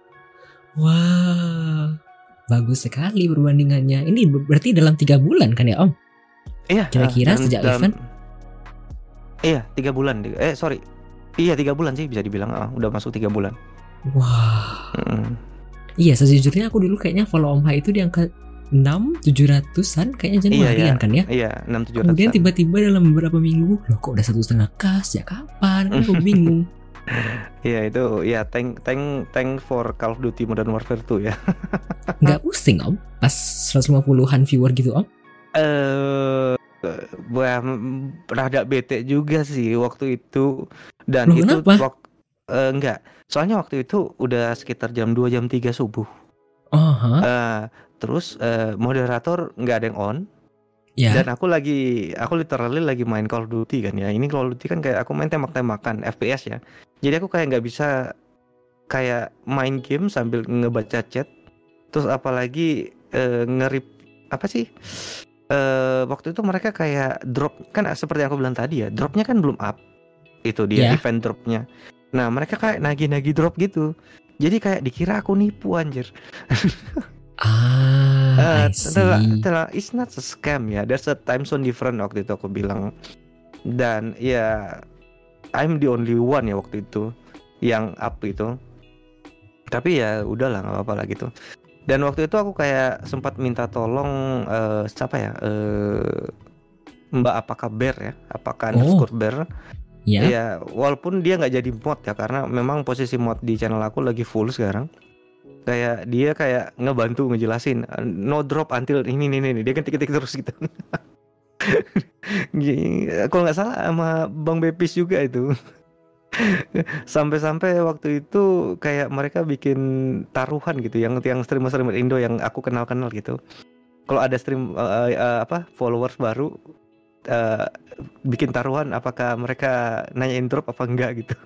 Wow, bagus sekali perbandingannya. Ini berarti dalam tiga bulan kan ya Om? Iya. Kira-kira dalam- sejak dalam- event? Iya, tiga bulan. Eh sorry, iya tiga bulan sih bisa dibilang. Ah, udah masuk tiga bulan. Wah. Mm. Iya, sejujurnya aku dulu kayaknya follow Om Hai itu di angka enam tujuh ratusan kayaknya Januarian iya, kan ya. Iya, enam tujuh Kemudian ratusan. tiba-tiba dalam beberapa minggu, loh kok udah satu setengah kas? Ya kapan? Kan aku bingung. Iya itu, ya thank thank thank for Call of Duty Modern Warfare two ya. Nggak pusing Om? Pas seratus lima puluhan viewer gitu Om? Eh, wah, rada bete juga sih waktu itu. Dan Loh, itu kenapa? waktu enggak. Soalnya waktu itu udah sekitar jam dua jam tiga subuh. Oh, hah? Eh, terus eh, moderator nggak ada yang on. Ya. Dan aku lagi, aku literally lagi main Call of Duty kan ya. Ini Call of Duty kan kayak aku main tembak-tembakan F P S ya. Jadi aku kayak nggak bisa kayak main game sambil ngebaca chat. Terus apalagi eh, ngerip apa sih? Eh, waktu itu mereka kayak drop kan seperti yang aku bilang tadi ya. Dropnya kan belum up. Itu dia Ya. event dropnya. Nah mereka kayak nagih-nagih drop gitu. Jadi kayak dikira aku nipu anjir. Ah, Uh, I setelah, see. setelah it's not a scam ya, there's a time zone different waktu itu aku bilang. Dan ya I'm the only one ya waktu itu yang up itu. Tapi ya udahlah nggak apa-apa lah gitu. Dan waktu itu aku kayak sempat minta tolong uh, siapa ya, uh, Mbak apakah Bear ya, apakah Oh. underscore Bear. Ya. Ya walaupun dia nggak jadi mod ya karena memang posisi mod di channel aku lagi full sekarang. Kayak dia kayak ngebantu ngejelasin no drop until ini ini ini dia ketik-ketik terus gitu. Kalau nggak salah sama Bang Bepis juga itu. Sampai-sampai waktu itu kayak mereka bikin taruhan gitu yang yang streamer-streamer Indo yang aku kenal-kenal gitu. Kalau ada stream uh, uh, apa followers baru uh, bikin taruhan apakah mereka nanyain drop apa enggak gitu.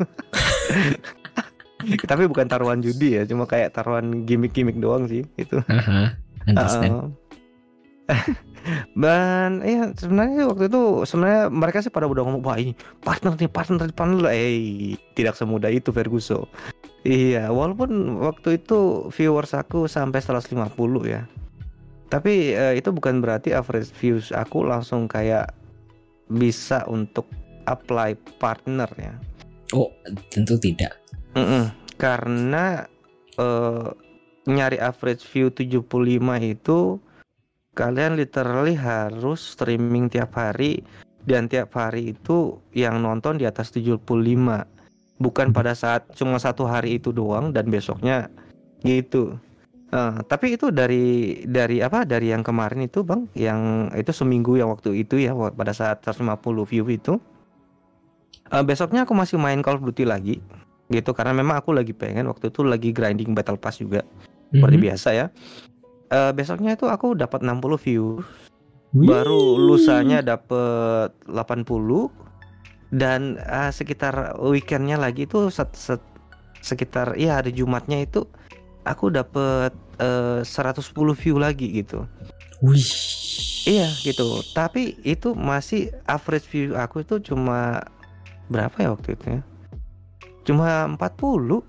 Tapi bukan taruhan judi ya, cuma kayak taruhan gimmick-gimmick doang sih itu. Aha, understand. Uh, dan ya sebenarnya waktu itu sebenarnya mereka sih pada udah ngomong wah ini partner nih partner partner eh tidak semudah itu Ferguson. Iya walaupun waktu itu viewers aku sampai seratus lima puluh ya. Tapi uh, itu bukan berarti average views aku langsung kayak bisa untuk apply partner ya. Oh, tentu tidak. Mm-mm. Karena uh, nyari average view tujuh puluh lima itu kalian literally harus streaming tiap hari dan tiap hari itu yang nonton di atas tujuh puluh lima. Bukan pada saat cuma satu hari itu doang dan besoknya gitu. Uh, tapi itu dari dari apa dari yang kemarin itu Bang, yang itu seminggu yang waktu itu ya pada saat seratus lima puluh view itu. Uh, besoknya aku masih main Call of Duty lagi. Gitu karena memang aku lagi pengen waktu itu lagi grinding battle pass juga seperti Mhm. biasa ya. Uh, besoknya itu aku dapat enam puluh view, Wih. baru lusanya dapat delapan puluh dan uh, sekitar weekendnya lagi itu set, set, sekitar ya hari Jumatnya itu aku dapat uh, seratus sepuluh view lagi gitu. Wih. Iya gitu. Tapi itu masih average view aku itu cuma berapa ya waktu itu ya? Cuma empat puluh.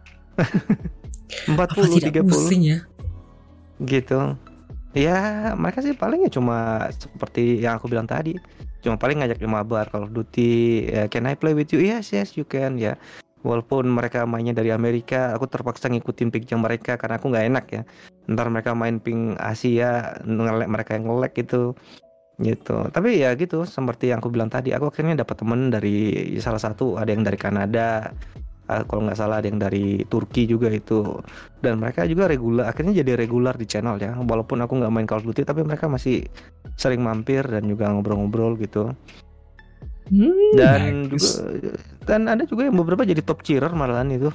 empat puluh tiga puluh pusing ya? gitu. Ya mereka sih palingnya cuma seperti yang aku bilang tadi, cuma paling ngajak mabar Call of Duty ya, can I play with you? Yes yes you can ya. Walaupun mereka mainnya dari Amerika, aku terpaksa ngikutin ping mereka karena aku nggak enak ya. Ntar mereka main ping Asia, ngelek mereka yang ngelek gitu gitu. Tapi ya gitu seperti yang aku bilang tadi, aku akhirnya dapat temen dari salah satu, ada yang dari Kanada, uh, kalau nggak salah ada yang dari Turki juga itu, dan mereka juga regular, akhirnya jadi regular di channel ya. Walaupun aku nggak main Call of Duty tapi mereka masih sering mampir dan juga ngobrol-ngobrol gitu. Hmm, Dan bagus. juga dan ada juga yang beberapa jadi top cheerer malahan itu.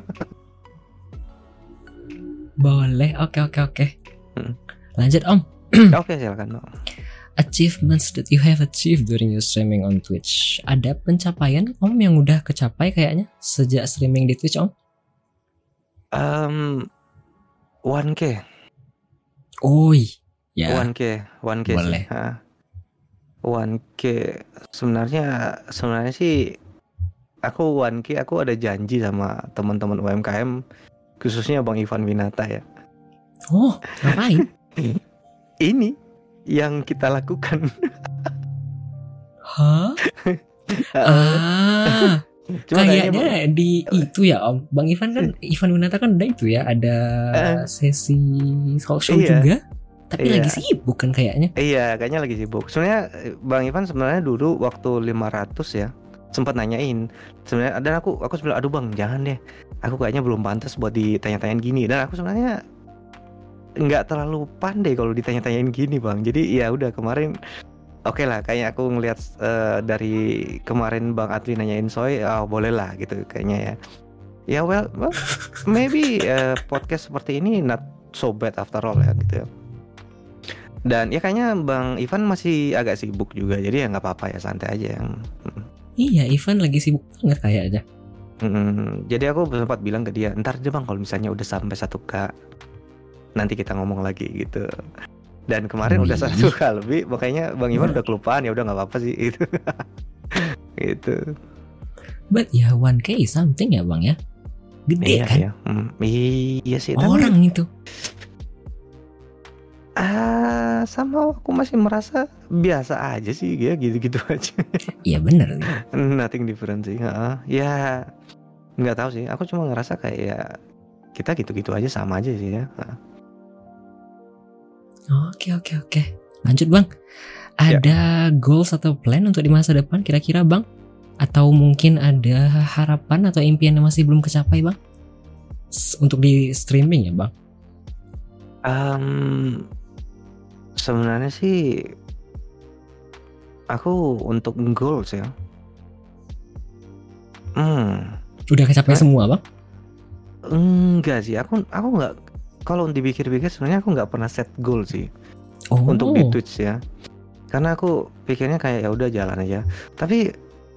Boleh, oke oke oke. Hmm. Lanjut Om. Oke silakan. Achievements that you have achieved during your streaming on Twitch. Ada pencapaian Om yang udah kecapai kayaknya sejak streaming di Twitch Om? Um, one K. Oi, ya. one K, one K Boleh. sih. Ha. one K sebenarnya sebenarnya sih aku one K aku ada janji sama teman-teman U M K M khususnya Bang Ivan Winata ya. Oh, ngapain? Ini yang kita lakukan. Hah? Ah, Cuma kayaknya di itu ya Om. Bang Ivan kan, Ivan Winata kan ada itu ya, ada Uh, sesi talk show iya. juga. Tapi Iya. lagi sibuk kan kayaknya. Iya, kayaknya lagi sibuk. Sebenarnya Bang Ivan sebenarnya dulu waktu lima ratus ya sempat nanyain. Sebenarnya dan aku aku bilang aduh Bang, jangan deh. Aku kayaknya belum pantas buat ditanya-tanyain gini. Dan aku sebenarnya nggak terlalu pandai kalau ditanya-tanyain gini Bang. Jadi ya udah kemarin oke lah, kayaknya aku ngelihat eh, dari kemarin Bang Adli nanyain Soy, oh boleh lah gitu kayaknya ya. Ya well, well maybe eh, podcast seperti ini not so bad after all ya gitu ya. Dan ya kayaknya Bang Ivan masih agak sibuk juga, jadi ya nggak apa-apa ya, santai aja yang. Iya, Ivan lagi sibuk banget kayaknya. Hmm, jadi aku sempat bilang ke dia, ntar deh Bang kalau misalnya udah sampai satu k, nanti kita ngomong lagi gitu. Dan kemarin Wih. udah satu k lebih, makanya Bang Ivan udah kelupaan, ya udah nggak apa-apa sih itu. Gitu. But ya one K is something ya Bang ya. Gede Iya, kan? iya. Hmm, iya sih. Orang Tapi, itu. ah, sama aku masih merasa biasa aja sih, ya gitu-gitu aja. Iya bener nih. Nothing different sih. Heeh. Ya nggak tahu sih. Aku cuma ngerasa kayak ya kita gitu-gitu aja, sama aja sih ya. Heeh. Oke oke oke. Lanjut Bang. Ada goals atau plan untuk di masa depan kira-kira Bang? Atau mungkin ada harapan atau impian yang masih belum kecapai Bang? S- Untuk di streaming ya Bang? Um, sebenarnya sih aku untuk goals ya. Hmm, Udah kecapai Hah? semua Bang? enggak sih. Aku aku nggak. Kalau dipikir-pikir sebenarnya aku nggak pernah set goal sih Oh. untuk di Twitch ya. Karena aku pikirnya kayak ya udah jalan aja. Tapi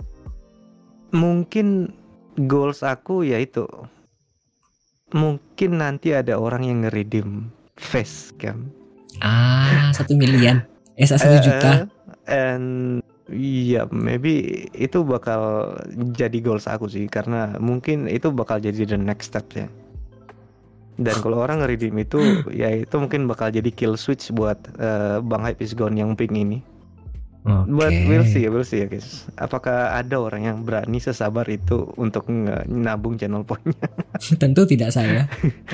mungkin goals aku yaitu mungkin nanti ada orang yang nge-redeem face cam. Ah, satu miliar. Eh, satu juta. And iya, maybe itu bakal jadi goals aku sih, karena mungkin itu bakal jadi the next step ya. Dan kalau orang nge-redeem itu, ya itu mungkin bakal jadi kill switch buat uh, Bang Hype is Gone yang pink ini. Oke. But we'll see, we'll see ya guys. Apakah ada orang yang berani sesabar itu untuk nge- nabung channel poinnya? Tentu tidak saya.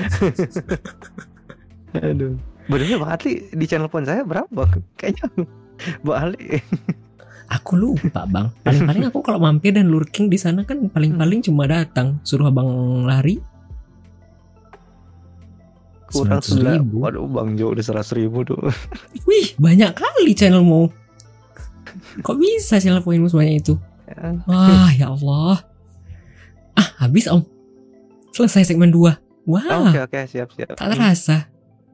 Aduh. Benernya Bang Adli di channel point saya berapa Bang? Kayaknya Bang Adli. Aku lupa Bang. Paling-paling aku kalau mampir dan lurking di sana kan paling-paling cuma datang, suruh abang lari. Kurang seratus ribu. Waduh Bang Jo udah seratus ribu tuh. Wih, banyak kali channelmu. Kok bisa channel poinmu sebanyak itu? Wah, ya Allah. Ah, habis Om. Selesai segmen dua. Wah, Oke oke siap siap. tak terasa.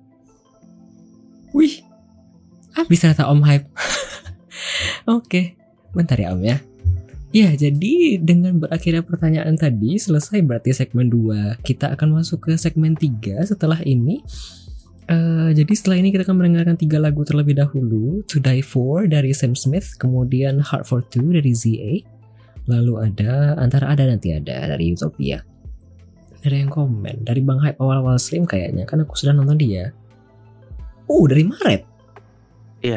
Wih, habis ternyata Om Hype. Oke, bentar ya Om ya. Ya, jadi dengan berakhirnya pertanyaan tadi selesai berarti segmen dua. Kita akan masuk ke segmen tiga setelah ini. Uh, jadi setelah ini kita akan mendengarkan tiga lagu terlebih dahulu. To Die For dari Sam Smith, kemudian Heart for Two dari Z A, lalu ada Antara Ada dan Tiada dari Utopia. Ada yang komen dari Bang Hype awal-awal stream kayaknya, kan aku sudah nonton dia. Oh, dari Maret. Iya.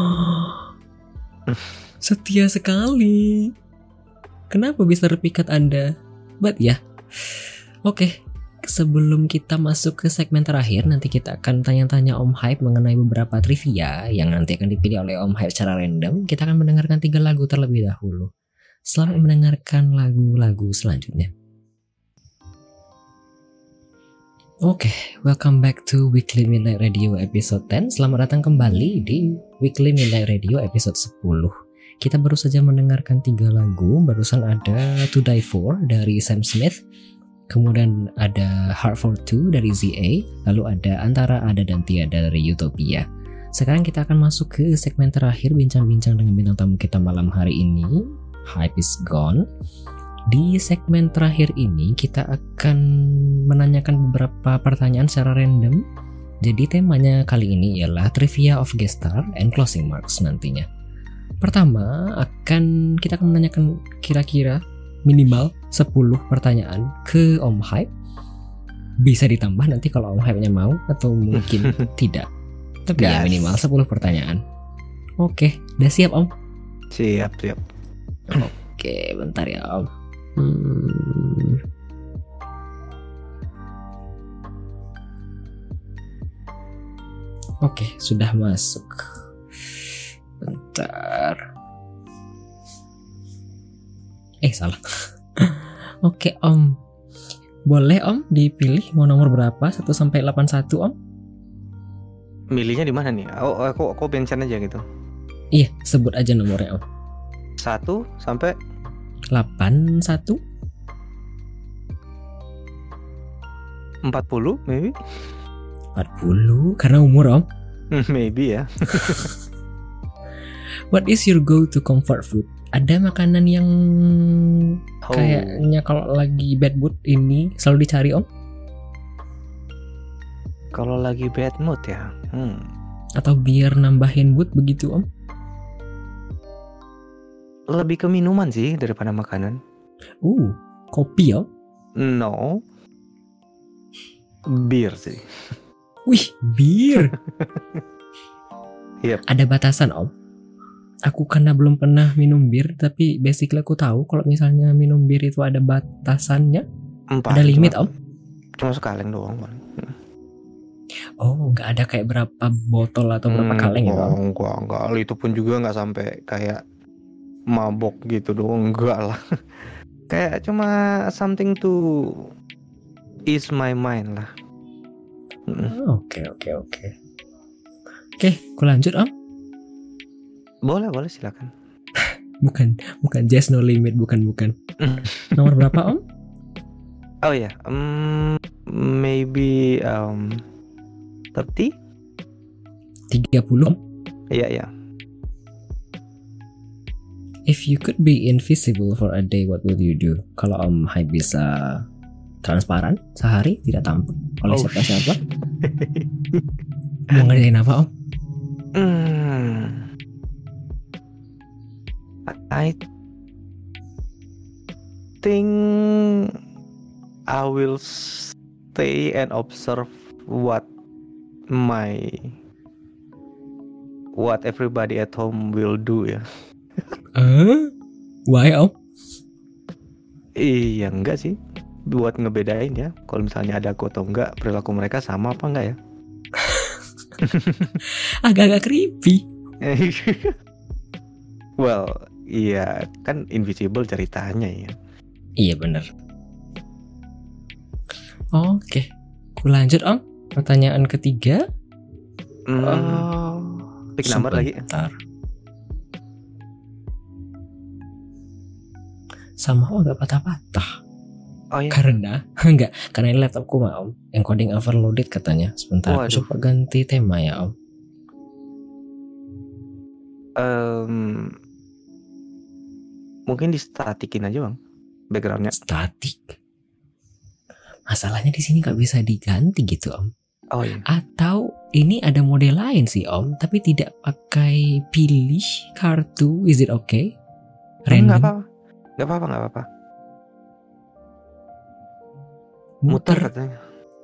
Setia sekali. Kenapa bisa terpikat Anda? But ya, oke. Okay. Sebelum kita masuk ke segmen terakhir, nanti kita akan tanya-tanya Om Hype mengenai beberapa trivia yang nanti akan dipilih oleh Om Hype secara random. Kita akan mendengarkan tiga lagu terlebih dahulu. Selamat mendengarkan lagu-lagu selanjutnya. Oke, okay, welcome back to Weekly Midnight Radio episode sepuluh. Selamat datang kembali di Weekly Midnight Radio episode sepuluh. Kita baru saja mendengarkan tiga lagu. Barusan ada To Die For dari Sam Smith, kemudian ada Heart for Two dari Z A, lalu ada Antara Ada dan Tiada dari Utopia. Sekarang kita akan masuk ke segmen terakhir, bincang-bincang dengan bintang tamu kita malam hari ini, Hype is Gone. Di segmen terakhir ini kita akan menanyakan beberapa pertanyaan secara random. Jadi temanya kali ini ialah Trivia of Guest Star and Closing Marks nantinya. Pertama, akan kita akan menanyakan kira-kira minimal sepuluh pertanyaan ke Om Hype. Bisa ditambah nanti kalau Om Hype-nya mau atau mungkin tidak. Tapi ya minimal sepuluh pertanyaan. Oke, udah siap Om? Siap, siap. Oke, bentar ya Om. Hmm. Oke, sudah masuk. Bentar. Eh, salah. Oke, Om. Boleh Om dipilih mau nomor berapa? satu sampai delapan puluh satu Om? Milihnya di mana nih? Oh, aku aku mention aja gitu. Iya, sebut aja nomornya Om. Satu sampai delapan satu empat puluh maybe. empat puluh karena umur Om. Maybe ya. What is your go to comfort food? Ada makanan yang Oh. kayaknya kalau lagi bad mood ini selalu dicari Om? Kalau lagi bad mood ya. Hmm. Atau biar nambahin mood begitu Om? Lebih ke minuman sih daripada makanan. Uh, kopi Om? No. Bir sih. Wih, bir. Yep. Ada batasan Om. Aku karena belum pernah minum bir, tapi basically aku tahu kalau misalnya minum bir itu ada batasannya. Empat. Ada limit cuma, Om? Cuma sekaleng doang. Bang. Oh, nggak ada kayak berapa botol atau berapa Hmm, kaleng gitu oh, Om? enggak, enggak. Itu pun juga nggak sampai kayak mabok gitu doang, enggak lah. Kayak cuma something to ease my mind lah. Mm. Oke, oke, oke. Oke, aku lanjut Om. Boleh, boleh silakan. Bukan, bukan just no limit, bukan, bukan. Nomor berapa Om? Oh ya, yeah. um, maybe um, thirty? tiga puluh Om. Iya, iya. If you could be invisible for a day, what would you do? Kalau Om Hai bisa transparan sehari tidak tampak oleh Oh. siapa-siapa, mau ngerjain apa Om? Hmm. I think I will stay and observe what my what everybody at home will do ya. Eh, why Om? Iya enggak sih, buat ngebedain ya. Kalau misalnya ada aku atau enggak, perilaku mereka sama apa enggak ya? Agak-agak creepy. Well, iya kan invisible ceritanya ya. Iya bener. Oke, aku lanjut Om. Pertanyaan ketiga. Hmm, Oh, pick number lagi. sebentar. Sama oh agak patah-patah. Oh ya. Karena enggak, karena ini laptopku mah Om, encoding overloaded katanya. Sebentar, aku Waduh. coba ganti tema ya Om. Um, mungkin distatikin aja bang, backgroundnya. Statik. Masalahnya di sini nggak bisa diganti gitu Om. Oh iya. Atau ini ada model lain sih Om, tapi tidak pakai pilih kartu. Is it okay? Enggak Random. apa-apa, enggak apa-apa, enggak apa-apa. Muter Muter. katanya.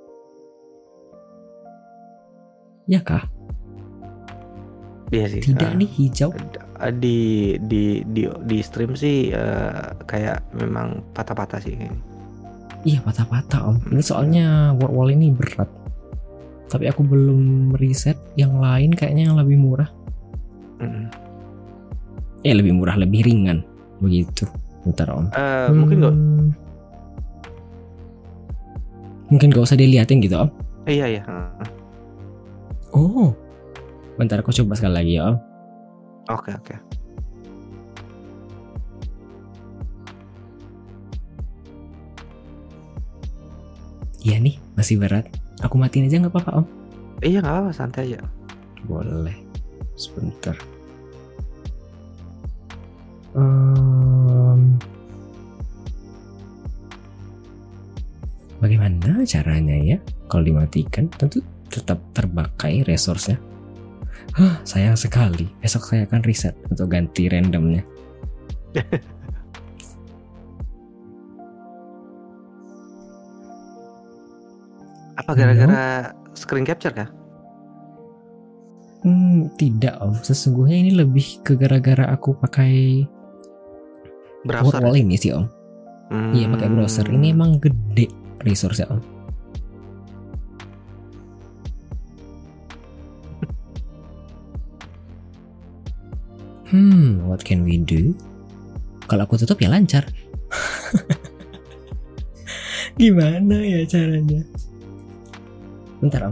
Ya kah? Iya sih. Tidak eh, nih hijau. eh, di di di di stream sih eh, kayak memang patah-patah sih. Iya patah-patah Om. Ini soalnya wall wall ini berat. Tapi aku belum riset yang lain kayaknya yang lebih murah. Mm. Eh lebih murah, lebih ringan. Begitu. Bentar Om. Eh, Mungkin nggak? Hmm. Mungkin gak usah diliatin gitu Om. Iya iya. eh, Oh. Bentar aku coba sekali lagi ya Om. Oke oke. Iya nih masih berat. Aku matiin aja gak apa-apa Om? Iya nggak apa-apa, santai aja. Boleh. Sebentar. Um, bagaimana caranya ya? Kalau dimatikan tentu tetap terpakai resource-nya. Hah, sayang sekali. Besok saya akan riset untuk ganti randomnya. Apa gara-gara screen capture kah? Hmm, tidak Om. Sesungguhnya ini lebih ke gara-gara aku pakai Browser. wall ini sih Om. Hmm. Iya pakai browser. Ini emang gede resource-nya Om. Hmm, what can we do? Kalau aku tutup ya lancar. Gimana ya caranya? Bentar Om.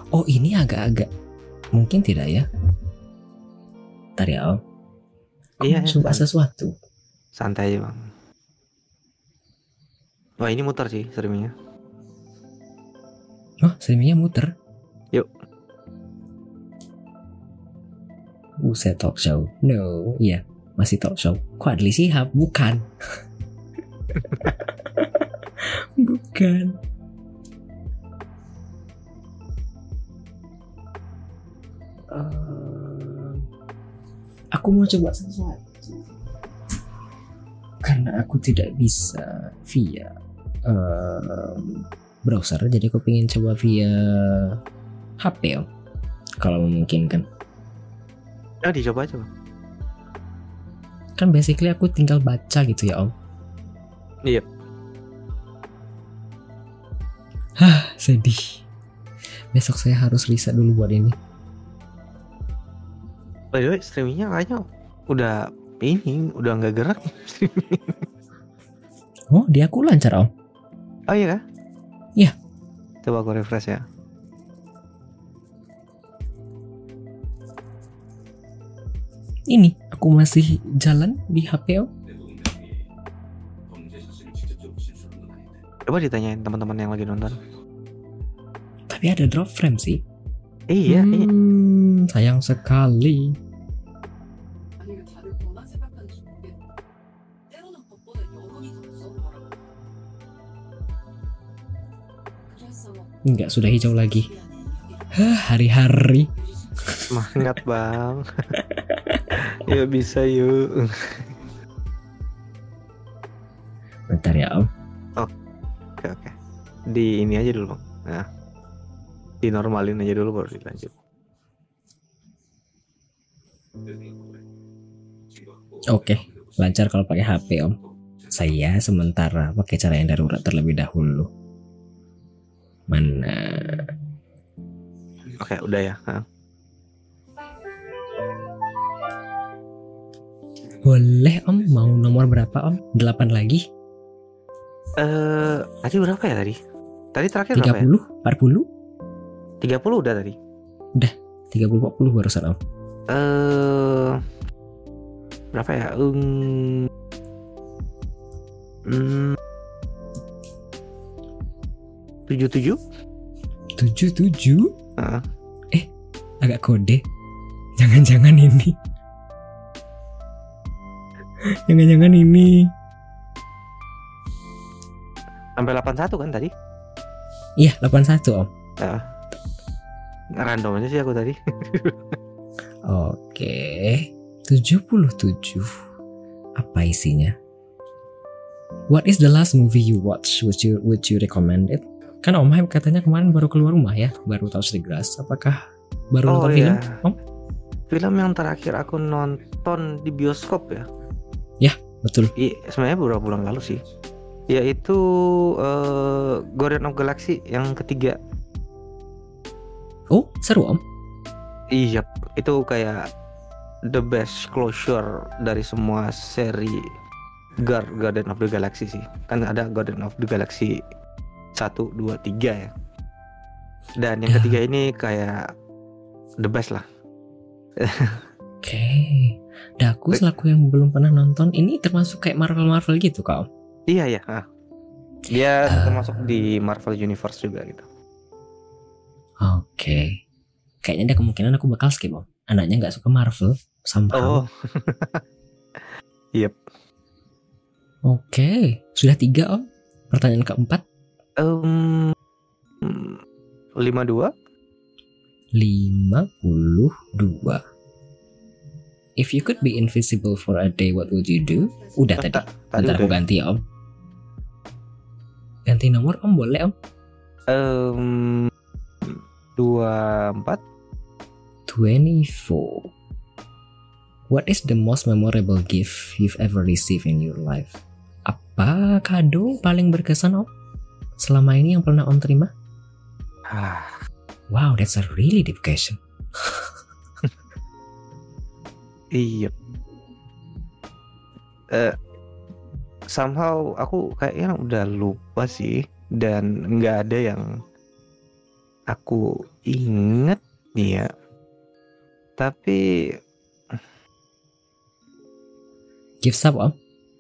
Oh ini agak-agak mungkin tidak ya. Ntar ya Om. Aku Iya, mau ya, coba san- sesuatu. santai aja bang. Wah ini muter sih streamingnya. Oh streamingnya muter. Yuk. Buset talk show. No, iya masih talk show. Kok Adli Shihab? Bukan. Bukan. Uh, aku mau coba sesuatu. Karena aku tidak bisa via um, browser, jadi aku pengen coba via H P Om. Kalau memungkinkan. Ya dicoba aja bang. Kan basically aku tinggal baca gitu ya Om. Iya. Hah, sedih. Besok saya harus riset dulu buat ini. By the way streamingnya kayaknya udah ini udah nggak gerak. Oh, di aku lancar Om. Oh iya kah? Iya. Coba aku refresh ya. Ini aku masih jalan di H P Om. Coba ditanyain teman-teman yang lagi nonton. Tapi ada drop frame sih. Iya, iya. Hmm, sayang sekali. Enggak, sudah hijau lagi. Hah, hari-hari. Semangat bang. Yuk bisa yuk. Bentar ya Om. Oke oke. Di ini aja dulu bang. Nah, dinormalin aja dulu baru dilanjut. Oke, lancar kalau pakai H P Om. Saya sementara pakai cara yang darurat terlebih dahulu. Mana? Oke udah ya. Hah? Boleh Om, mau nomor berapa Om? delapan lagi? Eh, tadi berapa ya tadi? Tadi terakhir tiga berapa ya? puluh? empat puluh? tiga puluh udah tadi. tiga puluh empat puluh barusan Om. Eh, berapa ya? Um, hmm, tujuh tujuh? tujuh tujuh? Heeh. Eh, agak kode. Jangan-jangan ini. Jangan-jangan ini. Sampai delapan puluh satu kan tadi? Iya, delapan puluh satu Om. Heeh. Random aja sih aku tadi. Oke, tujuh puluh tujuh. Apa isinya? What is the last movie you watch? Would you would you recommend it? Kan Om Hype katanya kemarin baru keluar rumah ya, baru tahu Grass. Apakah baru Oh, nonton iya. film? Om? Film yang terakhir aku nonton di bioskop ya. Betul. Iya, sebenarnya beberapa bulan lalu sih. Yaitu uh, Guardian of Galaxy yang ketiga. Oh, seru Om. Iya, itu kayak the best closure dari semua seri Gar Guardian of the Galaxy sih. Kan ada Guardian of the Galaxy satu, dua, tiga ya. Dan yang Ya. ketiga ini kayak the best lah. Oke. Daku selaku yang belum pernah nonton, ini termasuk kayak Marvel-Marvel gitu Kak Om? Iya ya. Ah. Dia Ah. termasuk di Marvel Universe juga gitu. Oke. Kayaknya ada kemungkinan aku bakal skip Om. Anaknya nggak suka Marvel somehow. Oh. Yep. Oke. Sudah tiga Om. Pertanyaan keempat. Um, lima dua. lima puluh dua. If you could be invisible for a day, what would you do? Udah tadi. Tadi Bentar aku udah. ganti ya Om. Ganti nomor Om, boleh Om? Um, dua empat. twenty-four. What is the most memorable gift you've ever received in your life? Apa kado paling berkesan Om selama ini yang pernah Om terima? Ah, Wow, that's a really deep question. iya. Eh, somehow aku kayaknya udah lupa sih dan nggak ada yang aku inget ya. Tapi Gives up om?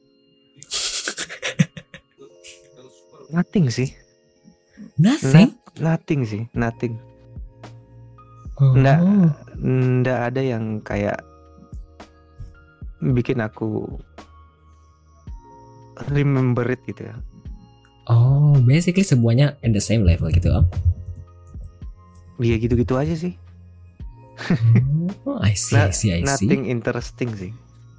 nothing sih. Nothing? Not, nothing sih, nothing. Oh. Nggak, nggak ada yang kayak bikin aku remember it gitu ya. Oh, basically semuanya in the same level gitu om? Iya gitu-gitu aja sih. Oh, I see, I see, I see. Nothing interesting sih.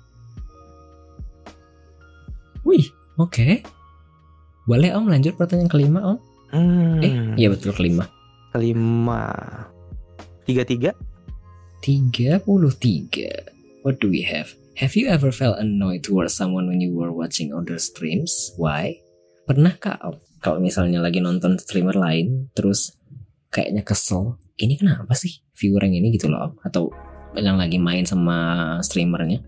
Wih, oke. Okay. Boleh om lanjut pertanyaan kelima om? Hmm, Eh, iya betul kelima. Kelima. Tiga tiga. Tiga puluh tiga. What do we have? Have you ever felt annoyed towards someone when you were watching other streams? Why? Pernahkah om, kalau misalnya lagi nonton streamer lain, terus kayaknya kesel, ini kenapa sih viewer yang ini gitu loh om? Atau yang lagi main sama streamernya?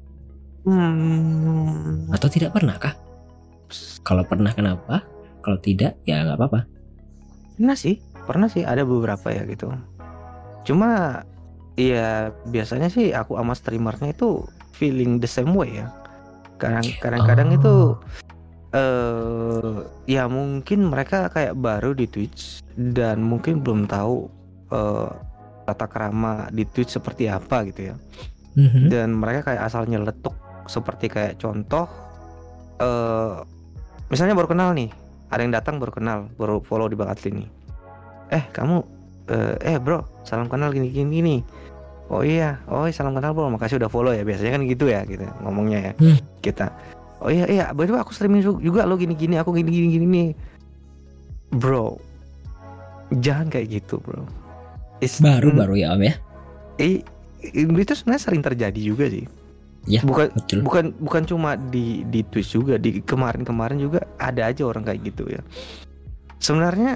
Hmm. Atau tidak pernahkah? Kalau pernah kenapa? Kalau tidak ya nggak apa-apa. Pernah sih, pernah sih ada beberapa ya gitu. Cuma ya biasanya sih aku sama streamernya itu feeling the same way ya. Kadang kadang-kadang Oh. itu eh ya mungkin mereka kayak baru di Twitch dan mungkin belum tahu eh, tata krama di Twitch seperti apa gitu ya. Mhm. Dan mereka kayak asal nyeletuk, seperti kayak contoh eh misalnya baru kenal nih, ada yang datang baru kenal, baru follow di Bang Adli nih. Eh kamu eh, eh bro, salam kenal gini gini gini. Oh iya, oh iya, salam kenal bro, makasih udah follow ya. Biasanya kan gitu ya gitu ngomongnya ya. Hmm. Kita. Oh iya iya, by the way aku streaming juga lo gini gini, aku gini gini gini nih. Bro, jangan kayak gitu bro. It's- Baru-baru ya om ya? Eh, itu sebenarnya sering terjadi juga sih. Ya, bukan betul. bukan bukan cuma di di Twitch juga, di kemarin-kemarin juga ada aja orang kayak gitu ya. Sebenarnya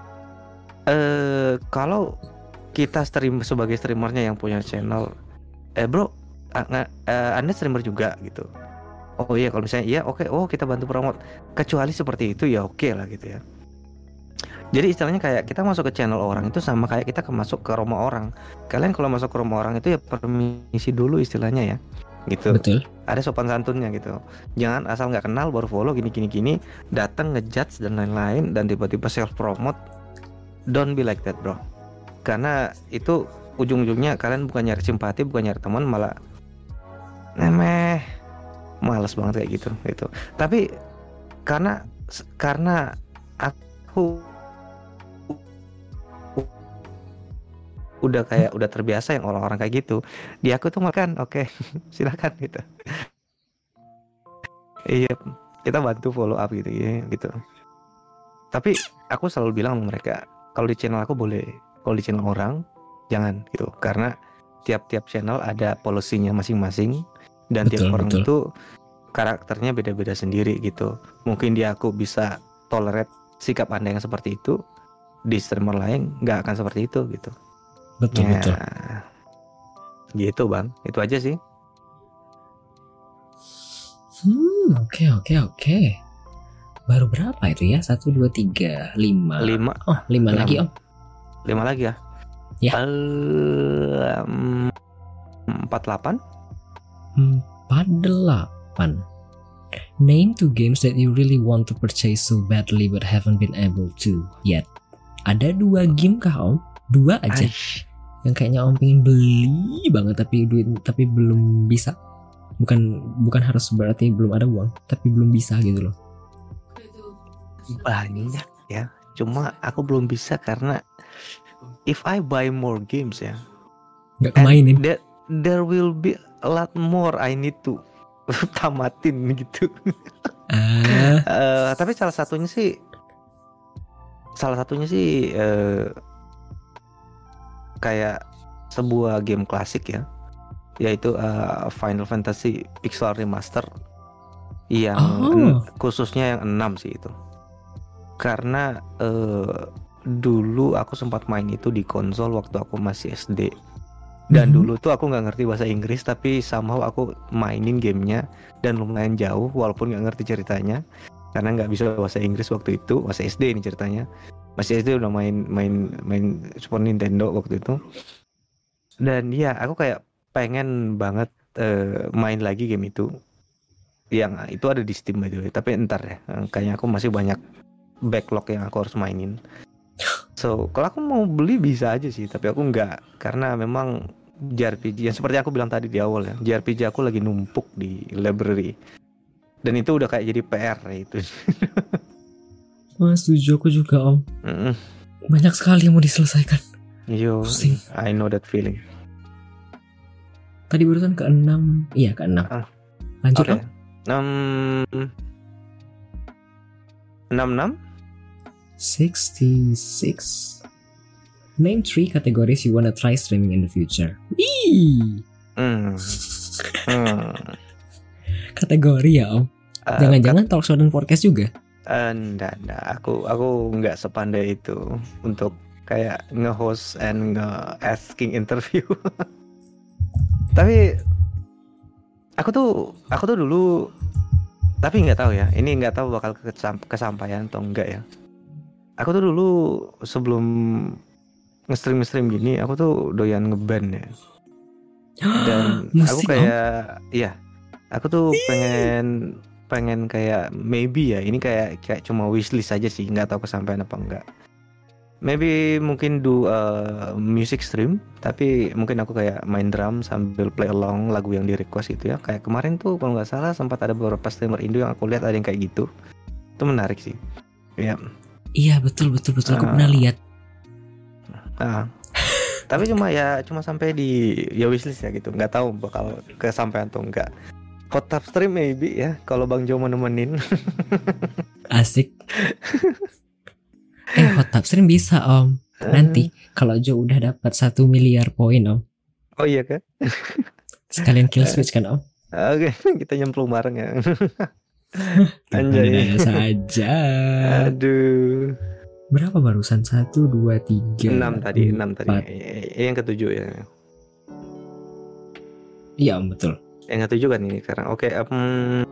eh kalau kita stream sebagai streamernya yang punya channel, eh bro, a- eh, Anda streamer juga gitu. Oh iya kalau misalnya iya oke, oh kita bantu promote. Kecuali seperti itu ya oke lah gitu ya. Jadi istilahnya kayak kita masuk ke channel orang itu sama kayak kita ke masuk ke rumah orang. Kalian kalau masuk ke rumah orang itu ya permisi dulu istilahnya ya. Gitu. Betul. Ada sopan santunnya gitu. Jangan asal nggak kenal baru follow gini gini gini, datang ngejudge dan lain-lain dan tiba-tiba self promote. Don't be like that bro. Karena itu ujung-ujungnya kalian bukan nyari simpati, bukan nyari teman, malah nemeh. Males banget kayak gitu gitu. Tapi karena karena aku udah kayak udah terbiasa yang orang-orang kayak gitu, di aku tuh makan oke okay, silakan gitu. Iya, kita bantu follow up gitu ya gitu. Tapi aku selalu bilang sama mereka, kalau di channel aku boleh, kalau di channel orang jangan gitu, karena tiap-tiap channel ada polisinya masing-masing dan Betul, tiap orang betul. itu karakternya beda-beda sendiri gitu. Mungkin di aku bisa tolerate sikap Anda yang seperti itu, di streamer lain nggak akan seperti itu gitu. Betul, Ya, betul. gitu bang, itu aja sih. Hmm, oke, oke, oke. Baru berapa itu ya? Satu, dua, tiga, lima. Lima, Oh, lima Enam. lagi om. lima lagi ya. Ya. Eh, em, empat delapan. Empat delapan. Name two games that you really want to purchase so badly but haven't been able to yet. Ada dua game kah om? Dua aja. Aish. Yang kayaknya om pengen beli banget tapi duit tapi belum bisa. Bukan bukan harus berarti belum ada uang, tapi belum bisa gitu loh. Banyak ya, cuma aku belum bisa karena if I buy more games ya, Nggak kemainin. there, there will be a lot more I need to tamatin gitu. Ah, Eh, tapi salah satunya sih, salah satunya sih eh, kayak sebuah game klasik ya, yaitu eh, Final Fantasy Pixel Remaster yang Oh. en- khususnya yang enam sih itu. Karena eh, dulu aku sempat main itu di konsol waktu aku masih S D. Dan Mhm. dulu tuh aku nggak ngerti bahasa Inggris, tapi somehow aku mainin gamenya dan lumayan jauh walaupun nggak ngerti ceritanya karena nggak bisa bahasa Inggris waktu itu, bahasa S D ini ceritanya. Masih S D udah main main main Super Nintendo waktu itu. Dan ya aku kayak pengen banget uh, main lagi game itu. Yang itu ada di Steam aja, tapi entar ya. Kayaknya aku masih banyak backlog yang aku harus mainin. So kalau aku mau beli bisa aja sih, tapi aku enggak karena memang J R P G yang seperti aku bilang tadi di awal ya, J R P G aku lagi numpuk di library. Dan itu udah kayak jadi P R ya itu. Wah, setuju aku juga Om. Mm-mm. Banyak sekali yang mau diselesaikan. Yo, Pusing. I know that feeling. Tadi barusan ke enam, iya ke enam. Ah. Lanjut Oke. Om. Um, enam enam sixty-six. Name three categories you wanna try streaming in the future. Wih. Hmm. Hmm. Kategori ya Om. Uh, Jangan-jangan talk show dan podcast juga. Uh, enggak, enggak. Aku aku nggak sepandai itu untuk kayak nge-host and nge-asking interview. Tapi aku tuh aku tuh dulu, tapi nggak tahu ya. Ini nggak tahu bakal kesam, kesampaian atau enggak ya. Aku tuh dulu sebelum nge-stream-nge-stream gini, aku tuh doyan ngeband ya. Dan aku kayak, iya, aku tuh pengen pengen kayak maybe ya, ini kayak kayak cuma wishlist aja sih, nggak tahu kesampaian apa enggak. Maybe mungkin do uh, music stream, tapi mungkin aku kayak main drum sambil play along lagu yang di request gitu ya. Kayak kemarin tuh kalau nggak salah sempat ada beberapa streamer Indo yang aku lihat ada yang kayak gitu. Itu menarik sih. Ya. Iya betul betul betul. Aku uh, pernah lihat. Uh, tapi cuma ya cuma sampai di ya wishlist ya gitu. Nggak tahu bakal kesampaian atau enggak. Hot tub stream maybe ya kalau Bang Jo mau nemenin. Asik. Eh hot tub stream bisa Om. Nanti kalau Jo udah dapat satu miliar poin Om. Oh iya kan? Sekalian kill switch kan Om. Oke, kita nyemplung bareng ya. Anjay saja. Aduh. Berapa barusan? Satu, dua, tiga. Enam tadi, enam tadi. Eh, yang ketujuh ya. Iya Om betul. Yang ketujuh kan ini sekarang. Oke, um,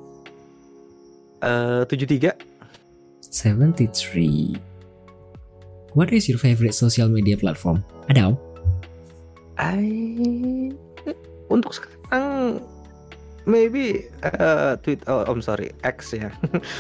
uh, tujuh tiga. seventy-three. What is your favorite social media platform? Ada Om? I untuk sekarang maybe uh, tweet oh I'm sorry X ya.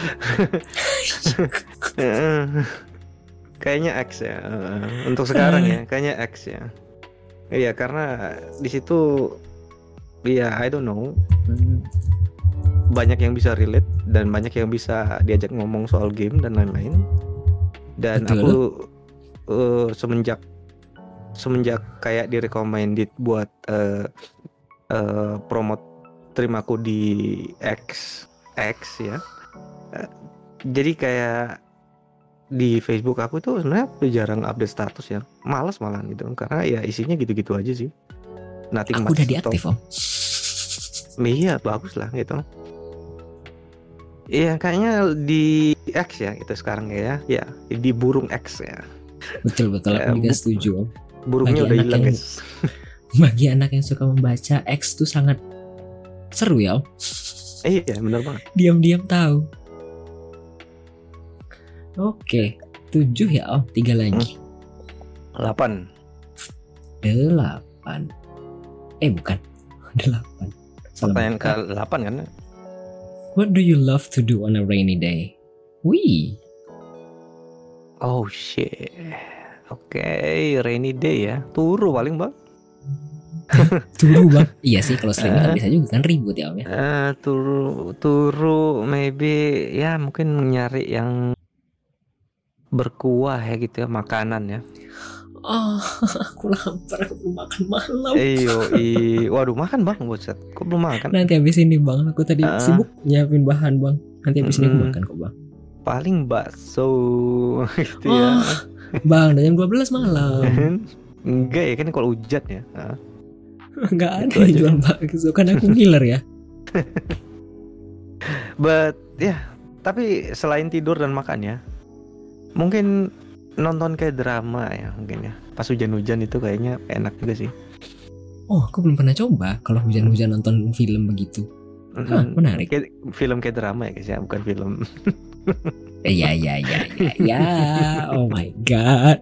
Kayaknya X ya. Uh, untuk sekarang ya, kayaknya X ya. Iya karena di situ ya I don't know. Banyak yang bisa relate dan banyak yang bisa diajak ngomong soal game dan lain-lain. Dan Betul. aku uh, semenjak semenjak kayak direcommended buat uh, uh, promote stream aku di X X ya. Uh, jadi kayak di Facebook aku tuh sebenarnya jarang update status ya. Malas malah gitu karena ya isinya gitu-gitu aja sih. Nothing aku udah diaktif Om. Iya bagus lah gitu. Iya kayaknya di X ya itu sekarang ya, ya di burung X ya. Betul betul aku ya, juga bu- setuju Om. Burungnya bagi udah hilang guys. Bagi anak yang suka membaca X tuh sangat seru ya Om. Iya benar banget. Diam-diam tahu. Oke tujuh ya Om, tiga lagi. Delapan. Delapan. Eh bukan delapan. Pertanyaan ke delapan kan? What do you love to do on a rainy day? Wih. Oh shit. Oke, okay, rainy day ya. Turu paling bang. Turu bang. Iya sih kalau streaming uh, bisa juga kan ribut ya Om ya. Uh, turu, turu maybe ya mungkin nyari yang berkuah ya gitu ya makanan ya. Oh, aku lapar, aku belum makan malam. Iyo, i, waduh makan bang, buset. Kok belum makan? Nanti habis ini bang, aku tadi uh, sibuk nyiapin bahan bang. Nanti habis mm, ini aku makan kok bang. Paling bakso, gitu oh, ya. Bang, udah jam dua belas malam. Enggak ya kan kalau hujan ya. Nah. Enggak ada yang jual bakso, kan aku ngiler ya. But ya, yeah, tapi selain tidur dan makan ya, mungkin nonton kayak drama ya mungkin ya. Pas hujan-hujan itu kayaknya enak juga sih. Oh, aku belum pernah coba kalau hujan-hujan nonton film begitu. Ah, menarik. Kayak, film kayak drama ya guys ya, bukan film. Iya iya iya iya ya. Oh my god.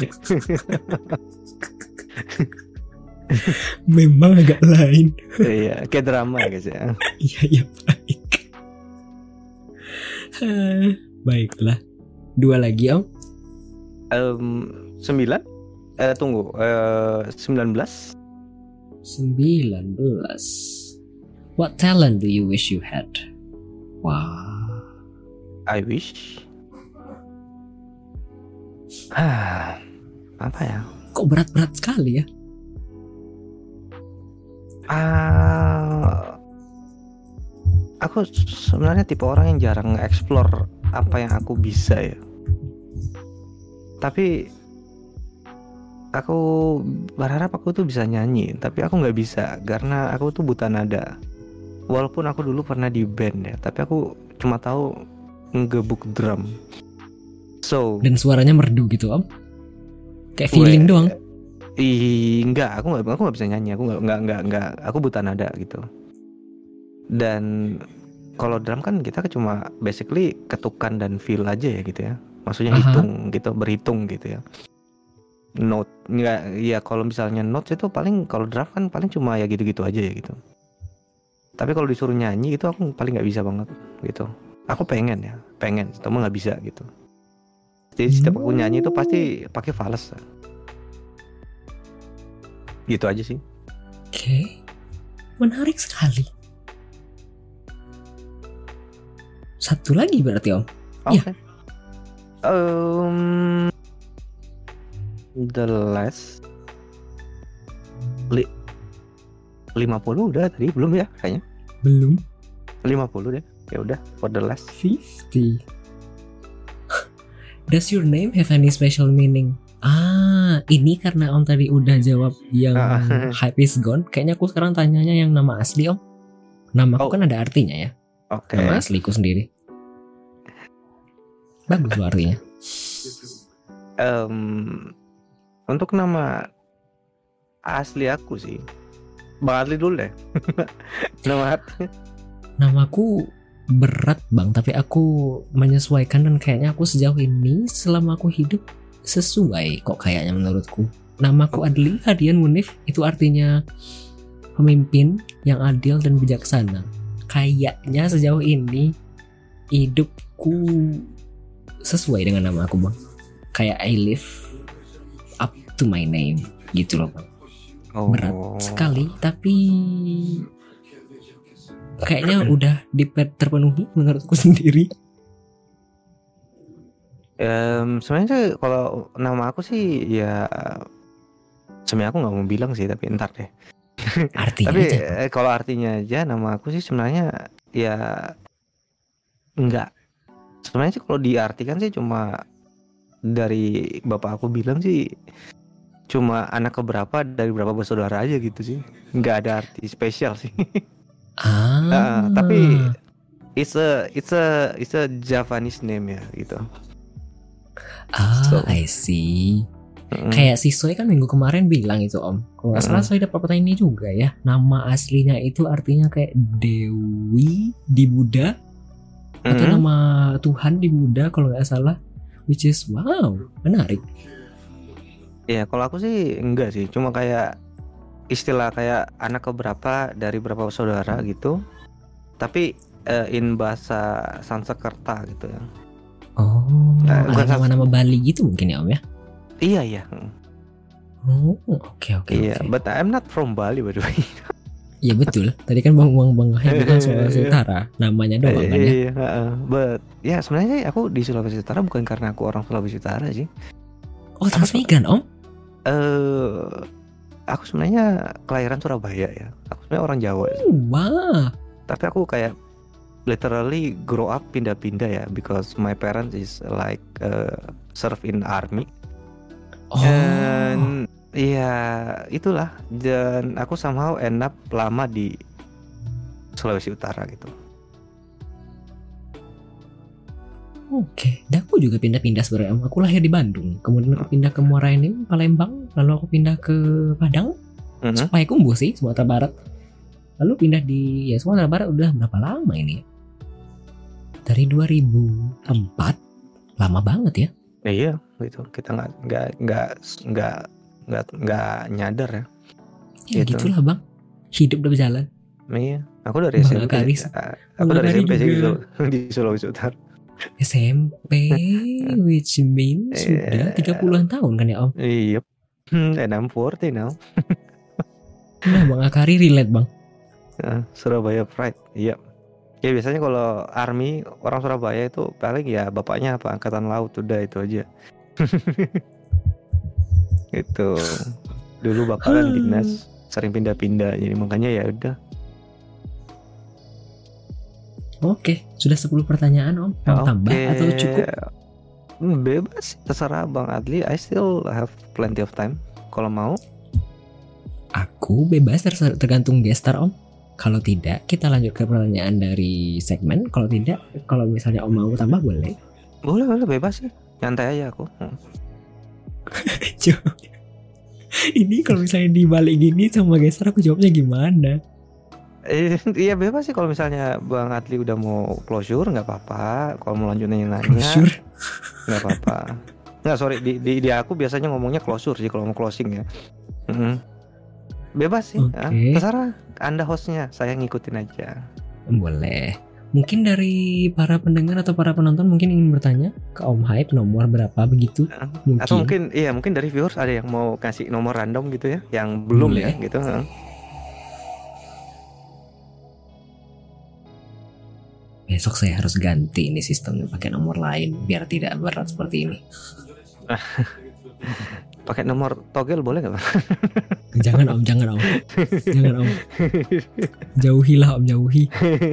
Memang agak lain. Iya, kayak drama ya guys ya. Iya iya baik. Baiklah. Dua lagi om. Um, sembilan? Eh tunggu. Eh sembilan belas. Sembilan belas. What talent do you wish you had? Wow. I wish. Ah, apa ya? Kok berat-berat sekali ya? Ah, aku sebenarnya tipe orang yang jarang nge-explore apa yang aku bisa ya. Tapi aku berharap aku tuh bisa nyanyi, tapi aku nggak bisa karena aku tuh buta nada. Walaupun aku dulu pernah di band ya, tapi aku cuma tahu ngegebuk drum. So. Dan suaranya merdu gitu om? Kayak feeling we, doang. Ih, enggak, aku nggak, aku nggak bisa nyanyi, aku nggak, nggak, nggak, nggak, aku buta nada gitu. Dan kalau drum kan kita cuma basically ketukan dan feel aja ya gitu ya. Maksudnya Aha. hitung gitu, berhitung gitu ya. Note, nggak, ya kalau misalnya notes itu paling kalau drum kan paling cuma ya gitu-gitu aja ya gitu. Tapi kalau disuruh nyanyi itu aku paling nggak bisa banget gitu. Aku pengen ya, pengen, tapi nggak bisa gitu. Jadi setiap aku nyanyi itu pasti pakai fales. Gitu aja sih. Oke, okay. Menarik sekali. Satu lagi berarti om. Oke. Okay. Ya. Um, the last li, lima puluh udah tadi belum ya kayaknya? Belum. lima puluh deh. Ya udah, for the last fifty. Does your name have any special meaning? Ah, ini karena om tadi udah jawab yang hype is gone. Kayaknya aku sekarang tanyanya yang nama asli om. Nama aku oh. kan ada artinya ya. Oke. Okay. Nama asliku sendiri. Bagus loh artinya. Um, untuk nama asli aku sih, Bang Adli dulu deh. Nama artinya. Namaku berat bang, tapi aku menyesuaikan dan kayaknya aku sejauh ini selama aku hidup sesuai kok kayaknya menurutku. Namaku Adli Hadian Munif, itu artinya pemimpin yang adil dan bijaksana. Kayaknya sejauh ini hidupku sesuai dengan nama aku bang. Kayak I live up to my name gitu loh bang. Oh. Berat sekali tapi kayaknya udah terpenuhi menurutku sendiri. Um, sebenarnya kalau nama aku sih ya sebenarnya aku nggak mau bilang sih, tapi ntar deh. Artinya tapi aja, kalau artinya aja nama aku sih sebenarnya ya enggak. Sebenarnya sih kalau diartikan sih cuma dari bapak aku bilang sih cuma anak keberapa dari berapa bersaudara aja gitu sih. Nggak ada arti spesial sih. Ah. uh, tapi it's a it's a it's a Javanese name ya gitu. Ah, so. I see. Mm. Kayak si Soy kan minggu kemarin bilang itu om. Kalau nggak salah Soy dapat pertanyaan ini juga ya. Nama aslinya itu artinya kayak Dewi di Buddha mm. atau nama Tuhan di Buddha kalau nggak salah. Which is wow, menarik. Ya kalau aku sih enggak sih, cuma kayak istilah kayak anak keberapa dari berapa saudara gitu. Tapi uh, in bahasa Sanskerta gitu ya. Oh, nah, nama-nama Bali gitu mungkin ya om ya? Iya iya. Oh, oke okay, oke. Okay, iya, okay. But I'm not from Bali by the way. Iya betul. Tadi kan bang bang bang bilang Sulawesi Utara, namanya doang kan ya. Iya, but ya sebenarnya aku di Sulawesi Utara bukan karena aku orang Sulawesi Utara sih. Oh, transmigran om? Eh, uh, aku sebenarnya kelahiran Surabaya ya. Aku sebenarnya orang Jawa. Oh, wah. Tapi aku kayak literally grow up pindah-pindah ya, because my parents is like uh, serve in army. Oh. Dan iya itulah, dan aku somehow end up lama di Sulawesi Utara gitu. Oke, dan aku juga pindah-pindah sebenarnya. Aku lahir di Bandung, kemudian aku pindah ke Muara Enim, Palembang, lalu aku pindah ke Padang, mm-hmm. supaya kumbuh sih Sumatera Barat. Lalu pindah di ya Sumatera Barat udah berapa lama ini? Dari dua ribu empat, lama banget ya. Ya, iya, gitu. Kita nggak nggak nggak nggak nggak nggak nyadar ya. Ya Gitu. gitulah bang, hidup udah berjalan. Iya, aku dari Bang S M P. Akari, ya, Bang aku dari Akari S M P sih di, juga. Sul- di Sulawesi Utara. S M P, which means sudah tiga puluhan tahun kan ya om? Iya. Hmm, and I'm forty now. Nah Bang Akari relate bang. Nah, Surabaya Pride. Iya. Ya biasanya kalau army orang Surabaya itu paling ya bapaknya apa angkatan laut udah itu aja. Itu. Dulu bapak kan dinas sering pindah-pindah jadi makanya ya udah. Oke, sudah sepuluh pertanyaan om. Mau tambah Oke. atau cukup? Hmm, Bebas, terserah Bang Adli. I still have plenty of time. Kalau mau. Aku bebas ter- tergantung gestar om. Kalau tidak, kita lanjut ke pertanyaan dari segmen. Kalau tidak, kalau misalnya om mau tambah boleh. Boleh, boleh bebas sih. Nyantai aja aku. Hmm. Ini kalau misalnya dibalik gini sama gestar aku jawabnya gimana? Eh, iya bebas sih kalau misalnya Bang Adli udah mau closure nggak apa-apa. Kalau mau lanjut nanya-nanya Closure? nggak apa-apa. Nggak sorry di, di di aku biasanya ngomongnya closure sih kalau mau closing ya. Mm-mm. Bebas sih. Oke. Ah, terserah. Anda hostnya, saya ngikutin aja. Boleh. Mungkin dari para pendengar atau para penonton mungkin ingin bertanya ke Om Hype nomor berapa begitu? Mungkin. Atau mungkin iya mungkin dari viewers ada yang mau kasih nomor random gitu ya, yang belum Boleh. ya gitu. Heeh. Besok saya harus ganti ini sistemnya pakai nomor lain biar tidak berat seperti ini. Pakai nomor togel boleh nggak Bang? Jangan om, jangan om, jangan om. Jauhilah om, jauhi.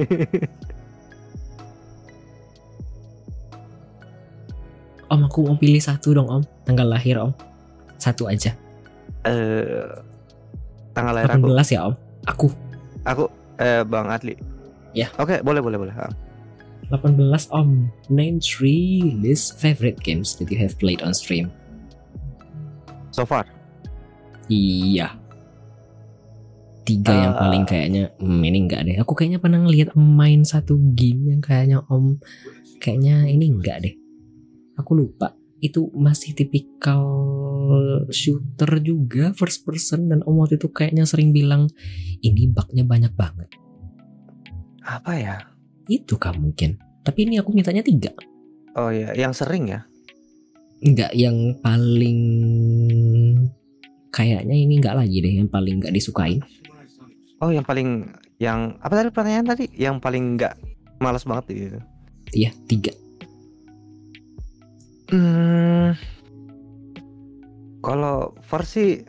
Om aku mau pilih satu dong om, tanggal lahir om, satu aja. Eh tanggal lahir delapan aku. belas ya om, aku. Aku eh Bang Adli. Ya. Oke, boleh boleh boleh. Ah. delapan belas om. Name three least favorite games that you have played on stream. So far. Iya. Tiga yang Uh, paling kayaknya hmm, ini enggak deh. Aku kayaknya pernah ngeliat om main satu game yang kayaknya om kayaknya ini enggak deh. Aku lupa. Itu masih tipikal shooter juga first person dan om waktu itu kayaknya sering bilang ini bugnya banyak banget. Apa ya? Itu kah mungkin. Tapi ini aku mintanya tiga. Oh ya, yang sering ya. Enggak yang paling kayaknya ini enggak lagi deh yang paling enggak disukain. Oh, yang paling yang apa tadi pertanyaan tadi? Yang paling nggak malas banget gitu. Iya, tiga. Hmm. Kalau versi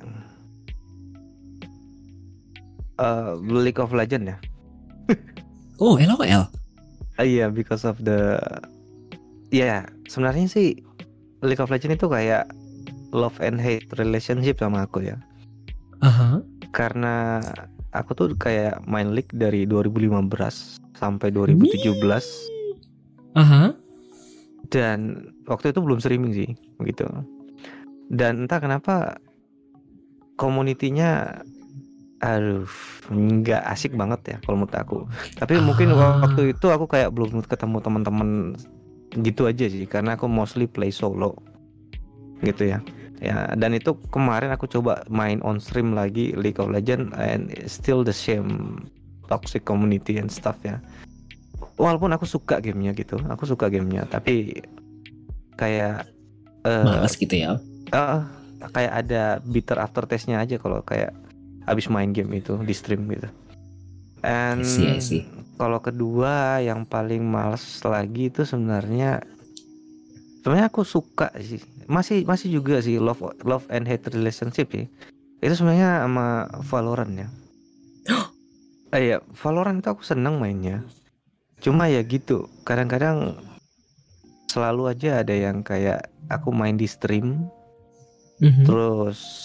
uh, League of Legends ya. Oh, L O L. Uh, Iya, because of the ya yeah, sebenarnya sih League of Legends itu kayak love and hate relationship sama aku ya. Aha. Karena aku tuh kayak main League dari dua ribu lima belas sampai dua ribu tujuh belas. Aha. Dan waktu itu belum streaming sih gitu. Dan entah kenapa komunitinya aduh nggak asik banget ya kalau menurut aku. Tapi Ah. mungkin waktu itu aku kayak belum ketemu teman-teman gitu aja sih karena aku mostly play solo gitu ya. Ya dan itu kemarin aku coba main on stream lagi League of Legends and still the same toxic community and stuff ya. Walaupun aku suka gamenya gitu, aku suka gamenya, tapi kayak uh, Malas gitu ya. uh, kayak ada bitter aftertaste-nya aja kalau kayak habis main game itu di stream gitu. And I see, I see. kalau kedua yang paling males lagi itu sebenarnya sebenarnya aku suka sih, masih masih juga sih love love and hate relationship sih. Itu sebenarnya sama Valorant ya. Eh ya, Valorant itu aku seneng mainnya. Cuma ya gitu, kadang-kadang selalu aja ada yang kayak aku main di stream, Mhm. terus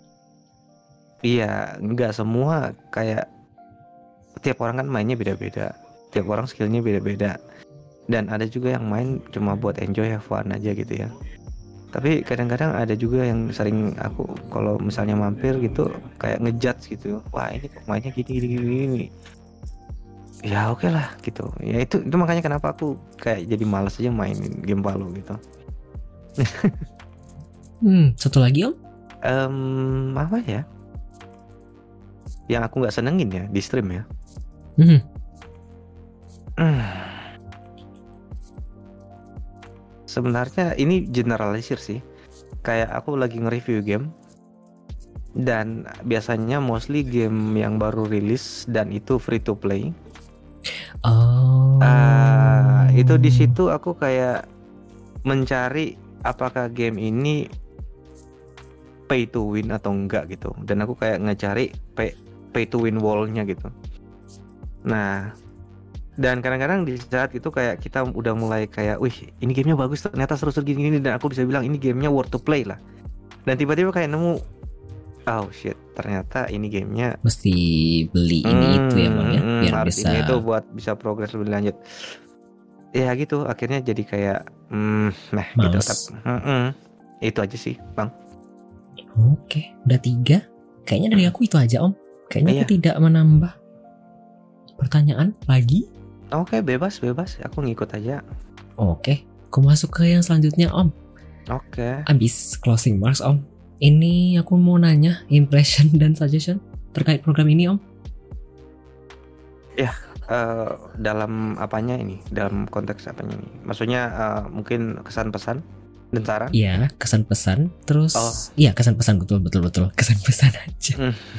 iya nggak semua kayak tiap orang kan mainnya beda-beda, tiap orang skillnya beda-beda, dan ada juga yang main cuma buat enjoy have fun aja gitu ya. Tapi kadang-kadang ada juga yang sering aku kalau misalnya mampir gitu kayak ngejudge gitu, wah ini kok mainnya gini gini gini. ya oke lah gitu. Ya itu itu makanya kenapa aku kayak jadi malas aja mainin game Valo gitu. Hmm, satu lagi om? Um, apa ya? Yang aku nggak senengin ya di stream ya. Hmm. Hmm. Sebenarnya ini generalisir sih. Kayak aku lagi nge-review game dan biasanya mostly game yang baru rilis dan itu free to play. Oh. Uh, itu di situ aku kayak mencari apakah game ini pay to win atau enggak gitu. Dan aku kayak ngecari pay, pay to win wall-nya gitu. Nah, dan kadang-kadang di saat itu kayak kita udah mulai kayak, wih ini gamenya bagus ternyata seru-seru gini-gini, dan aku bisa bilang ini gamenya worth to play lah. Dan tiba-tiba kayak nemu, oh shit ternyata ini gamenya mesti beli ini hmm, itu ya bang ya, hmm, biar harus bisa ini itu buat bisa progres lebih lanjut. Ya gitu, akhirnya jadi kayak, hmm, nah gitu. males. Hmm, hmm, itu aja sih bang. Oke, udah tiga. Kayaknya dari aku itu aja om. Kayaknya Iya. aku tidak menambah pertanyaan lagi. Oke, bebas bebas, aku ngikut aja. Oke, aku masuk ke yang selanjutnya om. Oke. Abis closing marks om, ini aku mau nanya impression dan suggestion terkait program ini om. Ya, uh, dalam apanya ini? Dalam konteks apanya ini? Maksudnya uh, mungkin kesan pesan dan saran? Iya, kesan pesan. Terus, Oh. iya kesan pesan betul betul betul kesan pesan aja.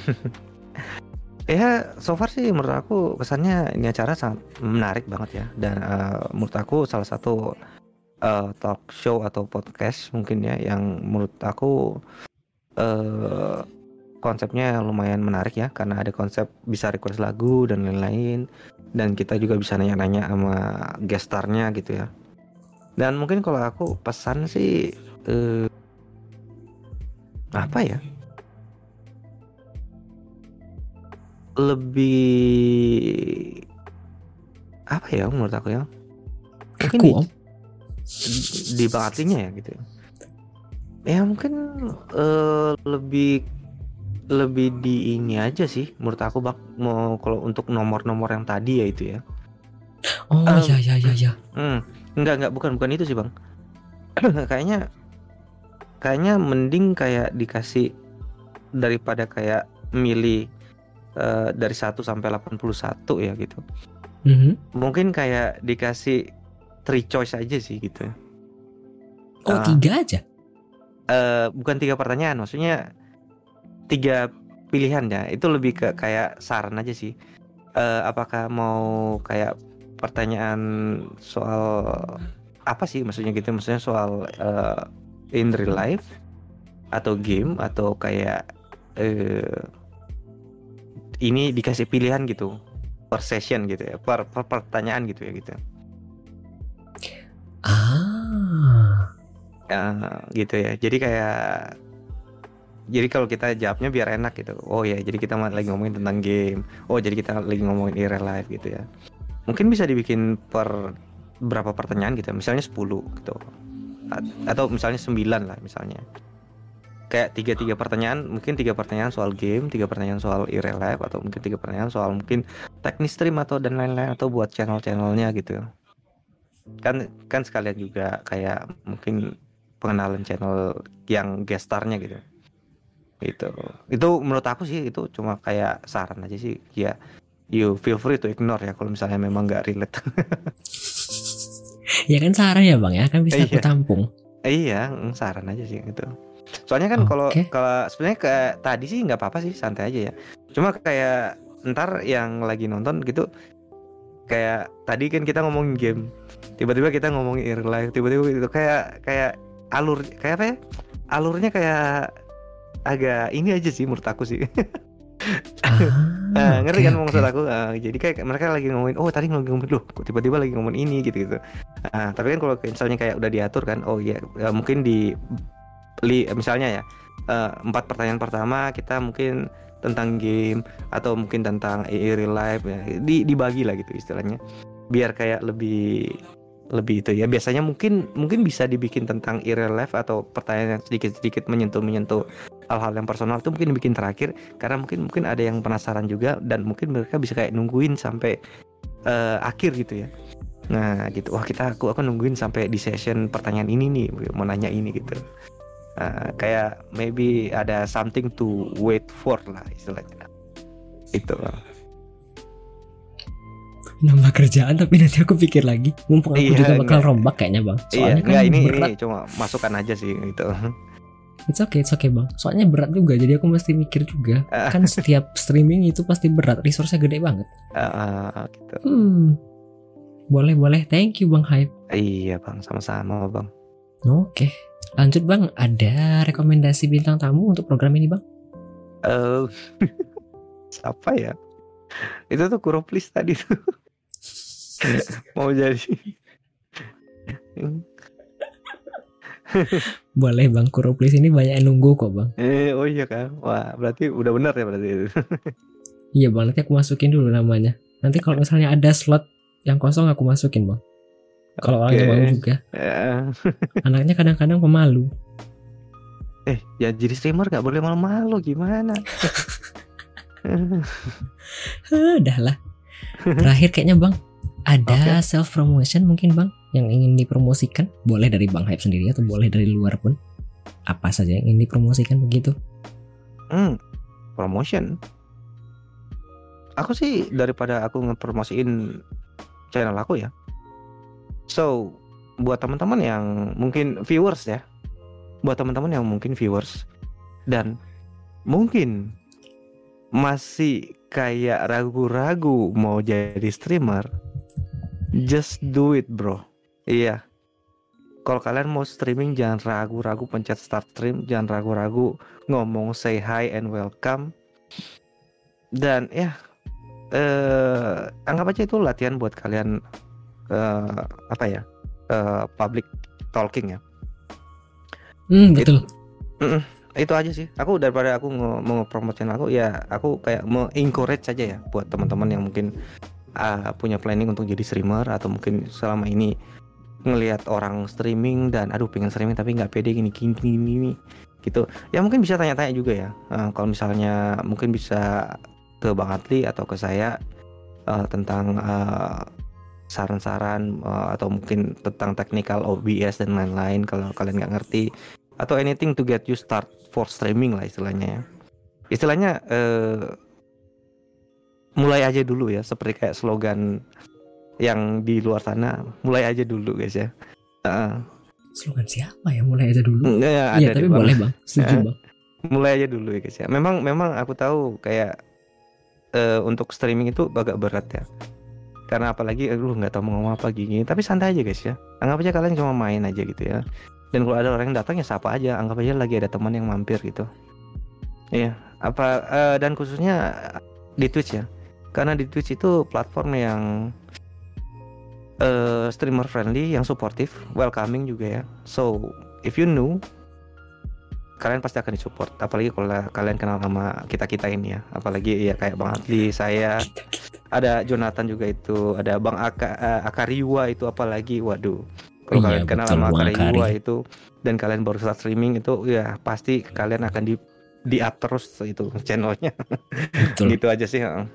Ya, so far sih menurut aku kesannya ini acara sangat menarik banget ya. Dan uh, menurut aku salah satu uh, talk show atau podcast mungkin ya yang menurut aku uh, konsepnya lumayan menarik ya, karena ada konsep bisa request lagu dan lain-lain, dan kita juga bisa nanya-nanya sama guest star-nya gitu ya. Dan mungkin kalau aku pesan sih uh, apa ya? Lebih apa ya menurut aku ya? Mungkin Kaku di, om. di bang artinya ya gitu ya. Ya mungkin uh, lebih lebih di ini aja sih menurut aku bang, mau kalau untuk nomor-nomor yang tadi ya itu ya. Oh Um, ya ya ya ya. Hmm, enggak enggak bukan bukan itu sih bang. kayaknya kayaknya mending kayak dikasih daripada kayak milih uh, dari satu sampai delapan puluh satu ya gitu. Mm-hmm. Mungkin kayak dikasih three choice aja sih gitu. Oh Uh, tiga aja. uh, bukan tiga pertanyaan, maksudnya tiga pilihan ya. Itu lebih ke kayak saran aja sih. Uh, apakah mau kayak pertanyaan soal apa sih maksudnya gitu? Maksudnya soal uh, in real life atau game atau kayak uh, ini dikasih pilihan gitu per session gitu ya, per, per pertanyaan gitu ya gitu. Ah. Uh, gitu ya. Jadi kayak jadi kalau kita jawabnya biar enak gitu. Oh ya, jadi kita lagi ngomongin tentang game. Oh, jadi kita lagi ngomongin in real life gitu ya. Mungkin bisa dibikin per berapa pertanyaan gitu ya. Misalnya sepuluh gitu. Atau misalnya sembilan lah misalnya. Kayak tiga-tiga pertanyaan, mungkin tiga pertanyaan soal game, tiga pertanyaan soal in real life, atau mungkin tiga pertanyaan soal mungkin teknis stream atau dan lain-lain, atau buat channel-channelnya gitu. Kan kan sekalian juga kayak mungkin pengenalan channel yang guest star-nya gitu. Itu itu menurut aku sih itu cuma kayak saran aja sih ya, you feel free to ignore ya kalau misalnya memang nggak relate. Ya kan saran ya bang ya, kan bisa aku Iya. tampung. Iya, saran aja sih gitu. Soalnya kan kalau Oke. kalau sebenarnya kayak tadi sih nggak apa-apa sih, santai aja ya. Cuma kayak ntar yang lagi nonton gitu, kayak tadi kan kita ngomongin game, tiba-tiba kita ngomongin in real life, tiba-tiba gitu kayak kayak alur kayak apa ya? Alurnya kayak agak ini aja sih menurut aku sih. Ah, uh, ngerti oke, kan oke. maksud aku? Uh, jadi kayak mereka lagi ngomongin, oh tadi lagi ngomongin, loh kok tiba-tiba lagi ngomongin ini gitu-gitu. Uh, tapi kan kalau misalnya kayak udah diatur kan, oh iya ya, mungkin di li, misalnya ya uh, empat pertanyaan pertama kita mungkin tentang game atau mungkin tentang real life ya, di, dibagi lah gitu istilahnya, biar kayak lebih lebih itu ya. Biasanya mungkin mungkin bisa dibikin tentang irrelevant atau pertanyaan yang sedikit-sedikit menyentuh-menyentuh hal-hal yang personal itu mungkin dibikin terakhir karena mungkin mungkin ada yang penasaran juga dan mungkin mereka bisa kayak nungguin sampai uh, akhir gitu ya. Nah gitu, wah kita aku aku nungguin sampai di session pertanyaan ini nih mau nanya ini gitu. Uh, kayak maybe ada something to wait for lah istilahnya. Itu. Nambah kerjaan tapi nanti aku pikir lagi mumpung aku Iya, juga bakal enggak. rombak kayaknya bang Iya, soalnya kan enggak ini berat. ini cuma masukan aja sih gitu. It's okay, it's okay bang soalnya berat juga jadi aku mesti mikir juga kan setiap streaming itu pasti berat, resource-nya gede banget. Uh, gitu. hmm. Boleh boleh, thank you bang Hype. Iya bang, sama-sama bang. Oke, lanjut bang, ada rekomendasi bintang tamu untuk program ini bang? Uh, siapa ya? Itu tuh Kuroplis tadi tuh. Mau jadi. Boleh bang, Kuroplis ini banyak yang nunggu kok bang. Eh, oh iya kan, wah berarti udah benar ya berarti itu. Iya bang, nanti aku masukin dulu namanya. Nanti kalau misalnya ada slot yang kosong aku masukin bang. Kalau Oke. orangnya mau juga. Ya. Anaknya kadang-kadang pemalu. Eh, ya jadi streamer nggak boleh malu-malu gimana? Udah lah. Terakhir kayaknya bang, ada okay. self promotion mungkin bang yang ingin dipromosikan, boleh dari Bang Hype sendiri atau boleh dari luar pun, apa saja yang ingin dipromosikan begitu. Hmm, promotion. Aku sih daripada aku ngepromosiin channel aku ya. So, buat teman-teman yang mungkin viewers ya, buat teman-teman yang mungkin viewers dan mungkin masih kayak ragu-ragu mau jadi streamer, just do it bro. Iya. Kalau kalian mau streaming jangan ragu-ragu pencet start stream, jangan ragu-ragu ngomong say hi and welcome. Dan ya eh, anggap aja itu latihan buat kalian eh, apa ya? Eh, public talking ya. Hmm, betul. Itu, itu aja sih. Aku daripada aku mau nge-promote channel aku ya, aku kayak mau encourage aja ya buat teman-teman yang mungkin uh, punya planning untuk jadi streamer atau mungkin selama ini ngelihat orang streaming dan aduh pengen streaming tapi nggak pede gini gini gini gitu. Ya mungkin bisa tanya-tanya juga ya. Uh, kalau misalnya mungkin bisa ke Bang Adli atau ke saya uh, tentang uh, saran-saran uh, atau mungkin tentang technical O B S dan lain-lain kalau kalian nggak ngerti atau anything to get you start for streaming lah istilahnya ya. Istilahnya uh, mulai aja dulu ya, seperti kayak slogan yang di luar sana, mulai aja dulu guys ya. Uh, slogan siapa ya, mulai aja dulu? Ya, iya tapi bang. Boleh bang, setuju bang. Mulai aja dulu ya guys ya. Memang memang aku tahu kayak uh, untuk streaming itu agak berat ya. Karena apalagi lu nggak tahu mau ngomong apa gini, tapi santai aja guys ya. Anggap aja kalian cuma main aja gitu ya. Dan kalau ada orang yang datang ya sapa aja, anggap aja lagi ada teman yang mampir gitu. Iya, apa uh, dan khususnya di Twitch ya. Karena di Twitch itu platform yang uh, streamer friendly, yang supportive, welcoming juga ya. So, if you know, kalian pasti akan disupport. Apalagi kalau kalian kenal sama kita-kita ini ya. Apalagi ya kayak Bang Adli, saya, ada Jonathan juga itu, ada Bang Aka, uh, Akariwa itu apalagi, waduh. Kalau iya, kalian kenal sama Akariwa itu dan kalian baru start streaming itu ya pasti kalian akan di di up terus itu channelnya. Gitu aja sih. Ya.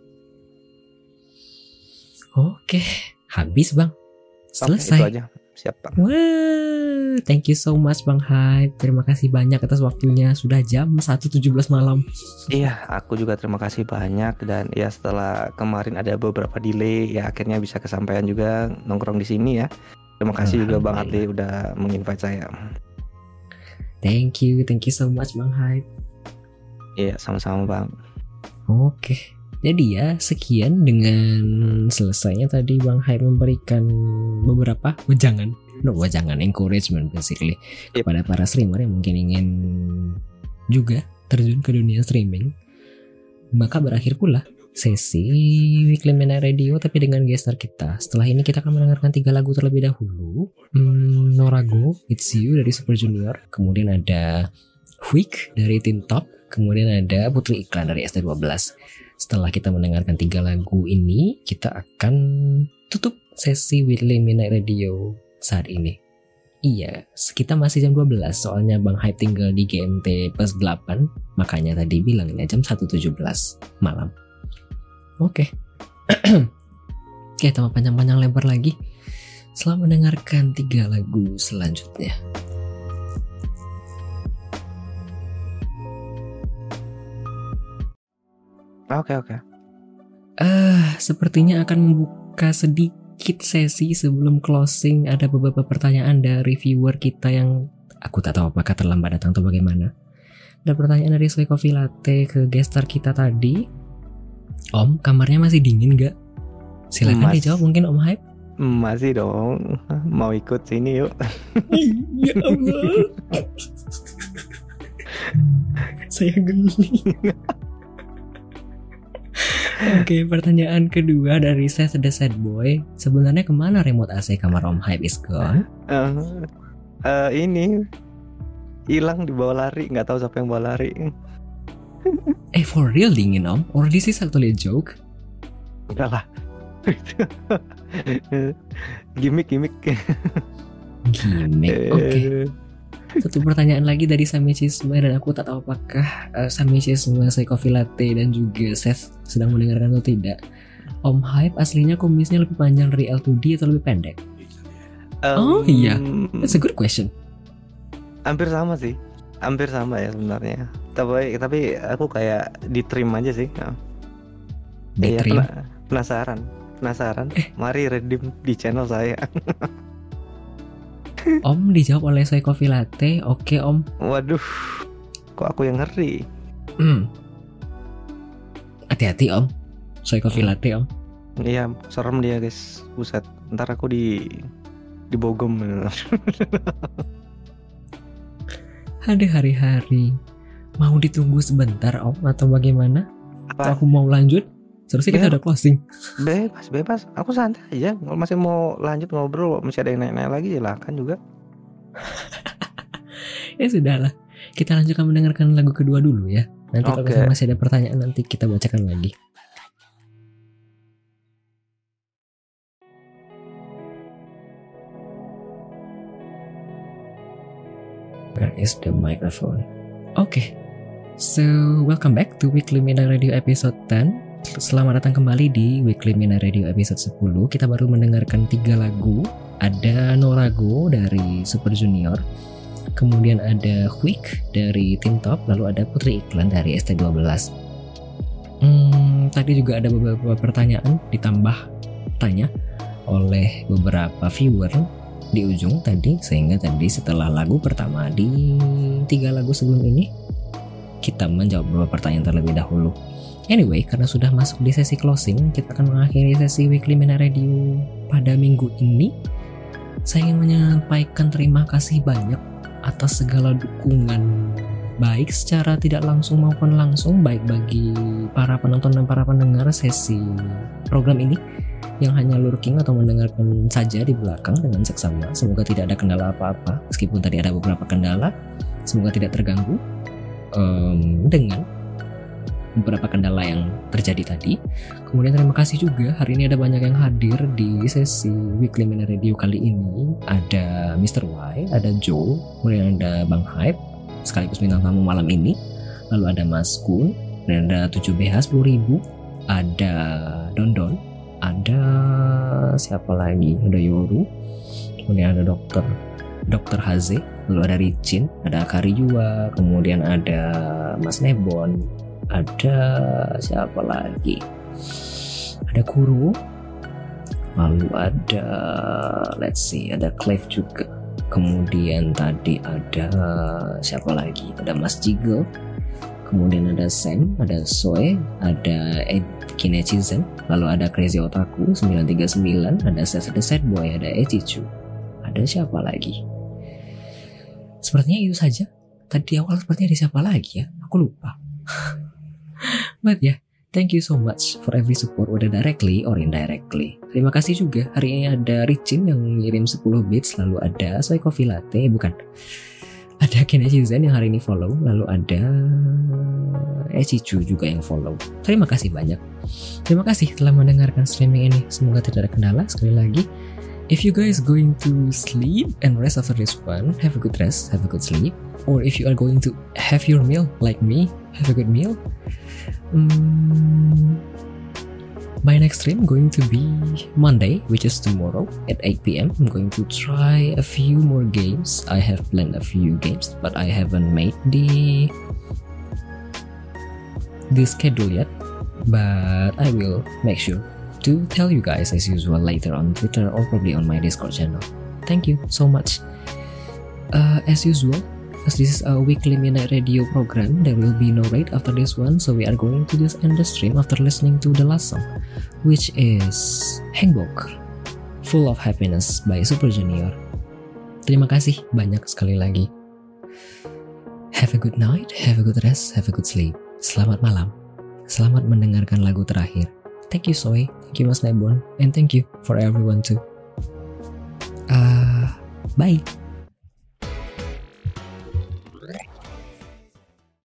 Oke, habis bang. Selesai. Oke, itu aja. Siap bang. Wah, thank you so much Bang Hype. Terima kasih banyak atas waktunya. Sudah jam satu tujuh belas malam. Iya, aku juga terima kasih banyak dan ya setelah kemarin ada beberapa delay ya akhirnya bisa kesampaian juga nongkrong di sini ya. Terima kasih juga Bang Adli udah menginvite saya. Thank you, thank you so much Bang Hype. Iya, sama-sama Bang. Oke, jadi ya sekian dengan selesainya tadi Bang Hype memberikan beberapa wejangan, no wejangan, encouragement basically yep. kepada para streamer yang mungkin ingin juga terjun ke dunia streaming. Maka berakhir pula sesi Weekly Midnight Radio tapi dengan gestar kita. Setelah ini kita akan mendengarkan tiga lagu terlebih dahulu. hmm, Norago, It's You dari Super Junior. Kemudian ada Week dari Teen Top. Kemudian ada Putri Iklan dari S T dua belas. Setelah kita mendengarkan tiga lagu ini, kita akan tutup sesi Weekly Midnight Radio saat ini. Iya, kita masih jam dua belas, soalnya Bang Hype tinggal di G M T plus delapan, makanya tadi bilangnya jam satu tujuh belas malam. Oke. Oke, tanpa panjang-panjang lebar lagi, selamat mendengarkan tiga lagu selanjutnya. Oke oke. Uh, sepertinya akan membuka sedikit sesi sebelum closing. Ada beberapa pertanyaan dari viewer kita yang aku tak tahu apakah terlambat datang atau bagaimana. Ada pertanyaan dari Soy Coffee Latte ke gestar kita tadi. Om, kamarnya masih dingin gak? Silakan Mas, dijawab mungkin Om Hype. Masih dong. Mau ikut sini yuk. Ya Allah. Saya geli. Oke, pertanyaan kedua dari Seth the Sad Boy. Sebenarnya kemana remote A C kamar Om Hype is gone? Uh, uh, ini hilang dibawa lari, nggak tahu siapa yang bawa lari. Eh, for real dingin Om? Or this is actually a joke? Enggak lah. Gimik gimik. Gimik. Oke. Okay. Satu pertanyaan lagi dari Samichisme, dan aku tak tahu apakah uh, Samichisme, Soy Coffee Latte dan juga Seth sedang mendengarkan atau tidak. Om Hype aslinya kumisnya lebih panjang dari L two D atau lebih pendek? Um, oh iya, that's a good question. Hampir sama sih, hampir sama ya sebenarnya. Tapi tapi aku kayak di trim aja sih. Di ya, trim? Penasaran, penasaran. Eh. Mari redeem di channel saya. Om, dijawab oleh Soy Coffee Latte. Oke Om. Waduh, kok aku yang ngeri. Hmm. Hati-hati Om, Soy Coffee Latte Om. Iya, serem dia guys. Buset, ntar aku di dibogom. Ada hari-hari. Mau ditunggu sebentar Om atau bagaimana? Apa? Atau aku mau lanjut? Seharusnya kita udah closing. Bebas, bebas. Aku santai aja. Kalau masih mau lanjut ngobrol, masih ada yang naik-naik lagi, silakan juga. Ya sudahlah. Kita lanjutkan mendengarkan lagu kedua dulu ya. Nanti okay. Kalau masih ada pertanyaan nanti kita bacakan lagi. Where is the microphone? Oke. Okay. So, welcome back to Weekly Midnight Radio episode ten. Selamat datang kembali di Weekly Midnight Radio episode sepuluh. Kita baru mendengarkan tiga lagu. Ada Norago dari Super Junior, kemudian ada Quick dari Teen Top, lalu ada Putri Iklan dari S T dua belas. Hmm, tadi juga ada beberapa pertanyaan ditambah tanya oleh beberapa viewer di ujung tadi, sehingga tadi setelah lagu pertama di tiga lagu sebelum ini kita menjawab beberapa pertanyaan terlebih dahulu. Anyway, karena sudah masuk di sesi closing, kita akan mengakhiri sesi Weekly Midnight Radio pada minggu ini. Saya ingin menyampaikan terima kasih banyak atas segala dukungan, baik secara tidak langsung maupun langsung, baik bagi para penonton dan para pendengar sesi program ini yang hanya lurking atau mendengarkan saja di belakang dengan seksama. Semoga tidak ada kendala apa-apa, meskipun tadi ada beberapa kendala. Semoga tidak terganggu um, dengan beberapa kendala yang terjadi tadi. Kemudian terima kasih juga, hari ini ada banyak yang hadir di sesi Weekly Midnight Radio kali ini. Ada mister Y, ada Joe, kemudian ada Bang Hype sekaligus bintang tamu malam ini. Lalu ada Mas Kun, dan ada tujuh B H sepuluh ribu, ada Dondon, ada siapa lagi, ada Yoru, kemudian ada Dokter Dokter Haze, lalu ada Ricin, ada Akari juga, kemudian ada Mas Nebon, ada siapa lagi, ada Kuro, lalu ada let's see, ada Clive juga, kemudian tadi ada siapa lagi, ada Mas Jiggle, kemudian ada Sam, ada Soe, ada Ed Kinechizen, lalu ada Crazy Otaku sembilan tiga sembilan, ada Seth the Sad Boy, ada Echichu, ada siapa lagi, sepertinya itu saja. Tadi awal sepertinya ada siapa lagi ya, aku lupa. But yeah, thank you so much for every support, whether directly or indirectly. Terima kasih juga, hari ini ada Ricin yang ngirim sepuluh bits, lalu ada Soy Coffee Latte, bukan, ada Kenichi Zen yang hari ini follow, lalu ada Echichu juga yang follow. Terima kasih banyak. Terima kasih telah mendengarkan streaming ini. Semoga tidak ada kendala. Sekali lagi, if you guys going to sleep and rest after this one, have a good rest, have a good sleep. Or if you are going to have your meal like me, have a good meal. Hmm, my next stream going to be Monday, which is tomorrow at eight p.m. I'm going to try a few more games. I have planned a few games, but I haven't made the the schedule yet. But I will make sure to tell you guys as usual later on Twitter or probably on my Discord channel. Thank you so much. Uh, as usual, as this is a weekly midnight radio program, there will be no raid after this one, so we are going to just end the stream after listening to the last song, which is Hangbok, Full of Happiness by Super Junior. Terima kasih banyak sekali lagi. Have a good night, have a good rest, have a good sleep. Selamat malam. Selamat mendengarkan lagu terakhir. Thank you Soy, thank you Mas Nebon, and thank you for everyone too. Uh, bye.